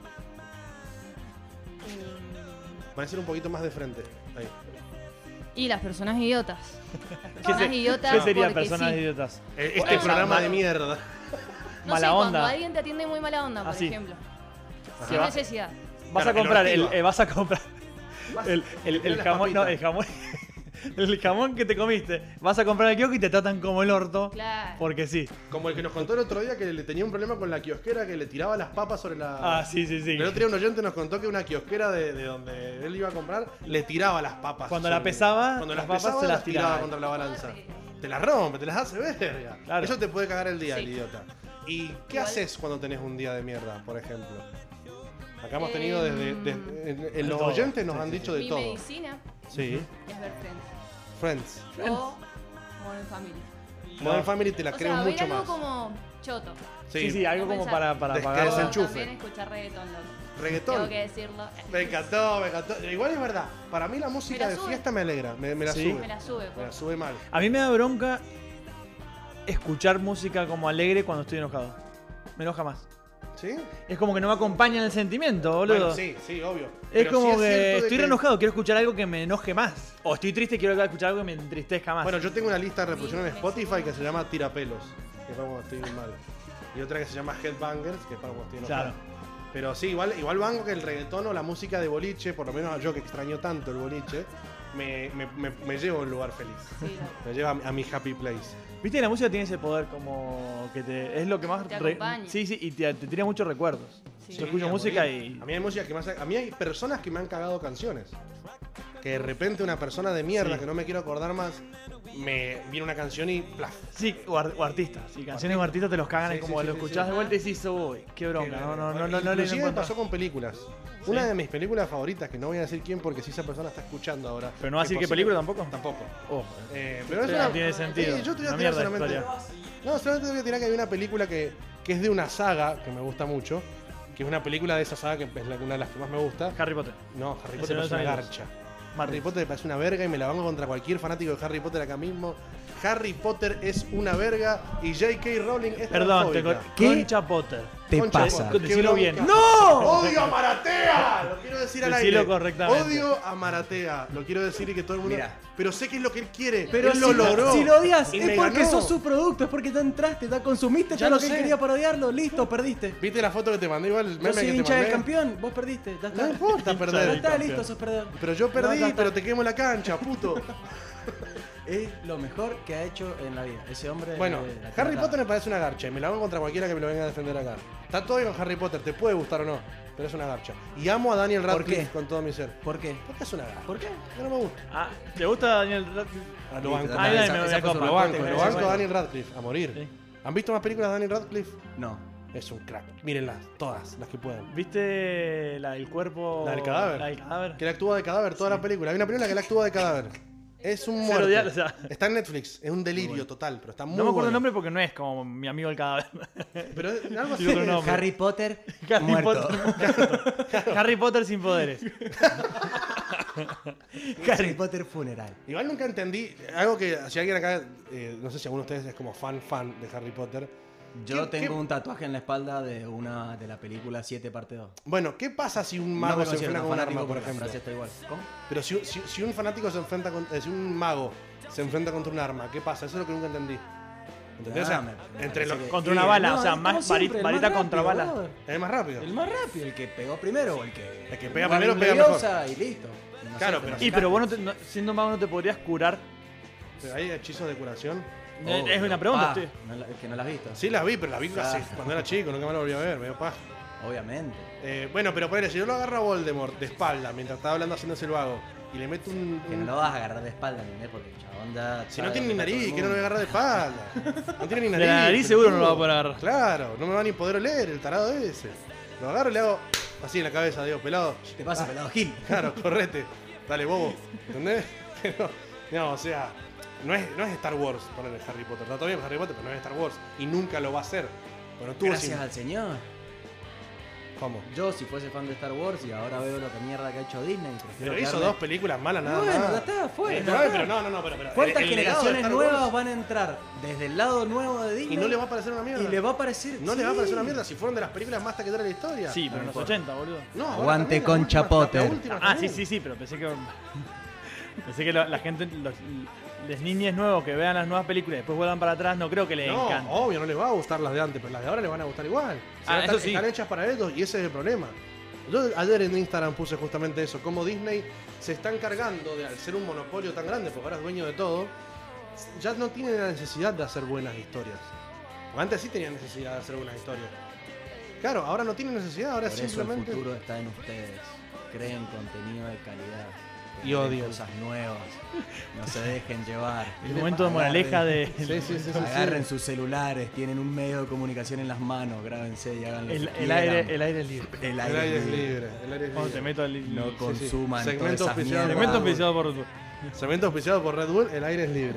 Van a ser un poquito más de frente. Ahí. Y las personas idiotas. Las personas ¿Qué idiotas. serían porque personas sí. idiotas? Este Bueno, programa mal- de mierda. No Mala sé, onda. cuando alguien te atiende muy mala onda, por Así. ejemplo. Ajá. Sin necesidad. Vas Claro, a comprar el ortiva. vas a comprar el las jamón, no, papitas. el jamón. El jamón que te comiste. Vas a comprar el kiosco y te tratan como el orto. Claro. Porque sí. Como el que nos contó el otro día que le tenía un problema con la kiosquera que le tiraba las papas sobre la... Ah, sí. El otro día un oyente nos contó que una kiosquera de donde él iba a comprar le tiraba las papas. Cuando la pesaba, cuando las las papas pesaba, se las las tiraba tiraba. contra la balanza. Te las rompe, te las hace ver. Claro. Eso te puede cagar el día, Sí. el idiota. ¿Y qué Igual- haces cuando tenés un día de mierda, por ejemplo? Acá hemos tenido en los todo. oyentes nos Sí, han sí, dicho de Mi todo. medicina Sí. es ver Friends. Friends. O Modern Family. Modern Family te la O creo sea, ver mucho algo más. como choto. Sí, algo No como pensar. para Des- que pagar. desenchufe. También escuchar reggaetón, loco. Reggaetón. Tengo que decirlo. Me encantó. Igual es verdad. Para mí la música Me la de sube. fiesta me alegra. Me la Sí. sube. Me la sube. Me la sube mal. A mí me da bronca escuchar música como alegre cuando estoy enojado. Me enoja más. ¿Sí? Es como que no me acompaña en el sentimiento, boludo. Bueno, sí, obvio. Es Pero como sí es que cierto de estoy que- enojado, quiero escuchar algo que me enoje más. O estoy triste, quiero escuchar algo que me entristezca más. Bueno, yo tengo una lista de reproducción en Spotify que se llama Tirapelos, que es para cuando estoy mal. Y otra que se llama Headbangers, que es para cuando estoy enojado. Claro. Pero sí, igual banco que el reggaetón o la música de boliche, por lo menos yo que extraño tanto el boliche, me lleva a un lugar feliz. Sí, Me lleva a mi happy place. Viste que la música tiene ese poder como que es lo que más Te acompaña. sí, y te tira muchos recuerdos. Sí. Yo escucho música y A mí hay música que a mí hay personas que me han cagado canciones. Que de repente una persona de mierda Sí. que no me quiero acordar más me viene una canción y plaf. sí, o artistas. Sí, canciones de artistas te los cagan, Sí, es como sí, lo sí, escuchás sí. de vuelta y decís, uy, qué bronca. No le Inclusive me encuentro. pasó con películas. Una de mis películas favoritas, que no voy a decir quién porque si esa persona está escuchando ahora. Pero no va a decir qué película tampoco. Tampoco. Ojo. Pero es No una... tiene sentido. Sí, yo te voy a Una tirar mierda de solamente... historia. No, solamente te voy a tirar que hay una película que es de una saga que me gusta mucho. Que es una película de esa saga que es una de las que más me gusta. Harry Potter. No, Harry El Potter Señor es de una los Anillos. garcha. Harry Potter me parece una verga y me la banco contra cualquier fanático de Harry Potter acá mismo. Harry Potter es una verga y J.K. Rowling es Perdón, transfóbica. Concha Potter. ¿Te Concha pasa? Potter, qué Decilo bronca. bien. ¡No! ¡Odio a Maratea! Lo quiero decir al Decilo aire. correctamente. Odio a Maratea. Lo quiero decir y que todo el mundo... Mira. Pero sé que es lo que él quiere. Pero él lo logró. si lo odias, Y es me porque ganó. sos su producto, es porque te entraste, te consumiste Ya todo lo lo que él sé. quería para odiarlo. Listo, perdiste. ¿Viste la foto que te mandé igual? El Yo meme soy que te hincha del mandé. campeón, vos perdiste. Ya está. No importa Ya perder. está, listo, sos perdedor. Pero yo perdí, No, ya está. pero te quemo la cancha, puto. Es lo mejor que ha hecho en la vida. Ese hombre. Bueno, la Harry tiene Potter me parece una garcha y me la hago contra cualquiera que me lo venga a defender acá. Está todo bien con Harry Potter, te puede gustar o no, pero es una garcha. Y amo a Daniel ¿Por Radcliffe qué? con todo mi ser. ¿Por qué? Porque es una garcha. ¿Por qué? No me gusta. Ah, ¿te gusta Daniel Radcliffe? Lo banco. Ahí esa- me voy esa a fue su copa. Lo banco, respuesta, lo esa banco fue. a Daniel Radcliffe, a morir. Sí. ¿Han visto más películas de Daniel Radcliffe? No. Es un crack. Mírenlas, todas, las que puedan. ¿Viste la del cuerpo? La del cadáver. La del cadáver. Que él actúa de cadáver toda la película. Hay una película que él actúa de cadáver. Es un Cero muerto. diálogo, o sea. Está en Netflix, es un delirio total, pero está muy No me acuerdo el bueno. nombre porque no es como mi amigo el cadáver. Pero algo así. Tiene otro nombre. Harry Potter Harry muerto. Potter. Harry Potter sin poderes. Harry Potter funeral. Igual nunca entendí, algo que si alguien acá, no sé si alguno de ustedes es como fan de Harry Potter. Yo ¿Qué- tengo qué- un tatuaje en la espalda de la película 7 parte 2. Bueno, ¿qué pasa si un mago se enfrenta con un arma, por ejemplo? Está igual. ¿Cómo? Pero si un fanático se enfrenta con, si un mago se enfrenta contra un arma, ¿qué pasa? Eso es lo que nunca entendí. ¿Entendés? O sea, me entre los parece que- Contra una bala, No, o sea, como más siempre, el varita más contra rápido, bala. brother. es más rápido. El más rápido, el que pegó primero o el que. El que pega Guardia primero pega mejor. Leviosa y listo. No Claro, sé, pero Y pero vos no siendo mago no te podrías curar. Pero hay hechizos de curación. Es una pregunta. Ah, estoy- que no la has visto. Sí la vi, pero la vi Ah. hace- cuando era chico, nunca más la volví a ver, me dio paja. Obviamente. Bueno, pero ponele, si yo lo agarro a Voldemort de espalda mientras estaba hablando haciéndose el vago y le meto Que no lo vas a agarrar de espalda, ¿entendés? Porque el chabón ya. Si sabe no tiene ni dónde está nariz, todo que el no lo voy a agarrar de espalda. No tiene ni De nariz. la nariz seguro no lo va a pelotudo. poder agarrar. Claro, no me va a ni poder oler el tarado ese. Lo agarro y le hago así en la cabeza, digo, pelado. mundo. Te pasa, pelado Gil. Claro, correte. Dale, bobo. ¿Entendés? No, o sea, no es Star Wars ponerle Harry Potter. Está todo bien con Harry Potter, pero no es Star Wars. Y nunca lo va a hacer. Bueno, tú Gracias al señor. ¿Cómo? Yo, si fuese fan de Star Wars y ahora veo lo que mierda que ha hecho Disney, prefiero Pero hizo quedarme- 2 películas malas nada Bueno, más. ya está, fue. Pero, ya está. pero pero ¿Cuántas el legado de generaciones Star nuevas Wars- van a entrar desde el lado nuevo de Disney? Y no le va a parecer una mierda. Y le va a parecer. No le va a parecer una mierda si fueron de las películas más taquilleras de la historia. Sí, pero en los 80, boludo. No, ahora Aguante también, con la última- Chapotter. la última Ah, sí, también. sí, sí, pero pensé que. Pensé que la gente, los niños nuevos que vean las nuevas películas y después vuelvan para atrás, no creo que les No, encante. obvio, no les va a gustar las de antes, pero las de ahora les van a gustar igual. Ah, están, eso sí. están hechas para ellos y ese es el problema. Yo ayer en Instagram puse justamente eso, cómo Disney se está encargando de, al ser un monopolio tan grande, porque ahora es dueño de todo, ya no tiene la necesidad de hacer buenas historias. Porque antes sí tenían necesidad de hacer buenas historias. Claro, ahora no tienen necesidad, ahora Por es eso simplemente... el futuro está en ustedes. Creen contenido de calidad. Y Creen odien. cosas nuevas. No se dejen llevar. El momento de moraleja de. Agarren sus celulares, tienen un medio de comunicación en las manos, grábense y hagan lo que El quieran. aire es libre. El El aire, aire es es libre. libre. El aire es Cuando te libre. meto al. No consuman Segmento todas esas auspiciado. mierdas. Segmento auspiciado por. Segmento auspiciado por Red Bull, el aire es libre.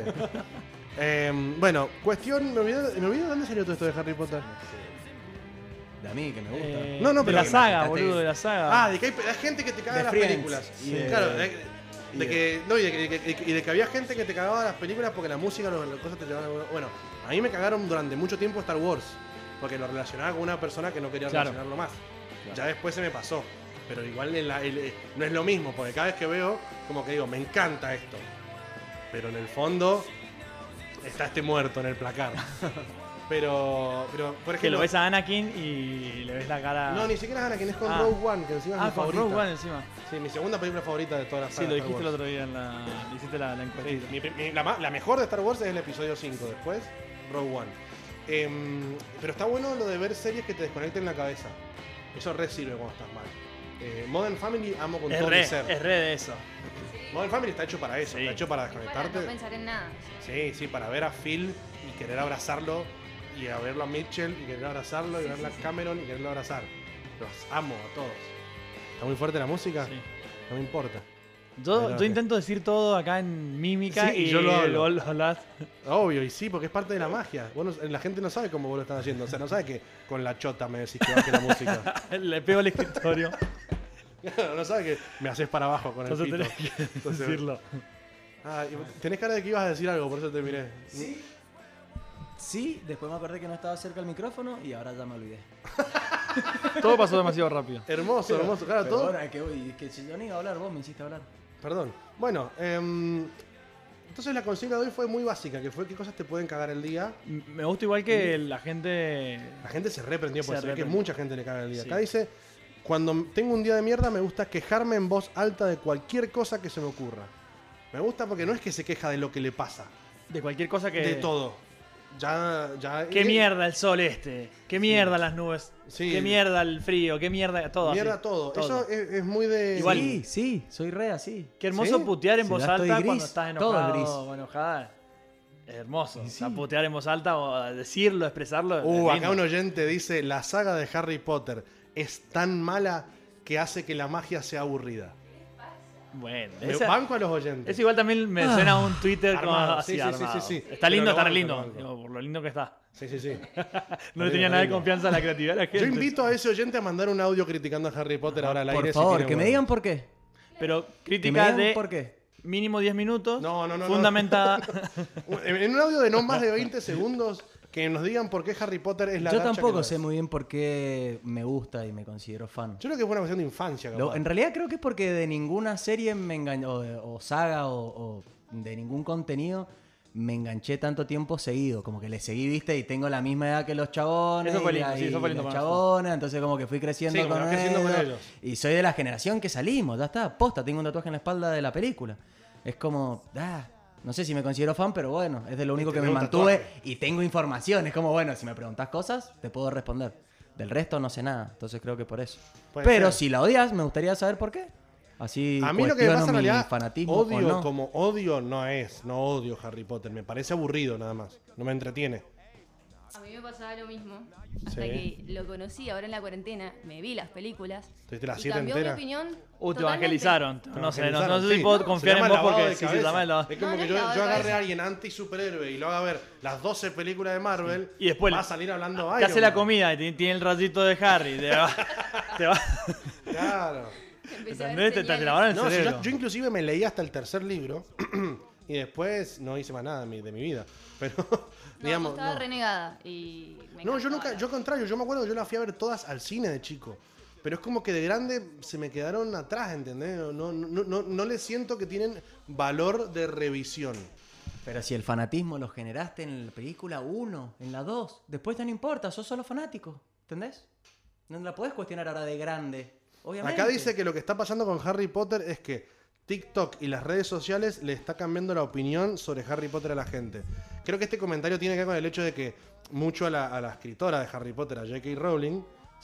Bueno, cuestión, me olvidé de dónde salió todo esto de Harry Potter. De a mí, que me gusta. No, de pero la que saga, me boludo, de la saga. Ah, de que hay gente que te caga De las Friends. películas. Y de- Claro, y de de- que, no, y de que había gente que te cagaba las películas porque la música, las cosas te llevaban. Bueno, a mí me cagaron durante mucho tiempo Star Wars. Porque lo relacionaba con una persona que no quería Claro. relacionarlo más. Ya después se me pasó. Pero igual no es lo mismo, porque cada vez que veo, como que digo, me encanta esto. Pero en el fondo está este muerto en el placar. Pero por ejemplo. Que lo ves a Anakin y le ves la cara. No, ni siquiera es Anakin, es con Ah. Rogue One, que encima es mi Ah, con favorita. Rogue One encima. Sí, mi segunda película favorita de toda la Sí, saga lo de Star dijiste el Wars. otro día en la. Hiciste la encuesta. Sí, la mejor de Star Wars es el episodio 5, después Rogue One. Pero está bueno lo de ver series que te desconecten la cabeza. Eso re sirve cuando estás mal. Modern Family amo con todo mi ser. Es re de eso. Modern Family está hecho para eso, Sí. está hecho para Para no desconectarte. pensar en nada. Sí, sí, para ver a Phil y querer abrazarlo, y a verlo a Mitchell y querer abrazarlo, y verlo a Cameron y quererlo abrazar. Los amo a todos. ¿Está muy fuerte la música? Sí. No me importa. Yo intento decir todo acá en mímica Sí, y yo lo hablo. vos lo hablás. Obvio, y sí, porque es parte de la magia. La gente no sabe cómo vos lo estás haciendo. O sea, no sabe que con la chota me decís que baje la música. Le pego al escritorio. No sabe que me haces para abajo con el Entonces pito. tenés que Entonces, decirlo. Ah, tenés cara de que ibas a decir algo, por eso te miré. Sí. Sí, después me acordé que no estaba cerca el micrófono y ahora ya me olvidé. Todo pasó demasiado rápido. Hermoso, hermoso. Claro, Pero todo. ahora que si yo no iba a hablar, vos me hiciste hablar. Perdón. Bueno, entonces la consigna de hoy fue muy básica, que fue qué cosas te pueden cagar el día. Me gusta igual que la gente... La gente se reprendió por Se eso, que reprendió. mucha gente le caga el día. Sí. Acá dice, cuando tengo un día de mierda me gusta quejarme en voz alta de cualquier cosa que se me ocurra. Me gusta porque no es que se queja de lo que le pasa, De cualquier cosa que... de todo. Ya. Qué mierda el sol este. Qué mierda las nubes. Sí. Qué mierda el frío. Qué mierda todo. Mierda así. todo. Eso es muy de... Igual. Sí, soy re así. Qué hermoso ¿Sí? putear en Si voz ya estoy alta gris, cuando estás todo enojado gris. o enojada. Es hermoso. O sea, putear en voz alta o decirlo, expresarlo. es acá lindo. un oyente dice, la saga de Harry Potter es tan mala que hace que la magia sea aburrida. Bueno, Me esa- banco a los oyentes. eso igual también me suena a un Twitter como Armado, así, sí, sí, armado. sí. Está Pero lindo, lo está re banco, lindo. lo banco. Digo, por lo lindo que está. Sí, sí, sí. No le tenía nada de confianza a la creatividad de la gente. Yo invito a ese oyente a mandar un audio criticando a Harry Potter ahora al aire. Por si favor, tiene que me huevo. digan por qué. Pero Que me crítica digan de por qué. mínimo 10 minutos. No. Fundamentada. En un audio de no más de 20 segundos, que nos digan por qué Harry Potter es la Yo garcha que tampoco lo sé es. muy bien por qué me gusta y me considero fan. Yo creo que fue una cuestión de infancia, capaz. En realidad creo que es porque de ninguna serie me enganchó, o saga, o de ningún contenido me enganché tanto tiempo seguido. Como que le seguí, viste, y tengo la misma edad que los chabones. Eso fue y lindo, la- sí, eso y fue lindo las para chabonas, entonces como que fui creciendo, Sí, con, vas creciendo con ellos. Y soy de la generación que salimos, ya está, posta, tengo un tatuaje en la espalda de la película. Es como, no sé si me considero fan, pero bueno, es de lo único que me tenés un mantuve tatuaje. y tengo información. Es como, bueno, si me preguntas cosas, te puedo responder. Del resto no sé nada, entonces creo que por eso. Puede Pero ser. si la odias, me gustaría saber por qué. Así A mí lo que me cuestiono pasa en mi realidad, fanatismo odio o no. como odio no odio Harry Potter. Me parece aburrido nada más. No me entretiene. A mí me pasaba lo mismo. Hasta Sí. que lo conocí ahora en la cuarentena, me vi las películas. Tuviste las y 7 cambió mi enteras. opinión. Te totalmente. evangelizaron. Te No sé evangelizaron, sé si sí. puedo Se confiar llama en vos lavado porque de sí, se cabeza. llama el lavado. Es como No, que no yo, es lavado yo de agarré cabeza. a alguien anti-superhéroe y lo haga ver las 12 películas de Marvel Y después va a salir hablando te Iron hace la Man. comida y tiene el rayito de Harry. Te va. Claro. Empecé a ver ¿Entendés? Te señales. lavaron el No, si cerebro. yo inclusive me leí hasta el tercer libro y después no hice más nada de mi vida. Pero, No, digamos. yo estaba no. renegada y me No, yo encantaba. nunca, yo contrario, yo me acuerdo que yo las fui a ver todas al cine de chico. Pero es como que de grande se me quedaron atrás, ¿entendés? No le siento que tienen valor de revisión. Pero si el fanatismo lo generaste en la película 1, en la 2, después ya no importa, sos solo fanático, ¿entendés? No la podés cuestionar ahora de grande, obviamente. Acá dice que lo que está pasando con Harry Potter es que TikTok y las redes sociales le está cambiando la opinión sobre Harry Potter a la gente. Creo que este comentario tiene que ver con el hecho de que mucho a la escritora de Harry Potter, a J.K. Rowling,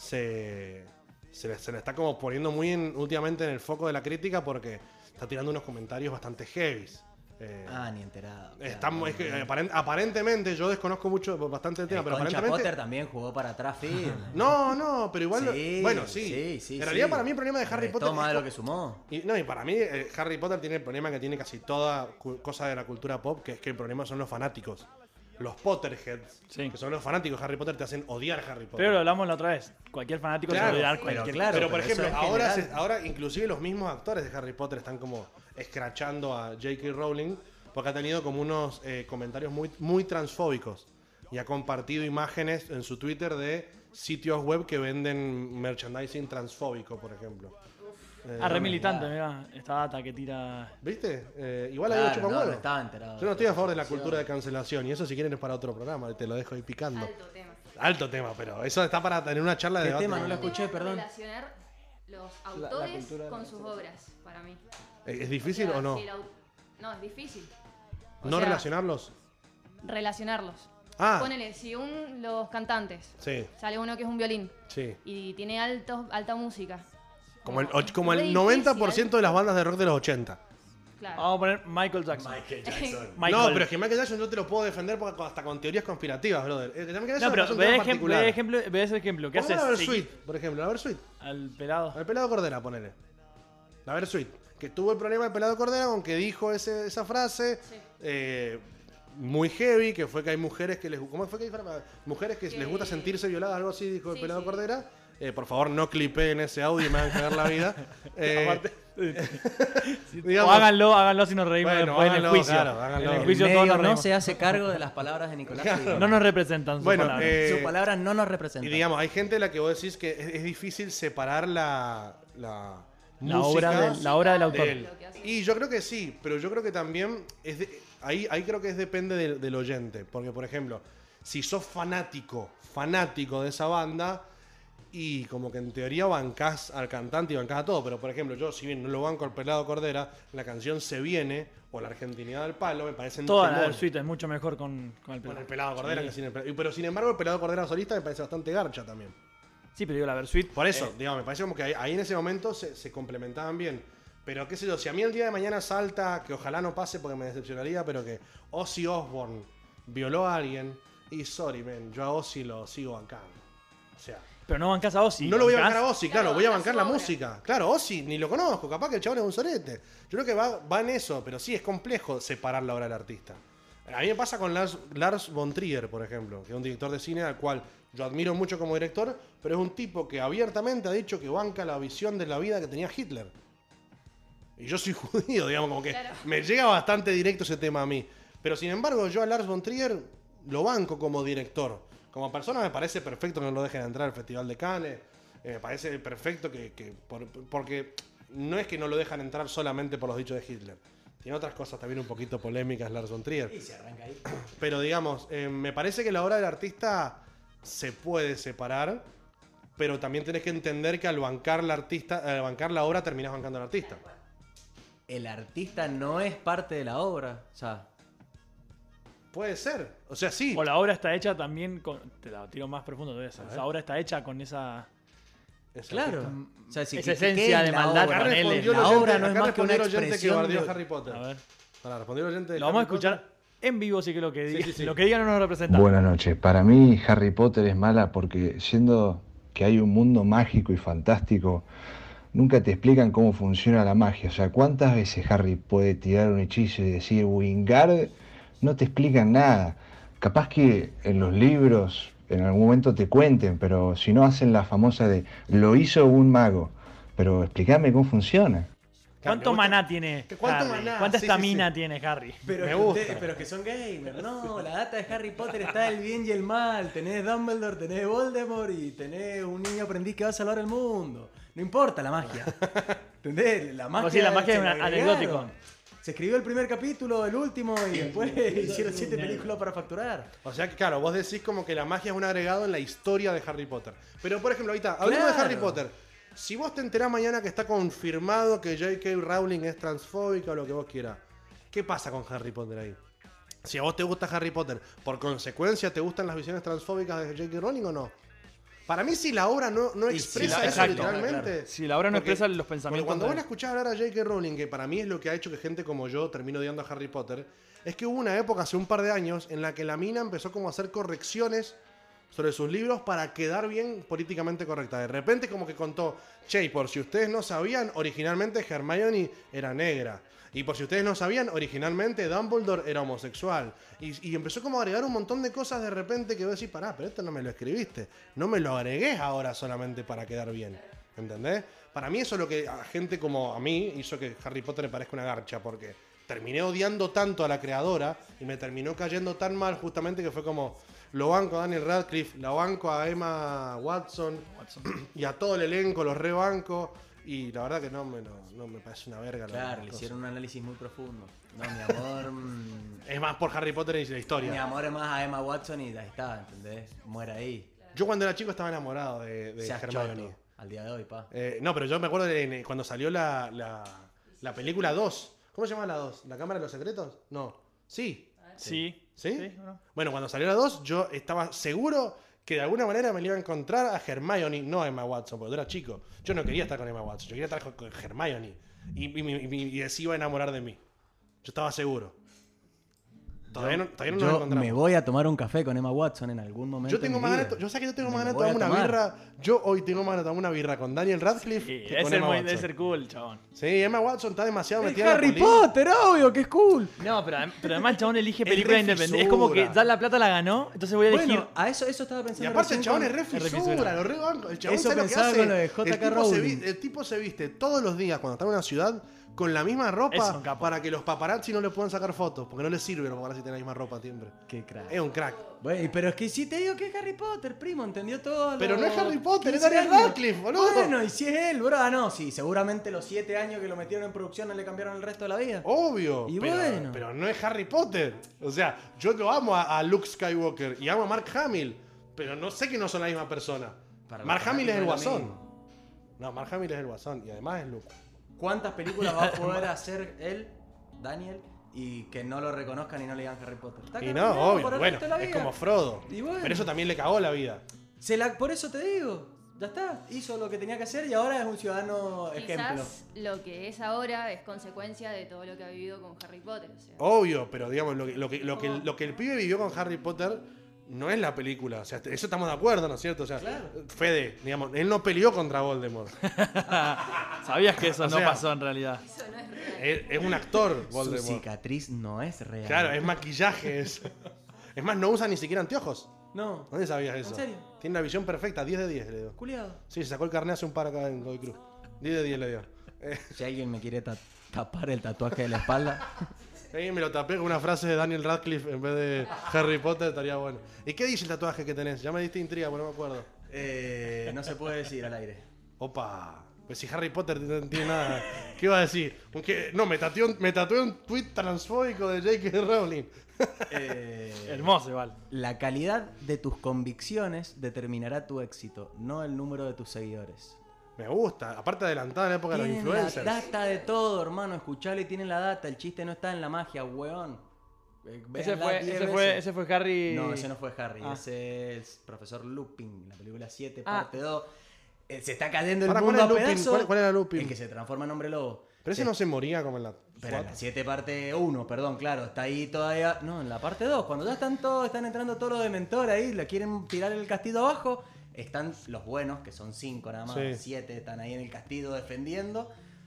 se le está como poniendo muy últimamente en el foco de la crítica porque está tirando unos comentarios bastante heavies. Ni enterado. Es que aparentemente, yo desconozco bastante el tema, pero Concha aparentemente... Potter también jugó para atrás firme. No, pero igual... Sí, bueno, sí. sí, En realidad sí. para mí el problema de Harry Potter... Toma es de lo co- que sumó. y para mí Harry Potter tiene el problema que tiene casi toda cosa de la cultura pop, que es que el problema son los fanáticos. Los Potterheads, que son los fanáticos de Harry Potter, te hacen odiar a Harry Potter. Pero lo hablamos la otra vez. Cualquier fanático Claro, se odiar pero cualquier claro, pero por pero eso ejemplo, en general. ahora inclusive los mismos actores de Harry Potter están como escrachando a J.K. Rowling porque ha tenido como unos comentarios muy transfóbicos y ha compartido imágenes en su Twitter de sitios web que venden merchandising transfóbico, por ejemplo. Re militante, mira. Esta data que tira. ¿Viste? Igual ahí Claro, chupa no, huevo. no estaba enterado. Yo no estoy a favor de la cultura de cancelación y eso si quieren es para otro programa, te lo dejo ahí picando. Alto tema. Alto tema, pero eso está para tener una charla de ¿Qué debate. tema? No lo escuché, perdón. Relacionar los autores cultura de con sus obras, para mí. ¿Es difícil o no? si no, es difícil. O ¿No sea, relacionarlos? Relacionarlos. Ah. Ponele, si los cantantes, Sí, sale uno que es un violín sí. y tiene alta música. Como el re 90% de las bandas de rock de los 80. Claro. Vamos a poner Michael Jackson. No, pero es que Michael Jackson yo te lo puedo defender porque hasta con teorías conspirativas, brother. Michael Jackson No, pero es un ve, tema ejemplo, particular. ve ese ejemplo. ¿Qué haces? Pongamos la Versuit, por ejemplo, la Versuit. Al pelado. Al Pelado Cordera, ponele. La Versuit. Que tuvo el problema del Pelado Cordera con que dijo esa frase muy heavy, que fue que hay mujeres que les... ¿Cómo fue que dijo? Mujeres que les gusta sentirse violadas, algo así, dijo el Pelado Cordera. Por favor, no clipeen ese audio y me van a cagar la vida. O háganlo si nos reímos Bueno, después en el háganlo, juicio. claro, háganlo. En el El juicio todos medio nos no reímos. se hace cargo de las palabras de Nicolás. Claro. No nos representan sus Bueno, palabras. Sus palabras no nos representan. Y digamos, hay gente a la que vos decís que es difícil separar la La música obra del autor. de él. Y yo creo que sí, pero yo creo que también ahí creo que depende del oyente. Porque, por ejemplo, si sos fanático de esa banda, y como que en teoría bancás al cantante y bancás a todo. Pero, por ejemplo, yo, si bien no lo banco al Pelado Cordera, la canción Se Viene, o la Argentinidad del Palo, me parecen Toda la temón. suite es mucho mejor con el pelado. Con el Pelado Cordera Sí. que sin el Pelado. Pero sin embargo, el Pelado Cordera solista me parece bastante garcha también. Sí, pero digo, la Versuit. Por eso, digamos, me parece como que ahí en ese momento se complementaban bien. Pero qué sé yo, si a mí el día de mañana salta, que ojalá no pase porque me decepcionaría, pero que Ozzy Osbourne violó a alguien, y sorry, man, yo a Ozzy lo sigo bancando. O sea, Pero no bancás a Ozzy. no lo voy a ¿bancás? bancar a Ozzy, claro, voy a bancar la música. Claro, Ozzy ni lo conozco, capaz que el chabón es un sorete. Yo creo que va en eso, pero sí es complejo separar la obra del artista. A mí me pasa con Lars von Trier, por ejemplo, que es un director de cine al cual yo admiro mucho como director, pero es un tipo que abiertamente ha dicho que banca la visión de la vida que tenía Hitler. Y yo soy judío, digamos, como que me llega bastante directo ese tema a mí. Pero sin embargo, yo a Lars von Trier lo banco como director. Como persona me parece perfecto que no lo dejen entrar al Festival de Cannes. Me parece perfecto porque no es que no lo dejan entrar solamente por los dichos de Hitler. Tiene otras cosas también un poquito polémicas Lars von Trier. Y se arranca ahí. Pero digamos, me parece que la obra del artista se puede separar, pero también tenés que entender que al bancar la obra terminás bancando al artista. El artista no es parte de la obra. O sea, puede ser. O sea, sí. O la obra está hecha también con. Te la tiro más profundo de esa. A ver. La obra está hecha con esa. claro. O sea, si esa ¿qué esencia es de la maldad obra? con él. Respondió el La oyente- obra no es acá más que una respondió el oyente que expresión bardeó de- Harry Potter. A ver. Pará, respondió el oyente de Lo vamos a Harry Potter. escuchar en vivo, así que lo que, diga, Sí, sí, sí. lo que digan no nos representa. Buenas noches. Para mí Harry Potter es mala porque siendo que hay un mundo mágico y fantástico, nunca te explican cómo funciona la magia. O sea, ¿cuántas veces Harry puede tirar un hechizo y decir Wingard? No te explican nada. Capaz que en los libros en algún momento te cuenten, pero si no hacen la famosa de lo hizo un mago. Pero explícame cómo funciona. ¿Cuánto maná tiene ¿Cuánto Harry? maná? ¿Cuánta Sí, sí, estamina sí. tiene Harry? Pero, Me es que gusta. pero es que son gamers. No, la data de Harry Potter está el bien y el mal. Tenés Dumbledore, tenés Voldemort y tenés un niño aprendiz que va a salvar el mundo. No importa la magia. ¿Entendés? La magia, sí, la magia se es la anecdótico. agregaron. Se escribió el primer capítulo, el último, y después hicieron 7 películas para facturar. O sea que, claro, vos decís como que la magia es un agregado en la historia de Harry Potter. Pero, por ejemplo, ahorita, hablando de Claro. Harry Potter, si vos te enterás mañana que está confirmado que J.K. Rowling es transfóbica o lo que vos quieras, ¿qué pasa con Harry Potter ahí? Si a vos te gusta Harry Potter, ¿por consecuencia te gustan las visiones transfóbicas de J.K. Rowling o no? Para mí, si la obra no Y si expresa la- eso exacto, literalmente. claro. Si la obra no expresa los porque pensamientos cuando de- vos la escuchás hablar a J.K. Rowling, que para mí es lo que ha hecho que gente como yo termine odiando a Harry Potter, es que hubo una época hace un par de años en la que la mina empezó como a hacer correcciones sobre sus libros para quedar bien políticamente correcta. De repente como que contó, che, por si ustedes no sabían, originalmente Hermione era negra. Y por si ustedes no sabían, originalmente Dumbledore era homosexual. Y empezó como a agregar un montón de cosas de repente que vos decís, pará, pero esto no me lo escribiste. No me lo agregués ahora solamente para quedar bien. ¿Entendés? Para mí eso es lo que a gente como a mí hizo que Harry Potter me parezca una garcha, porque terminé odiando tanto a la creadora y me terminó cayendo tan mal justamente que fue como, lo banco a Daniel Radcliffe, la banco a Emma Watson y a todo el elenco, los rebanco. Y la verdad que no me parece una verga. Claro, le hicieron un análisis muy profundo. No, mi amor. Es más por Harry Potter y la historia. Mi amor es más a Emma Watson y ya está, ¿entendés? Muere ahí. Yo cuando era chico estaba enamorado de Seas Hermione. choto, al día de hoy, pa. No, pero yo me acuerdo de cuando salió la película 2. ¿Cómo se llama la 2? ¿La Cámara de los Secretos? No. Sí. Sí. ¿Sí? Sí, ¿o no? Bueno, cuando salió la 2, yo estaba seguro que de alguna manera me le iba a encontrar a Hermione, no a Emma Watson, porque yo era chico. Yo no quería estar con Emma Watson, yo quería estar con Hermione. Y se iba a enamorar de mí. Yo estaba seguro. Todavía no nos Yo encontramos. me voy a tomar un café con Emma Watson en algún momento. Yo tengo en mi más vida. ganas, yo sé que yo tengo Me más ganas de voy a tomar una tomar. birra. Yo hoy tengo más ganas de tomar una birra con Daniel Radcliffe Sí, que debe con ser, Emma muy, Watson. debe ser cool, chabón. Sí, Emma Watson está demasiado Es metida en la Harry política. Potter, obvio, que es cool. No, pero además el chabón elige Es películas re independientes. Es como que fisura. ya la plata la ganó, entonces voy a elegir. Bueno, a eso estaba pensando. Y aparte el recién chabón con- es re fisura, lo re banco. El chabón Eso sabe lo que pensaba hace. con lo de J.K. Rowling. El tipo se viste todos los días cuando está en una ciudad con la misma Es ropa un capo. para que los paparazzi no le puedan sacar fotos, porque no les sirve los paparazzi tener la misma ropa siempre. Qué crack. Es un crack. Bueno, pero es que sí te digo que es Harry Potter, primo, entendió todo. Pero no es Harry Potter, es 15 Daniel años. Radcliffe, boludo. Bueno, y si es él, bro. Ah, no, sí, seguramente los 7 años que lo metieron en producción no le cambiaron el resto de la vida. Obvio. Y pero, bueno. pero no es Harry Potter. O sea, yo lo amo a Luke Skywalker y amo a Mark Hamill, pero no sé que no son la misma persona. Para Mark los Hamill es el fanáticos es lo guasón. No, Mark Hamill es el guasón y además es Luke. ¿Cuántas películas va a poder hacer él, Daniel, y que no lo reconozcan y no le digan Harry Potter? Está Y cambiado no, obvio. por el Bueno, resto de la es vida. como Frodo. Y bueno. Pero eso también le cagó la vida. Por eso te digo, ya está. Hizo lo que tenía que hacer y ahora es un ciudadano ejemplo. Quizás lo que es ahora es consecuencia de todo lo que ha vivido con Harry Potter. O sea. Obvio, pero digamos, lo que el pibe vivió con Harry Potter no es la película. O sea, eso estamos de acuerdo, ¿no es cierto? O sea, Claro. Fede, digamos, él no peleó contra Voldemort. Sabías que eso O no sea, pasó en realidad. Eso no es real. Es un actor, Su Voldemort. cicatriz no es real. Claro, es maquillaje. Es más, no usa ni siquiera anteojos. No. ¿Dónde sabías eso? ¿En serio? Tiene la visión perfecta, 10 de 10 le dio. Culiado. Sí, se sacó el carnet hace un par acá en Godoy Cruz. 10 de 10 le dio. Si alguien me quiere tapar el tatuaje de la espalda. Me lo tapé con una frase de Daniel Radcliffe en vez de Harry Potter, estaría bueno. ¿Y qué dice el tatuaje que tenés? Ya me diste intriga, pero no me acuerdo. No se puede decir al aire. Opa. Pues si Harry Potter no tiene nada. ¿Qué iba a decir? No, me tatué un tweet transfóbico de J.K. Rowling. Hermoso, igual. La calidad de tus convicciones determinará tu éxito, no el número de tus seguidores. Me gusta. Aparte adelantada en la época de los Tienen influencers. la data de todo, hermano. Escuchale, tienen la data. El chiste no está en la magia, weón. Véanla 10 veces. Ese fue Harry. No, ese no fue Harry. Ah. Ese es Profesor Lupin, la película 7, Ah. parte 2. Se está cayendo el Ahora, mundo a ¿cuál es Lupin? pedazos. ¿Cuál era Lupin? El que se transforma en hombre lobo. Pero ese no se moría como en la. Pero en la 7 parte 1, perdón, claro, está ahí todavía. No, en la parte 2, cuando ya están entrando todos los dementores ahí, le quieren tirar el castillo abajo, están los buenos, que son 5 nada más, Sí. 7 están ahí en el castillo defendiendo.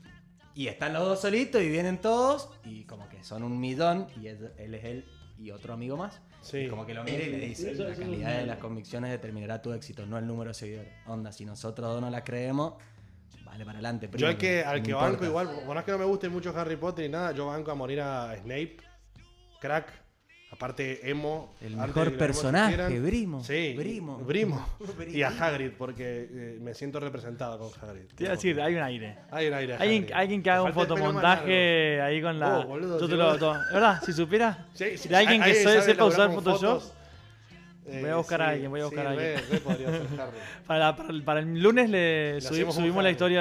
Y están los dos solitos y vienen todos, y como que son un millón, y él es él y otro amigo más. Sí. Y como que lo mira y le dice, la calidad de las convicciones determinará tu éxito, no el número de seguidores. Onda, si nosotros dos no la creemos, vale para adelante. Yo primo, al que no me banco importa. igual, por más que no me guste mucho Harry Potter y nada, yo banco a morir a Snape, crack. Aparte, emo. El antes mejor de que los emos personaje, existieran. Brimo. Sí, Brimo. Brimo. Y a Hagrid, porque me siento representado con Hagrid. Te iba a decir, hay un aire. Hay un aire a Alguien, Hagrid. alguien que haga Le un falta el pelo más fotomontaje ahí con la. Oh, boludo, yo sí, te lo. boludo. ¿Verdad? Si supiera. Sí, sí, de alguien que ahí sabe sepa usar elaborar con Photoshop. fotos. Voy a buscar a alguien, voy a buscar a sí, alguien. re podría ser Harry. Para el lunes le hacemos un subimos la Hagrid. historia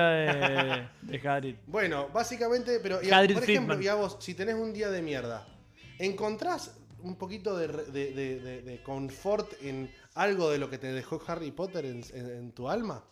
de Hagrid. Bueno, básicamente, pero Hagrid por ejemplo, Friedman. y a vos, si tenés un día de mierda, ¿encontrás un poquito de confort en algo de lo que te dejó Harry Potter en tu alma?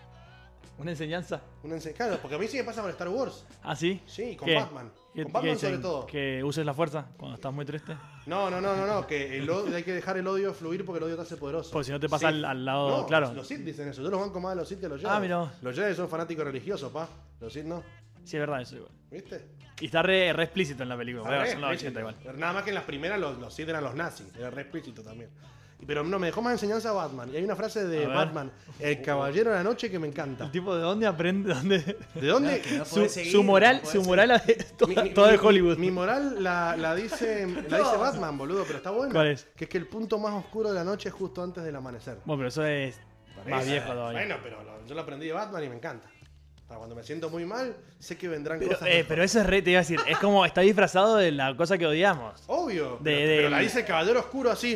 ¿Una enseñanza? Claro, porque a mí sí me pasa con Star Wars. ¿Ah, sí? Sí, con ¿Qué? Batman. ¿Qué- Con Batman qué sobre dicen? todo. Que uses la fuerza cuando estás muy triste. No, que hay que dejar el odio fluir porque el odio te hace poderoso. Porque si no te pasa Sí. al lado, No, claro. Los Sith dicen eso, yo los banco más a los Sith que a los Jedi. Ah, mirá. Los Jedi son fanáticos religiosos, pa. Los Sith no. Sí, es verdad eso igual. ¿Viste? Y está re explícito en la película. Ah, re son los explícito. 80 igual. Nada más que en las primeras los Sith eran los nazis. Era re explícito también. Pero no, me dejó más enseñanza Batman. Y hay una frase de A ver. Batman, el caballero de la noche, que me encanta. El tipo, ¿de dónde aprende? ¿De dónde? No, que no Su, podés seguir, su moral, no podés su moral toda de Hollywood. Mi moral la dice Batman, boludo, pero está bueno. ¿Cuál es? Que es que el punto más oscuro de la noche es justo antes del amanecer. Bueno, pero eso es más viejo todavía. Bueno, pero yo lo aprendí de Batman y me encanta. O sea, cuando me siento muy mal, sé que vendrán Pero, cosas mejores. pero eso es re, te iba a decir, es como, está disfrazado de la cosa que odiamos. Obvio. De- pero de- la dice el caballero oscuro así.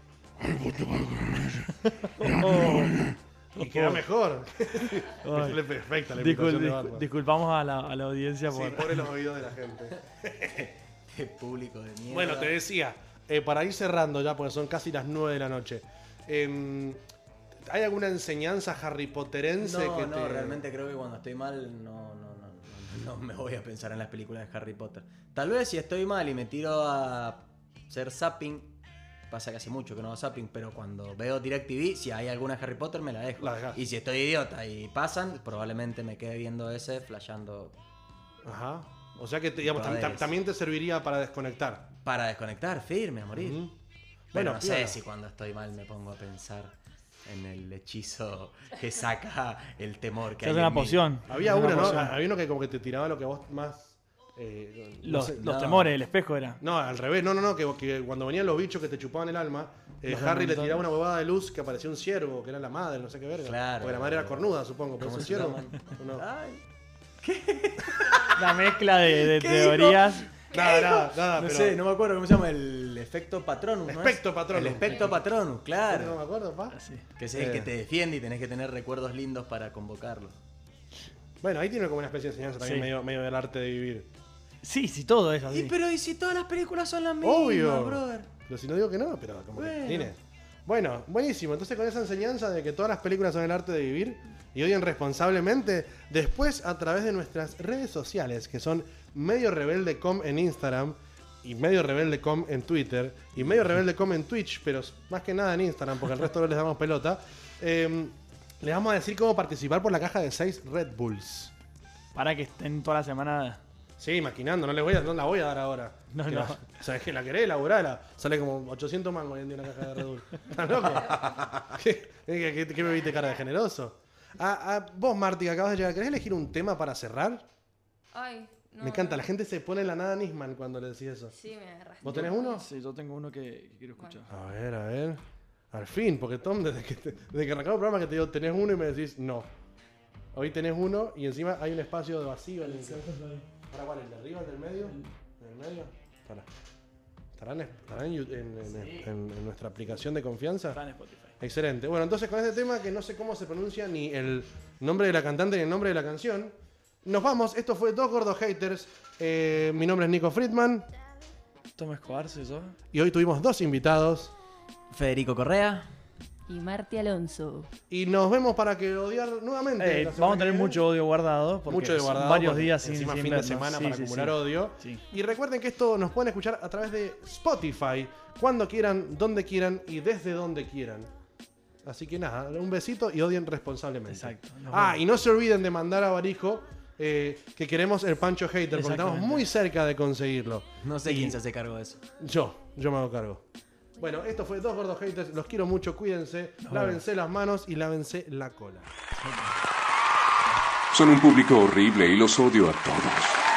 Y queda mejor. Ay. Es perfecta la imitación de Batman. Disculpamos a la audiencia Sí, por... pobre los oídos de la gente. Qué público de mierda. Bueno, te decía, para ir cerrando ya, porque son casi las 9 de la noche. ¿Hay alguna enseñanza Harry Potterense que No, te... realmente creo que cuando estoy mal no me voy a pensar en las películas de Harry Potter. Tal vez si estoy mal y me tiro a hacer zapping. Pasa que hace mucho que no hago zapping, pero cuando veo DirecTV, si hay alguna de Harry Potter me la dejo. Y si estoy idiota y pasan, probablemente me quede viendo ese, flasheando. Ajá. O sea que digamos, también te serviría para desconectar. Para desconectar, firme, a morir. Ujú. Bueno, Bueno, no sé si cuando estoy mal me pongo a pensar en el hechizo que saca el temor que Se hay hace en una mí. poción. Había Una uno, ¿no? poción. Había uno que como que te tiraba lo que vos más... Los temores, el espejo era. No, al revés. No, que cuando venían los bichos que te chupaban el alma, Los Harry le dementores. tiraba una huevada de luz que aparecía un ciervo, que era la madre, no sé qué verga. Claro. Porque la madre era cornuda, supongo, pero es ¿Cómo un se ciervo. llaman? ¿O no? La mezcla de ¿Qué teorías. Nada, No pero... sé, no me acuerdo cómo se llama, el efecto patronus, ¿no es? Espectro patronus. El efecto patronus, claro. No me acuerdo, pa. Que es el que te defiende y tenés que tener recuerdos lindos para convocarlo. Bueno, ahí tiene como una especie de enseñanza también Sí. medio del arte de vivir. Sí, todo es así. Pero ¿y si todas las películas son las mismas, Obvio. brother? Pero si no digo que no, pero como Bueno. que tiene. Bueno, buenísimo. Entonces con esa enseñanza de que todas las películas son el arte de vivir y odien responsablemente, después a través de nuestras redes sociales, que son Medio Rebelde.com en Instagram y Medio Rebelde.com en Twitter y Medio Rebelde.com en Twitch, pero más que nada en Instagram, porque al resto no les damos pelota, les vamos a decir cómo participar por la caja de 6 Red Bulls. Para que estén toda la semana. Sí, maquinando, no la voy a dar ahora. No, Que no. ¿Sabes que la querés? Laburala. Sale como 800 mangos hoy en día una caja de Red Bull. ¿Estás loco? ¿Qué me viste cara de generoso? Vos, Marti, que acabas de llegar, ¿querés elegir un tema para cerrar? Ay, no. Me encanta, la gente se pone en la nada Nisman cuando le decís eso. Sí, me agarraste. ¿Vos tenés uno? Sí, yo tengo uno que quiero escuchar. A ver. Al fin, porque Tom, desde que arrancamos el programa que te digo, tenés uno y me decís no. Hoy tenés uno y encima hay un espacio de vacío en el que... ¿Para cuál? ¿El de arriba? ¿El del medio? ¿En el medio? ¿Estarán en nuestra aplicación de confianza? Está en Spotify. Excelente. Bueno, entonces con este tema que no sé cómo se pronuncia ni el nombre de la cantante ni el nombre de la canción, nos vamos. Esto fue Dos Gordos Haters. Mi nombre es Nico Friedman. Tom Escobar, ¿sí yo? Y hoy tuvimos dos invitados. Federico Correa. Y Marti Alonso. Y nos vemos para que odiar nuevamente. la semana Vamos a que tener viene. mucho odio guardado. Porque Mucho de son guardado. varios porque días sin encima fin de vernos. semana Sí, para sí, acumular sí. odio. Sí. Y recuerden que esto nos pueden escuchar a través de Spotify, cuando quieran, donde quieran y desde donde quieran. Así que nada, un besito y odien responsablemente. Exacto. Y no se olviden de mandar a Barijo que queremos el Pancho Hater, porque estamos Exactamente. muy cerca de conseguirlo. No sé quién se hace cargo de eso. Yo me hago cargo. Bueno, esto fue Dos Gordos Haters. Los quiero mucho, cuídense, lávense las manos y lávense la cola. Son un público horrible y los odio a todos.